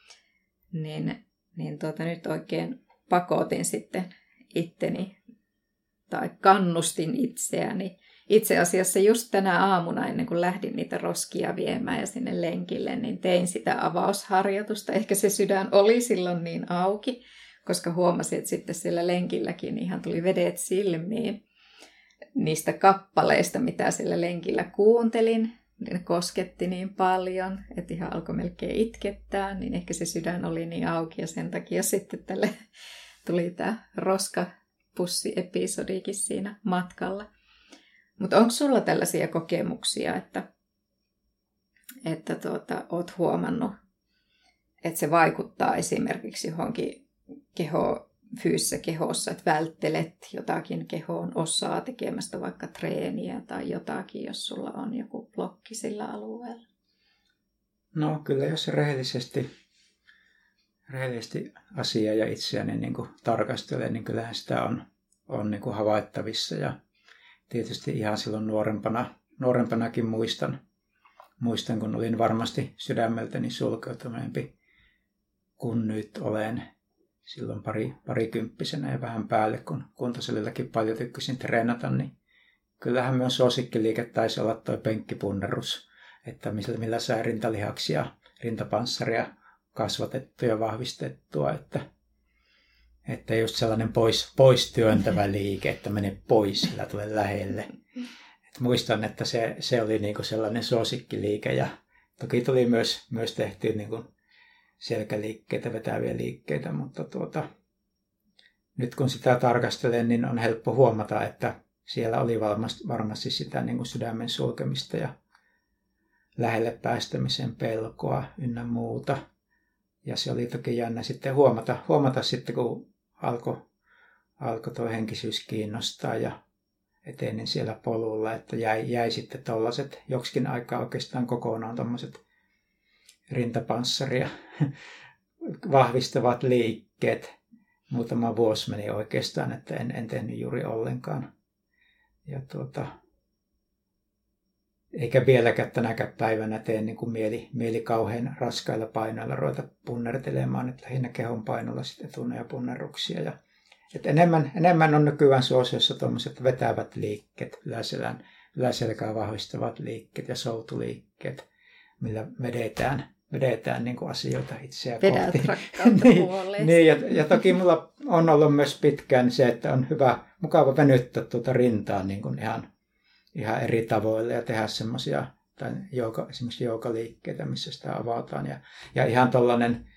Nyt oikein pakotin sitten itteni tai kannustin itseäni. Itse asiassa just tänä aamuna, ennen kuin lähdin niitä roskia viemään ja sinne lenkille, niin tein sitä avausharjoitusta. Ehkä se sydän oli silloin niin auki, koska huomasin, että sitten siellä lenkilläkin ihan tuli vedet silmiin niistä kappaleista, mitä siellä lenkillä kuuntelin. Ne kosketti niin paljon, että ihan alkoi melkein itkettää, niin ehkä se sydän oli niin auki ja sen takia sitten tälle tuli tämä roskapussi-episodikin siinä matkalla. Mutta onko sulla tällaisia kokemuksia, että oot huomannut, että se vaikuttaa esimerkiksi johonkin fyysisessä kehossa, että välttelet jotakin kehoon osaa tekemästä vaikka treeniä tai jotakin, jos sulla on joku blokki sillä alueella? No kyllä, jos rehellisesti asiaa ja itseäni niin kuin tarkastelee, niin kyllähän sitä on niin kuin havaittavissa. Ja tietysti ihan silloin nuorempanakin muistan, kun olin varmasti sydämeltäni sulkeutuneempi kun nyt olen silloin parikymppisenä ja vähän päälle, kun kuntosalillekin paljon tykkäsin treenata, niin kyllähän minun suosikkiliike taisi olla tuo penkkipunnerus, että millä saa rintalihaksia, rintapanssaria kasvatettua ja vahvistettua, että just sellainen pois työntävä liike, että mene pois, sillä tulee lähelle. Et muistan, että se oli niinku sellainen suosikkiliike ja toki tuli myös tehtyä niinku selkäliikkeitä, vetäviä liikkeitä, mutta nyt kun sitä tarkastelen, niin on helppo huomata, että siellä oli varmasti sitä niin kuin sydämen sulkemista ja lähelle päästämisen pelkoa ynnä muuta. Ja se oli toki jännä sitten huomata sitten, kun alkoi tuo henkisyys kiinnostaa ja etenin siellä polulla, että jäi sitten tollaiset joksikin aikaa oikeastaan kokonaan tommoset rintapanssaria vahvistavat liikkeet. Muutama vuosi meni oikeastaan, että en tehnyt juuri ollenkaan. Ja eikä vieläkään tänäkään päivänä tee niin kuin mieli kauhean raskailla painoilla ruveta punnertelemaan, että lähinnä kehon painolla sitten tunne ja punnerruksia. Ja, että enemmän on nykyään suosiossa tuommoiset vetävät liikkeet, yläselkää vahvistavat liikkeet ja soutuliikkeet, millä vedetään niin kuin asioita itseä kohti. Vedät rakkautta puoleen. Niin, ja toki mulla on ollut myös pitkään se, että on mukava venyttää tuota rintaa niin kuin ihan eri tavoilla ja tehdä semmoisia, esimerkiksi joukaliikkeitä, missä sitä avataan. Ja ihan tollainen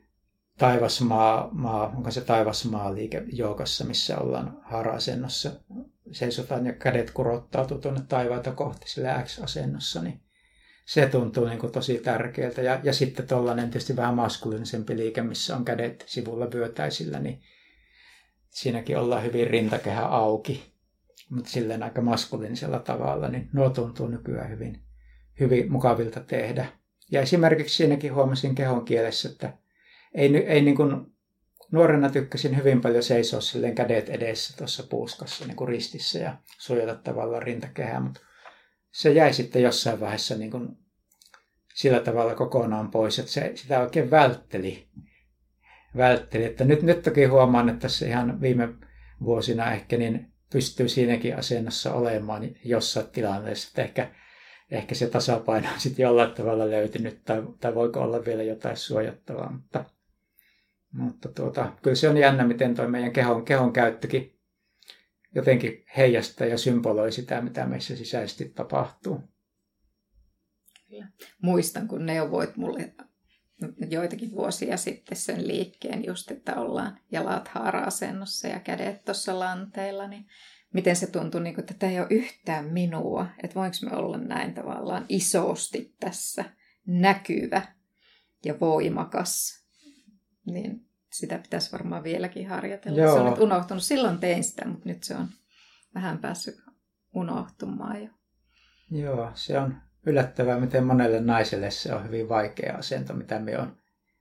onko se taivasmaa-liike joukassa, missä ollaan haara-asennossa, seisotaan ja kädet kurottautuu tuonne taivaita kohti sillä X-asennossa, niin se tuntuu niin kuin tosi tärkeältä. Ja sitten tollainen tietysti vähän maskuliinisempi liike, missä on kädet sivulla vyötäisillä, niin siinäkin ollaan hyvin rintakehä auki, mutta silleen aika maskuliinisella tavalla, niin nuo tuntuu nykyään hyvin mukavilta tehdä. Ja esimerkiksi siinäkin huomasin kehon kielessä, että ei niin kuin, nuorena tykkäsin hyvin paljon seisoa silleen kädet edessä tuossa puuskassa niin kuin ristissä ja suojata tavallaan rintakehää, mutta se jäi sitten jossain vaiheessa niin kuin sillä tavalla kokonaan pois, että sitä oikein vältteli. Että nyt toki huomaan, että tässä ihan viime vuosina ehkä niin pystyy siinäkin asennossa olemaan jossain tilanteessa, että ehkä se tasapaino on sitten jollain tavalla löytynyt tai voiko olla vielä jotain suojattavaa, mutta kyllä se on jännä, miten tuo meidän kehon käyttökin jotenkin heijastaa ja symboloi sitä, mitä meissä sisäisesti tapahtuu. Kyllä. Muistan, kun neuvoit mulle joitakin vuosia sitten sen liikkeen just, että ollaan jalat haara-asennossa ja kädet tuossa lanteilla, niin miten se tuntui, niin kuin, että tämä ei ole yhtään minua, että voinko me olla näin tavallaan isosti tässä näkyvä ja voimakas, niin sitä pitäisi varmaan vieläkin harjoitella. Joo. Se on nyt unohtunut. Silloin tein sitä, mutta nyt se on vähän päässyt unohtumaan jo. Joo, se on yllättävää, miten monelle naiselle se on hyvin vaikea asento, mitä me on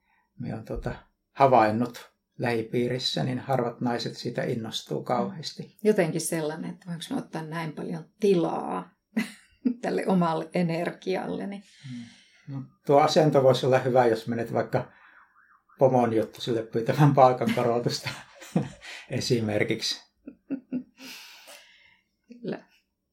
havainnut lähipiirissä, niin harvat naiset siitä innostuu kauheasti. Jotenkin sellainen, että voinko mä ottaa näin paljon tilaa tälle omalle energialleni. No, tuo asento voisi olla hyvä, jos menet vaikka pomon juttu sille pyytämään palkankorotusta esimerkiksi. Kyllä.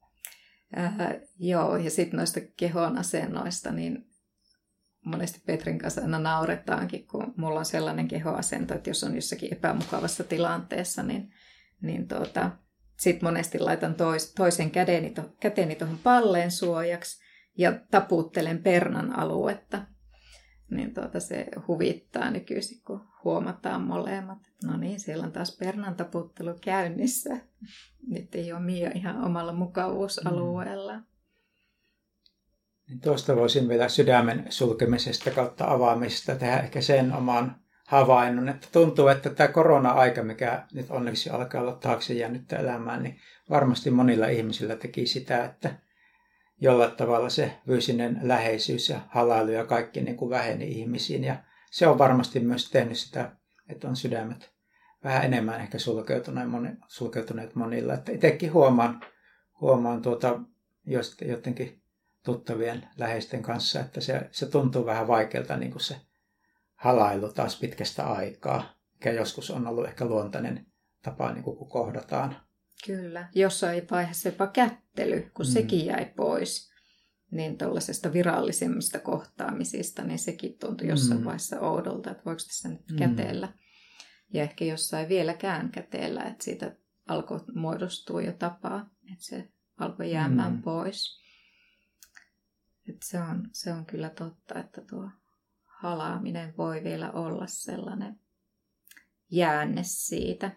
Joo, ja sitten noista kehon asennoista, niin monesti Petrin kanssa aina nauretaankin, kun mulla on sellainen kehoasento, että jos on jossakin epämukavassa tilanteessa, niin sitten monesti laitan toisen käteni tuohon palleen suojaksi ja taputtelen pernan aluetta. niin se huvittaa nykyisin, kun huomataan molemmat. No niin, siellä on taas pernan taputtelu käynnissä. Nyt ei ole Mia ihan omalla mukavuusalueella. Niin tuosta voisin vielä sydämen sulkemisesta kautta avaamista tehdä ehkä sen oman havainnon, että tuntuu, että tämä korona-aika, mikä nyt onneksi alkaa olla taakse jäänyttä elämään, niin varmasti monilla ihmisillä teki sitä, että jollain tavalla se fyysinen läheisyys ja halailu ja kaikki niin kuin väheni ihmisiin. Ja se on varmasti myös tehnyt sitä, että on sydämet vähän enemmän ehkä sulkeutuneet monilla. Että itsekin huomaan jotenkin tuttavien läheisten kanssa, että se tuntuu vähän vaikealta niin kuin se halailu taas pitkästä aikaa, mikä joskus on ollut ehkä luontainen tapa, niin kun kohdataan. Kyllä, jossain vaiheessa jopa kättely, kun sekin jäi pois, niin tuollaisesta virallisemmista kohtaamisista, niin sekin tuntui jossain vaiheessa oudolta, että voiko tässä nyt kätellä. Ja ehkä jossain vieläkään kätellä, että siitä alkoi muodostua jo tapaa, että se alkoi jäämään pois. Että se on kyllä totta, että tuo halaaminen voi vielä olla sellainen jäänne siitä.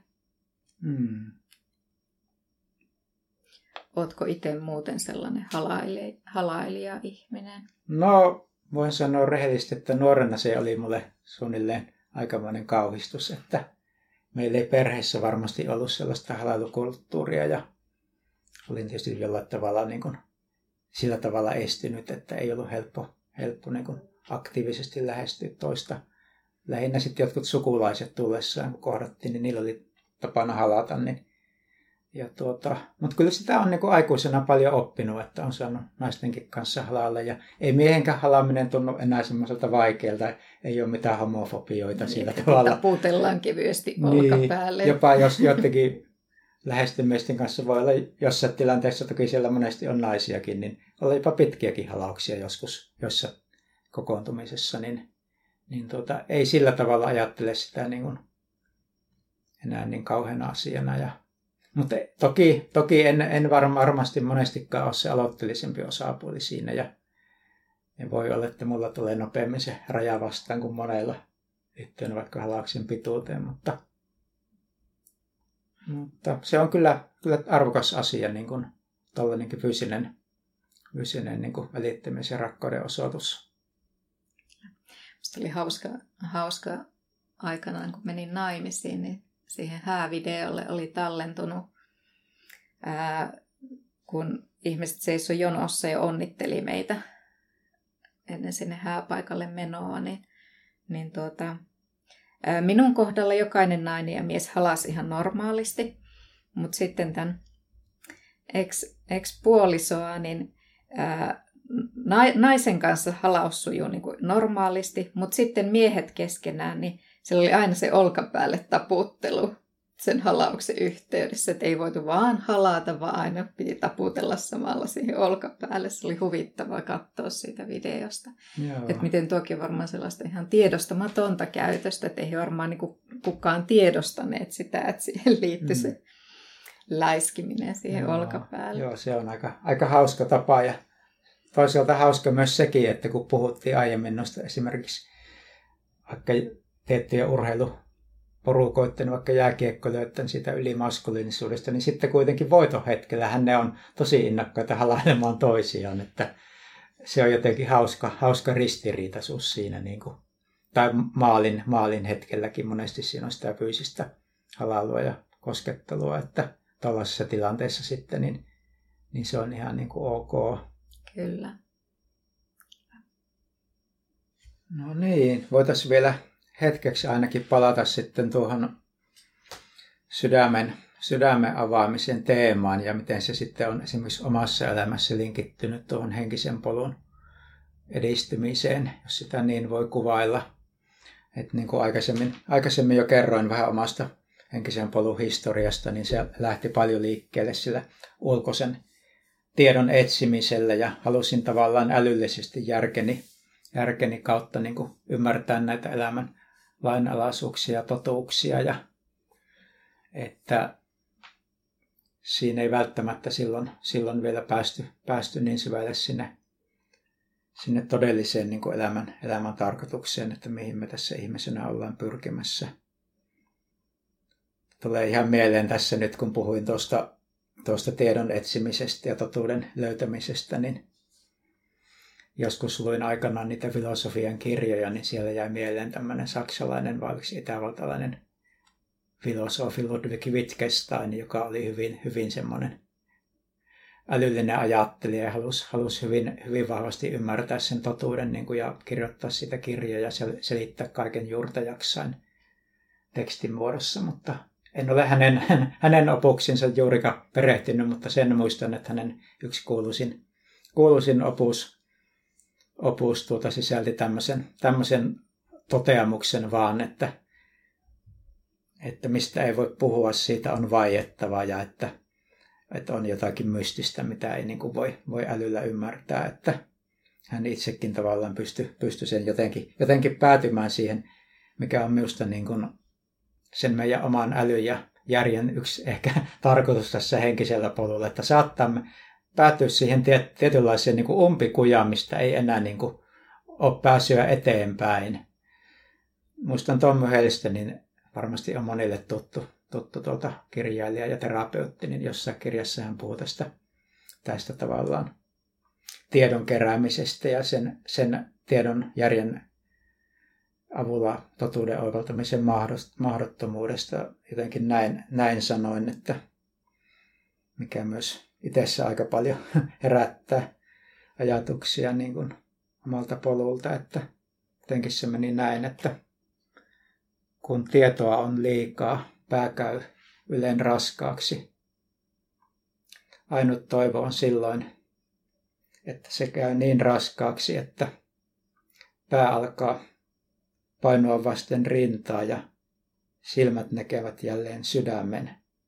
Ootko itse muuten sellainen halailija-ihminen? No, voin sanoa rehellisesti, että nuorena se oli mulle suunnilleen aikamoinen kauhistus, että meillä ei perheessä varmasti ollut sellaista halailukulttuuria ja olin tietysti jollain tavalla niin kuin sillä tavalla estynyt, että ei ollut helppo niin kuin aktiivisesti lähestyä toista. Lähinnä sitten jotkut sukulaiset tullessaan, kun kohdattiin, niin niillä oli tapana halata. Mutta kyllä sitä on niin kuin aikuisena paljon oppinut, että on saanut naistenkin kanssa halailla. Ja ei miehenkään halaaminen tunnu enää semmoiselta vaikealta. Ei ole mitään homofobioita sillä tavalla. Taputellaan kevyesti olkapäälle. Jopa jos jotenkin läheisten miesten kanssa voi olla jossain tilanteessa, toki siellä monesti on naisiakin, niin olla jopa pitkiäkin halauksia joskus jossa kokoontumisessa, niin ei sillä tavalla ajattele sitä niin kuin enää niin kauheana asiana. Mutta toki en varmasti monestikaan ole se aloitteellisempi osapuoli siinä, ja voi olla, että mulla tulee nopeammin se raja vastaan kuin monella liittyen vaikka halauksen pituuteen, mutta se on kyllä arvokas asia, niin kuin tällainenkin fyysinen niin kuin välittämisen ja rakkauden osoitus. Musta oli hauska aikanaan, kun menin naimisiin, niin siihen häävideolle oli tallentunut, kun ihmiset seisoi jonossa ja onnitteli meitä ennen sinne hääpaikalle menoa, niin minun kohdalla jokainen nainen ja mies halasi ihan normaalisti, mutta sitten tämän ex-puolisoa, niin naisen kanssa halaus sujuu niin kuin normaalisti, mutta sitten miehet keskenään, niin siellä oli aina se olkapäälle taputtelu sen halauksen yhteydessä, että ei voitu vaan halata, vaan aina piti taputella samalla siihen olkapäälle. Se oli huvittavaa katsoa siitä videosta. Että miten tuokin on varmaan sellaista ihan tiedostamatonta käytöstä, että ei varmaan niin kuin kukaan tiedostaneet sitä, että siihen liittyy se läiskiminen siihen olkapäälle. Joo, se on aika hauska tapa ja toisaalta hauska myös sekin, että kun puhuttiin aiemmin noista esimerkiksi vaikka tiettyjä urheiluporukoitten, vaikka jääkiekkoilijoiden siitä ylimaskuliinisuudesta, niin sitten kuitenkin voitohetkellähän ne on tosi innokkaita halailemaan toisiaan, että se on jotenkin hauska ristiriitaisuus siinä, niin kuin, tai maalin hetkelläkin monesti siinä on sitä fyysistä halailua ja koskettelua, että tällaisessa tilanteessa sitten, niin se on ihan niin kuin ok. Kyllä. No niin, voitaisiin vielä hetkeksi ainakin palata sitten tuohon sydämen avaamisen teemaan ja miten se sitten on esimerkiksi omassa elämässä linkittynyt tuohon henkisen polun edistymiseen, jos sitä niin voi kuvailla. Että niin kuin aikaisemmin jo kerroin vähän omasta henkisen polun historiasta, niin se lähti paljon liikkeelle sillä ulkoisen tiedon etsimisellä ja halusin tavallaan älyllisesti järkeni kautta niin kuin ymmärtää näitä elämän lainalaisuuksia ja totuuksia ja että siinä ei välttämättä silloin vielä päästy niin syvälle sinne sinne todelliseen niin kuin elämän tarkoitukseen, että mihin me tässä ihmisenä ollaan pyrkimässä. Tulee ihan mieleen tässä nyt, kun puhuin tuosta tiedon etsimisestä ja totuuden löytämisestä, niin joskus luin aikanaan niitä filosofian kirjoja, niin siellä jäi mieleen tämmöinen saksalainen vai itävaltalainen filosofi Ludwig Wittgenstein, joka oli hyvin semmoinen älyllinen ajattelija ja halusi hyvin vahvasti ymmärtää sen totuuden niin kuin, ja kirjoittaa sitä kirjoja ja selittää kaiken juurta jaksain tekstin muodossa, mutta en ole hänen opuksinsa juurikaan perehtynyt, mutta sen muistan, että hänen yksi kuuluisin opus sisälti tämmöisen toteamuksen vaan, että mistä ei voi puhua, siitä on vaiettava ja että on jotakin mystistä, mitä ei niin kuin voi älyllä ymmärtää, että hän itsekin tavallaan pystyi sen jotenkin päätymään siihen, mikä on minusta niin kuin sen meidän oman älyn ja järjen yksi ehkä tarkoitus tässä henkisellä polulla, että saattaa päätyä siihen tietynlaiseen niin kuin umpikujaan, mistä ei enää niin kuin ole pääsyä eteenpäin. Muistan Tommy Hellstenin, varmasti on monille tuttu kirjailija ja terapeutti, niin jossain kirjassa hän puhuu tästä tavallaan tiedon keräämisestä ja sen tiedon järjen avulla totuuden oivaltamisen mahdottomuudesta. Jotenkin näin sanoin, että mikä myös itsessä aika paljon herättää ajatuksia niin kuin omalta polulta, että jotenkin se meni näin, että kun tietoa on liikaa, pää käy ylen raskaaksi. Ainut toivo on silloin, että se käy niin raskaaksi, että pää alkaa painoa vasten rintaa ja silmät näkevät jälleen sydämen.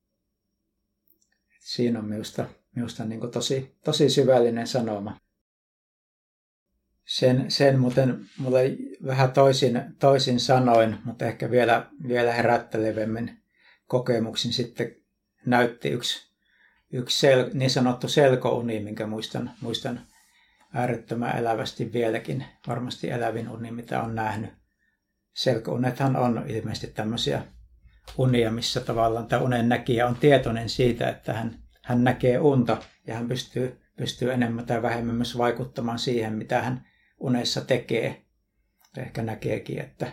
Siinä on minusta niin kuin tosi syvällinen sanoma. Sen muuten mulle vähän toisin sanoin, mutta ehkä vielä herättelevemmin kokemuksin sitten näytti yksi niin sanottu selkouni, minkä muistan äärettömän elävästi vieläkin. Varmasti elävin uni, mitä on nähnyt. Selkounethan on ilmeisesti tämmöisiä unia, missä tavallaan tämä unen näkijä on tietoinen siitä, että hän näkee unta ja hän pystyy enemmän tai vähemmän myös vaikuttamaan siihen, mitä hän unessa tekee. Ehkä näkeekin, että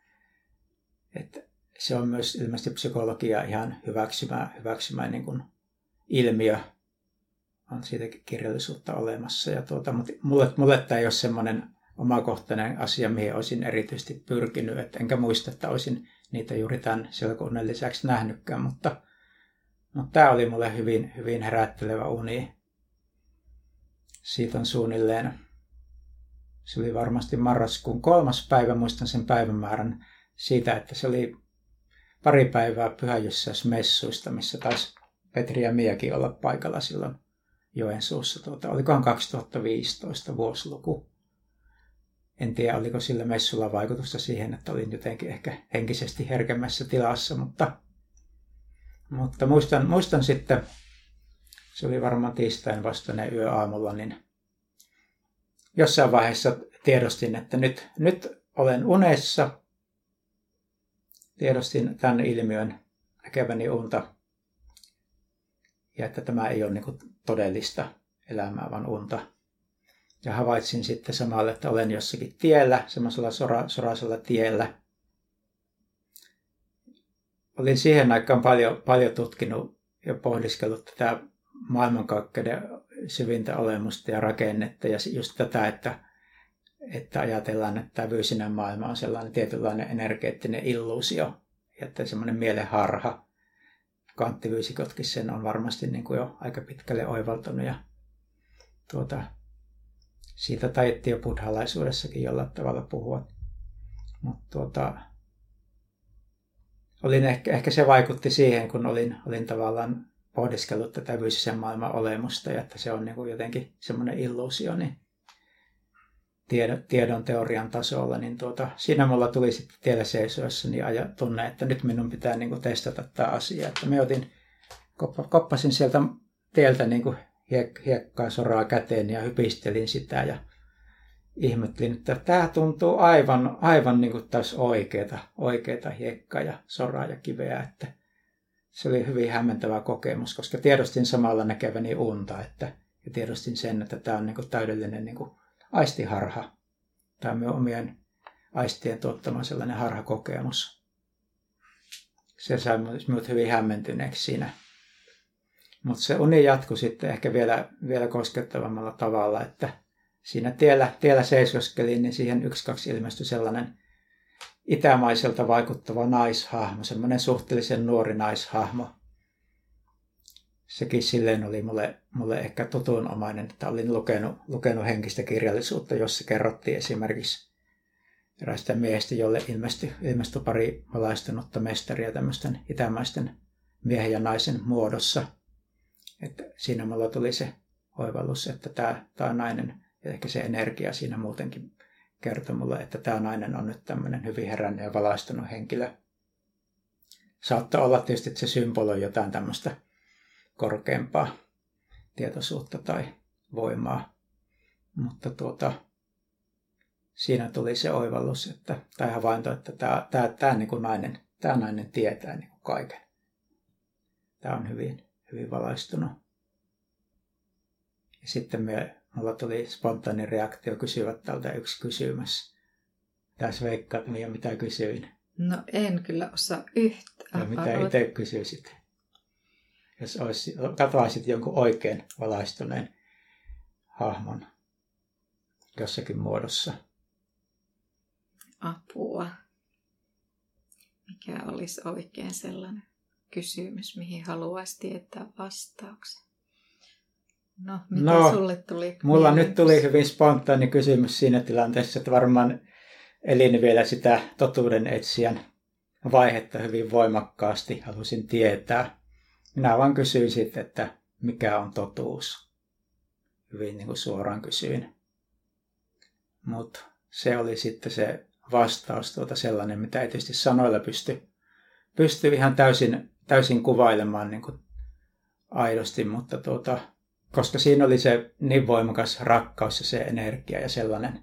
se on myös ilmeisesti psykologia ihan hyväksymä niin kuin ilmiö. On siitäkin kirjallisuutta olemassa. Mutta mulle tämä ei ole semmoinen omakohtainen asia, mihin olisin erityisesti pyrkinyt. Enkä muista, että olisin niitä juuri tämän selkounen lisäksi nähnytkään. Mutta tämä oli mulle hyvin herättelevä uni. Siitä on suunnilleen, se oli varmasti marraskuun 3. päivä, muistan sen päivämäärän siitä, että se oli pari päivää Pyhäjyssäysmessuista, missä taisi Petri ja Miakin olla paikalla silloin Joensuussa. Olikohan 2015 vuosiluku. En tiedä, oliko sillä messulla vaikutusta siihen, että olin jotenkin ehkä henkisesti herkemmässä tilassa, mutta muistan sitten, se oli varmaan tiistain vastainen yö aamulla, niin jossain vaiheessa tiedostin, että nyt olen unessa. Tiedostin tämän ilmiön näkeväni unta ja että tämä ei ole niin kuin todellista elämää, vaan unta. Ja havaitsin sitten samalla, että olen jossakin tiellä, semmoisella soraisella tiellä. Olin siihen aikaan paljon tutkinut ja pohdiskellut tätä maailmankaikkeuden syvintä olemusta ja rakennetta ja just tätä, että ajatellaan, että tämä fyysinen maailma on sellainen tietynlainen energeettinen illuusio ja että semmoinen mielenharha. Kvanttifyysikotkin sen on varmasti niin kuin jo aika pitkälle oivaltanut ja siitä taidettiin jo buddhalaisuudessakin jollain tavalla puhua. Mutta ehkä se vaikutti siihen, kun olin tavallaan pohdiskellut tätä fyysisen maailman olemusta ja että se on niin kuin jotenkin semmoinen illuusio niin tiedon teorian tasolla. Niin siinä mulla tuli sitten tiellä seisoessani tunne, että nyt minun pitää niin kuin testata tämä asia. Että me koppasin sieltä tieltä niin kuin hiekkaa soraa käteen ja hypistelin sitä ja ihmettelin, että tämä tuntuu aivan niin kuin taas oikeata hiekkaa ja soraa ja kiveä. Että se oli hyvin hämmentävä kokemus, koska tiedostin samalla näkeväni unta, ja tiedostin sen, että tämä on niin kuin täydellinen niin kuin aistiharha. Tämä on minun omien aistien tuottama sellainen harhakokemus. Se sai minut hyvin hämmentyneeksi siinä. Mutta se uni jatkui sitten ehkä vielä koskettavammalla tavalla, että siinä tiellä seisoskelin, niin siihen 1-2 ilmestyi sellainen itämaiselta vaikuttava naishahmo, semmoinen suhteellisen nuori naishahmo. Sekin silleen oli mulle ehkä tutunomainen, että olin lukenut henkistä kirjallisuutta, jossa kerrottiin esimerkiksi erästä miehestä, jolle ilmestyi pari valaistunutta mestaria tämmöisten itämaisten miehen ja naisen muodossa. Että siinä mulla tuli se oivallus, että tämä nainen, ja ehkä se energia siinä muutenkin kertoi mulle, että tämä nainen on nyt tämmöinen hyvin herännyt ja valaistunut henkilö. Saattaa olla tietysti, että se symboloi jotain tämmöistä korkeampaa tietoisuutta tai voimaa. Mutta siinä tuli se oivallus, tai havainto, että tämä nainen tietää niin kuin kaiken. Tämä on hyvin valaistunut. Ja sitten mulla tuli spontaani reaktio kysyä tältä yksi kysymys. Tässä veikkaat, mitä kysyin. No en kyllä osaa yhtään. Ja mitä itse kysyisit? Jos katoaisit jonkun oikein valaistuneen hahmon jossakin muodossa. Apua. Mikä olisi oikein sellainen kysymys, mihin haluaisi tietää vastauksen? No, mitä sulle tuli? Mulla nyt tuli hyvin spontaani kysymys siinä tilanteessa, että varmaan elin vielä sitä totuuden etsijän vaihetta hyvin voimakkaasti. Halusin tietää. Minä vaan kysyin sitten, että mikä on totuus. Hyvin niin kuin suoraan kysyin. Mutta se oli sitten se vastaus sellainen, mitä ei tietysti sanoilla pysty ihan täysin kuvailemaan niin kuin aidosti, mutta koska siinä oli se niin voimakas rakkaus ja se energia ja sellainen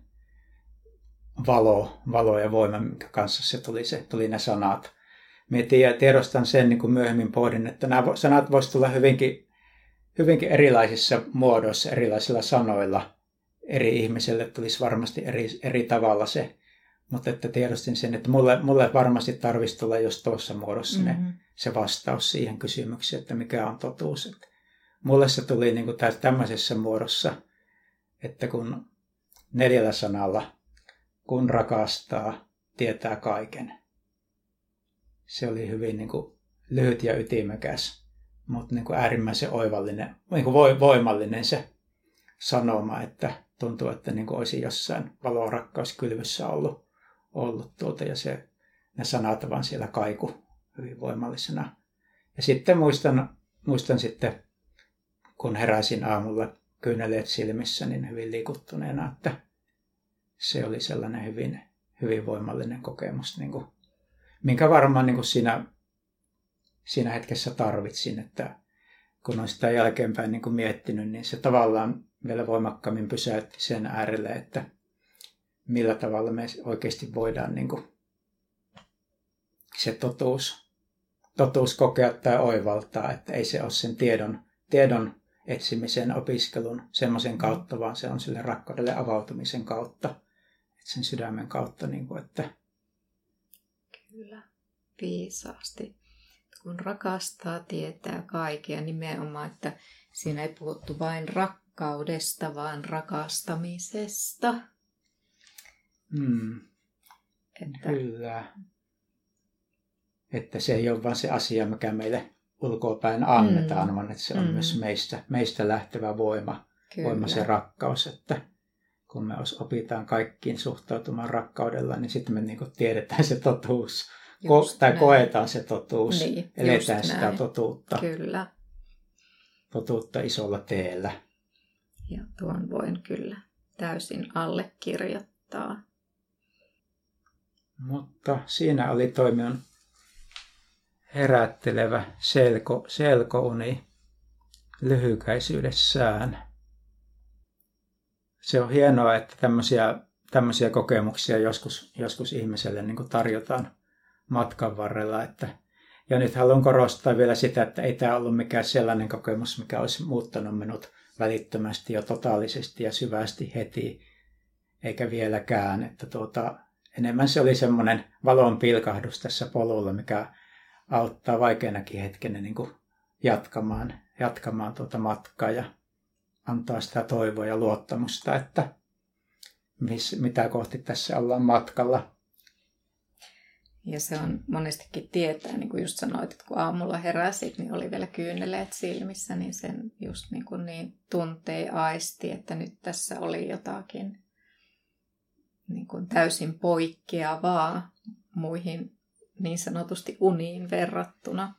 valo ja voima, minkä kanssa se tuli ne sanat. Minä tiedostan sen, niin kuin myöhemmin pohdin, että nämä sanat voisivat tulla hyvinkin erilaisissa muodoissa, erilaisilla sanoilla. Eri ihmiselle tulisi varmasti eri tavalla se. Mutta että tiedostin sen, että mulle varmasti tarvitsisi tulla just tuossa muodossa se vastaus siihen kysymykseen, että mikä on totuus. Että mulle se tuli niin kuin tämmöisessä muodossa, että kun 4 sanalla, kun rakastaa, tietää kaiken. Se oli hyvin niin kuin lyhyt ja ytimekäs, mutta niin kuin äärimmäisen oivallinen, niin kuin voimallinen se sanoma, että tuntuu, että niin kuin olisi jossain valorakkauskylvyssä ollut ja ne sanat vaan siellä kaiku hyvin voimallisena. Ja sitten muistan sitten, kun heräsin aamulla kyyneleet silmissä, niin hyvin liikuttuneena, että se oli sellainen hyvin, hyvin voimallinen kokemus, niin kuin, minkä varmaan niin kuin siinä hetkessä tarvitsin, että kun olen sitä jälkeenpäin niin kuin miettinyt, niin se tavallaan vielä voimakkaammin pysäytti sen äärelle, että millä tavalla me oikeasti voidaan niin kuin se totuus kokea tai oivaltaa, että ei se ole sen tiedon etsimisen, opiskelun semmoisen kautta, vaan se on sille rakkaudelle avautumisen kautta, että sen sydämen kautta. Niin kuin, että Kyllä, viisaasti. Kun rakastaa, tietää kaikkea nimenomaan, että siinä ei puhuttu vain rakkaudesta, vaan rakastamisesta. Kyllä. Että se ei ole vain se asia, mikä meille ulkoapäin annetaan, vaan että se on myös meistä lähtevä voima se rakkaus. Että kun me opitaan kaikkiin suhtautumaan rakkaudella, niin sitten me niinku tiedetään se totuus. Koetaan se totuus. Niin, eletään sitä näin. Totuutta. Kyllä. Totuutta isolla teellä. Ja tuon voin kyllä täysin allekirjoittaa. Mutta siinä oli toi minun herättelevä selkouni lyhykäisyydessään. se on hienoa, että tämmöisiä kokemuksia joskus ihmiselle niin kuin tarjotaan matkan varrella. Ja nyt haluan korostaa vielä sitä, että ei tämä ollut mikään sellainen kokemus, mikä olisi muuttanut minut välittömästi ja totaalisesti ja syvästi heti, eikä vieläkään. Että enemmän se oli semmoinen valon pilkahdus tässä polulla, mikä auttaa vaikeanakin hetkenä niin kuin jatkamaan matkaa ja antaa sitä toivoa ja luottamusta, että mitä kohti tässä ollaan matkalla. Ja se on monestikin tietää, niin kuin just sanoit, että kun aamulla heräsit, niin oli vielä kyyneleet silmissä, niin sen just niin tuntee aisti, että nyt tässä oli jotakin niin kuin täysin poikkeavaa muihin niin sanotusti uniin verrattuna.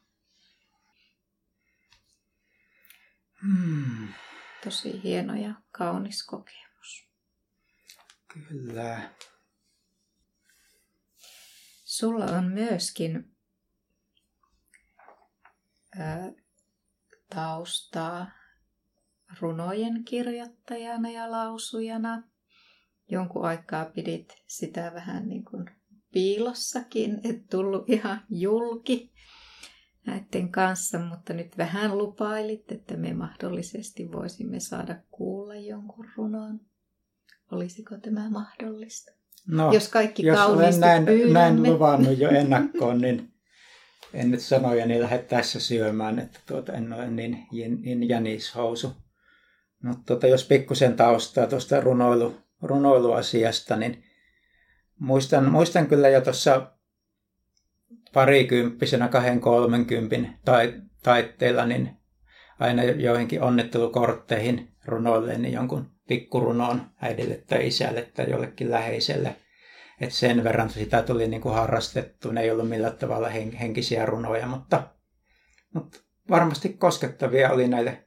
Tosi hieno ja kaunis kokemus. Kyllä. Sulla on myöskin taustaa runojen kirjoittajana ja lausujana. Jonkun aikaa pidit sitä vähän niin kuin piilossakin, et tullut ihan julki näiden kanssa, mutta nyt vähän lupailit, että me mahdollisesti voisimme saada kuulla jonkun runon. Olisiko tämä mahdollista? No, jos kaikki jos kauniisti olen pyydämme. näin luvannut jo ennakkoon, niin en nyt sanojani lähde tässä syömään, että en ole niin jänishousu. Mutta jos pikkusen taustaa tuosta runoiluasiasta, niin muistan kyllä jo tuossa parikymppisenä 20-30 taitteilla, niin aina joihinkin onnittelukortteihin runoilleeni jonkun pikkurunoon äidille tai isälle tai jollekin läheiselle. Et sen verran sitä tuli niin kuin harrastettu. Ne ei ollut millään tavalla henkisiä runoja, mutta varmasti koskettavia oli näille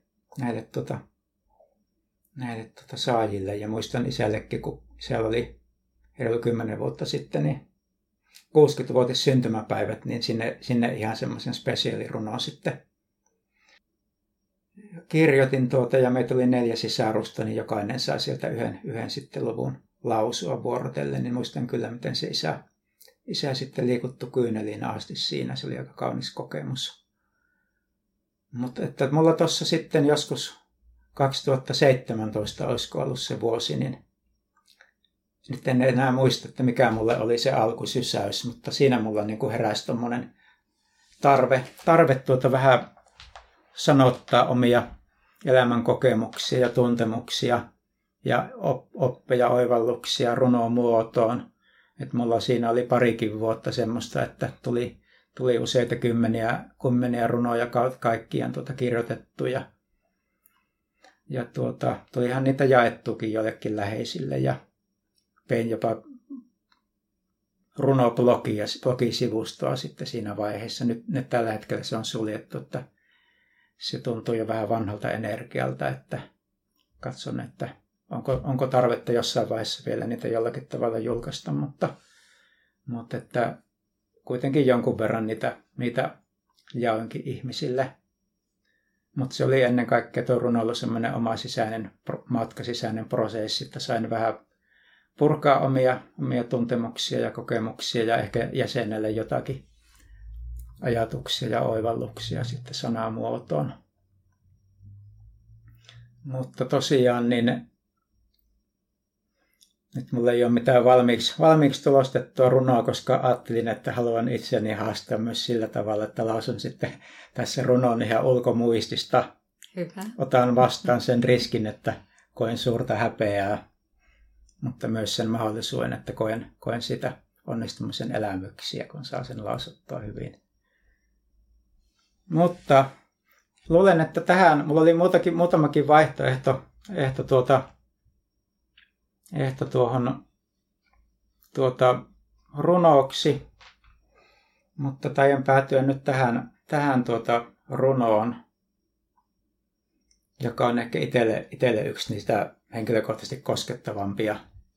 saajille. Ja muistan isällekin, kun siellä oli 10 vuotta sitten, niin 60-vuotis syntymäpäivät, niin sinne ihan semmoisen spesiaalirunon sitten kirjoitin ja meitä oli 4 sisarusta, niin jokainen sai sieltä yhden sitten luvun lausua vuorotellen, niin muistan kyllä, miten se isä sitten liikuttu kyyneliin asti siinä. Se oli aika kaunis kokemus. Mutta että mulla tuossa sitten joskus 2017 olisiko ollut se vuosi, niin nyt en enää muista, että mikä mulle oli se alkusysäys, mutta siinä mulla niin kuin heräsi tommonen tarve vähän sanottaa omia elämän kokemuksia ja tuntemuksia ja oppeja, oivalluksia runomuotoon. Et mulla siinä oli parikin vuotta semmoista, että tuli useita kymmeniä runoja kaikkiaan kirjoitettu ja tulihan niitä jaettukin joillekin läheisille ja tein jopa runoblogi-sivustoa sitten siinä vaiheessa. Nyt tällä hetkellä se on suljettu, että se tuntuu jo vähän vanhalta energialta, että katson, että onko tarvetta jossain vaiheessa vielä niitä jollakin tavalla julkaista, mutta että kuitenkin jonkun verran niitä jaoinkin ihmisille. Mutta se oli ennen kaikkea tuo runoilu semmoinen oma sisäinen prosessi, että sain vähän purkaa omia tuntemuksia ja kokemuksia ja ehkä jäsenelle jotakin ajatuksia ja oivalluksia sitten sanamuotoon. Mutta tosiaan niin nyt mulla ei ole mitään valmiiksi tulostettua runoa, koska ajattelin, että haluan itseäni haastaa myös sillä tavalla, että lausun sitten tässä runon ihan ulkomuistista. Hyvä. Otan vastaan sen riskin, että koen suurta häpeää, mutta myös sen mahdollisuuden, että koen sitä onnistumisen elämyksiä, kun saa sen lausuttua hyvin. Mutta luulen, että tähän mulla oli muutamakin vaihtoehto tuohon runoksi, mutta taidan päätyä nyt tähän runoon, joka on ehkä itselle yksi niistä henkilökohtaisesti koskettavampia.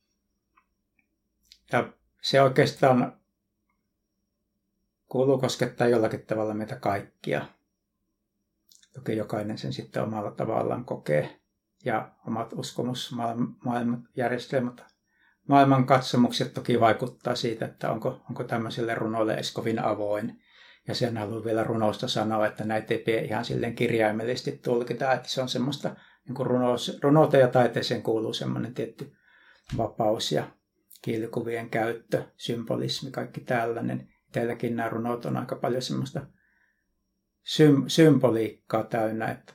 Ja se oikeastaan kuuluu koskettaa jollakin tavalla meitä kaikkia. Toki jokainen sen sitten omalla tavallaan kokee ja omat uskomusmaailmanjärjestelmät, maailmankatsomukset toki vaikuttaa siitä, että onko tämmöiselle runoille edes kovin avoin. Ja sen haluan vielä runoista sanoa, että näitä ei pidä ihan silleen kirjaimellisesti tulkita, että se on semmoista, niin kuin runouteen ja taiteeseen kuuluu semmoinen tietty vapaus ja kielikuvien käyttö, symbolismi, kaikki tällainen. Teilläkin nämä runot on aika paljon semmoista symboliikkaa täynnä, että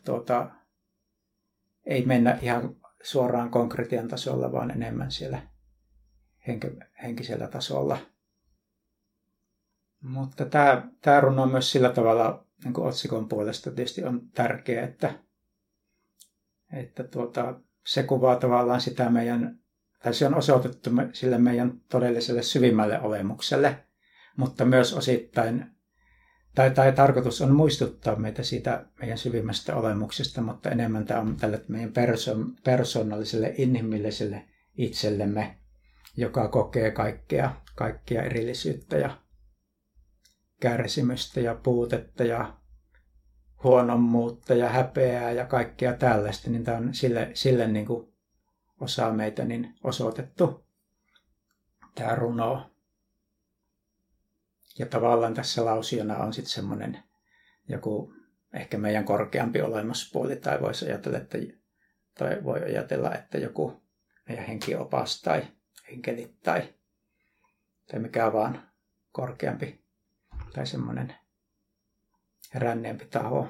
ei mennä ihan suoraan konkretian tasolla, vaan enemmän siellä henkisellä tasolla. Mutta tämä runo on myös sillä tavalla niin kuin otsikon puolesta tietysti on tärkeä, että se kuvaa tavallaan sitä tai se on osoitettu sille meidän todelliselle syvimmälle olemukselle, mutta myös osittain, tai tarkoitus on muistuttaa meitä siitä meidän syvimmästä olemuksesta, mutta enemmän tämä on tälle meidän persoonalliselle, inhimilliselle itsellemme, joka kokee kaikkea erillisyyttä ja kärsimystä ja puutetta ja huonommuutta ja häpeää ja kaikkea tällaista, niin tämä on sille niin kuin osa meitä niin osoitettu tämä runo. Ja tavallaan tässä lausiona on sitten semmoinen joku ehkä meidän korkeampi olemuspuoli, tai voi ajatella, että joku meidän henkiopas tai enkelit tai mikä vaan korkeampi tai semmoinen heränneempi taho.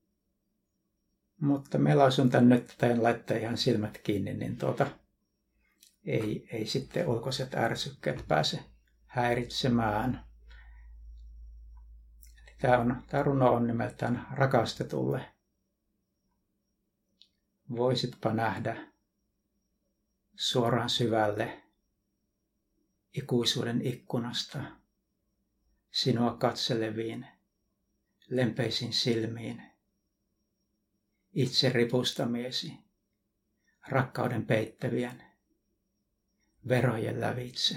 Mutta me lausun tän nyt, teen laittaa ihan silmät kiinni, niin ei sitten ulkoiset ärsykkeet pääse häiritsemään. Tämä runo on nimeltään Rakastetulle. Voisitpa nähdä suoraan syvälle ikuisuuden ikkunasta sinua katseleviin lempeisiin silmiin, itse ripustamiesi, rakkauden peittävien verojen lävitse.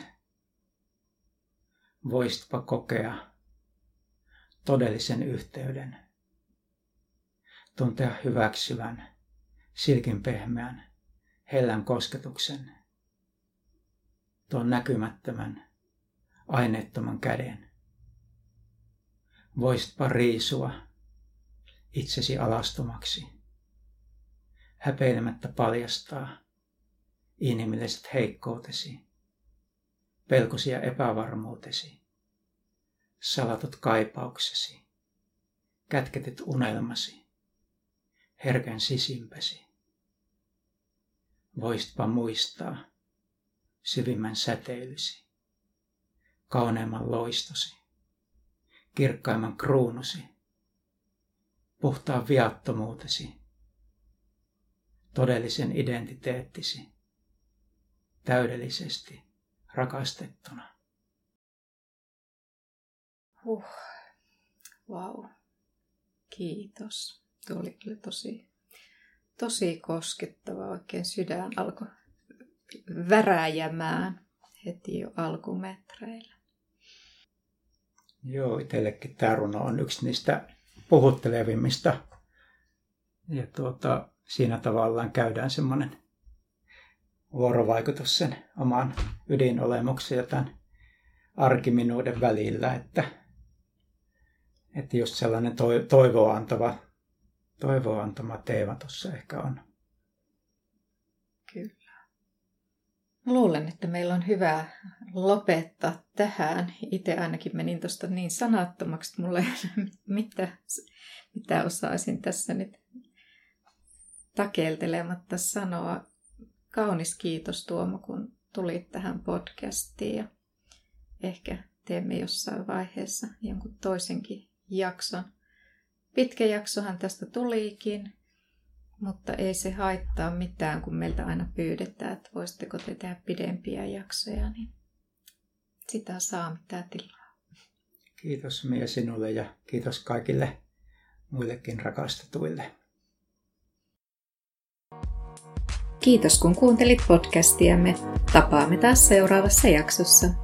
Voisitpa kokea todellisen yhteyden, tuntea hyväksyvän, silkinpehmeän, hellän kosketuksen, tuon näkymättömän, aineettoman käden. Voisitpa riisua itsesi alastomaksi, häpeilemättä paljastaa inhimilliset heikkoutesi, pelkosi ja epävarmuutesi, salatut kaipauksesi, kätketyt unelmasi, herkän sisimpäsi. Voisitpa muistaa syvimmän säteilysi, kauneimman loistosi, kirkkaimman kruunusi, puhtaan viattomuutesi, todellisen identiteettisi, täydellisesti rakastettuna. Vau. Kiitos. Tuo oli kyllä tosi koskettava. Oikein sydän alkoi väräjämään heti jo alkumetreillä. Joo, itsellekin tämä runo on yksi niistä puhuttelevimmista. Ja siinä tavallaan käydään semmoinen vuorovaikutus sen oman ydinolemuksen ja tämän arkiminuuden välillä, että just sellainen toivoa antama teema tuossa ehkä on. Kyllä. Luulen, että meillä on hyvä lopettaa tähän. Itse ainakin menin tuosta niin sanattomaksi, että mulla ei mitä osaisin tässä nyt takeltelematta sanoa. Kaunis kiitos Tuomo, kun tulit tähän podcastiin ja ehkä teemme jossain vaiheessa jonkun toisenkin jakson. Pitkä jaksohan tästä tulikin, mutta ei se haittaa mitään, kun meiltä aina pyydetään, että voisitteko te tehdä pidempiä jaksoja, niin sitä saa mitä tilaa. Kiitos Mia sinulle ja kiitos kaikille muillekin rakastetuille. Kiitos kun kuuntelit podcastiamme. Tapaamme taas seuraavassa jaksossa.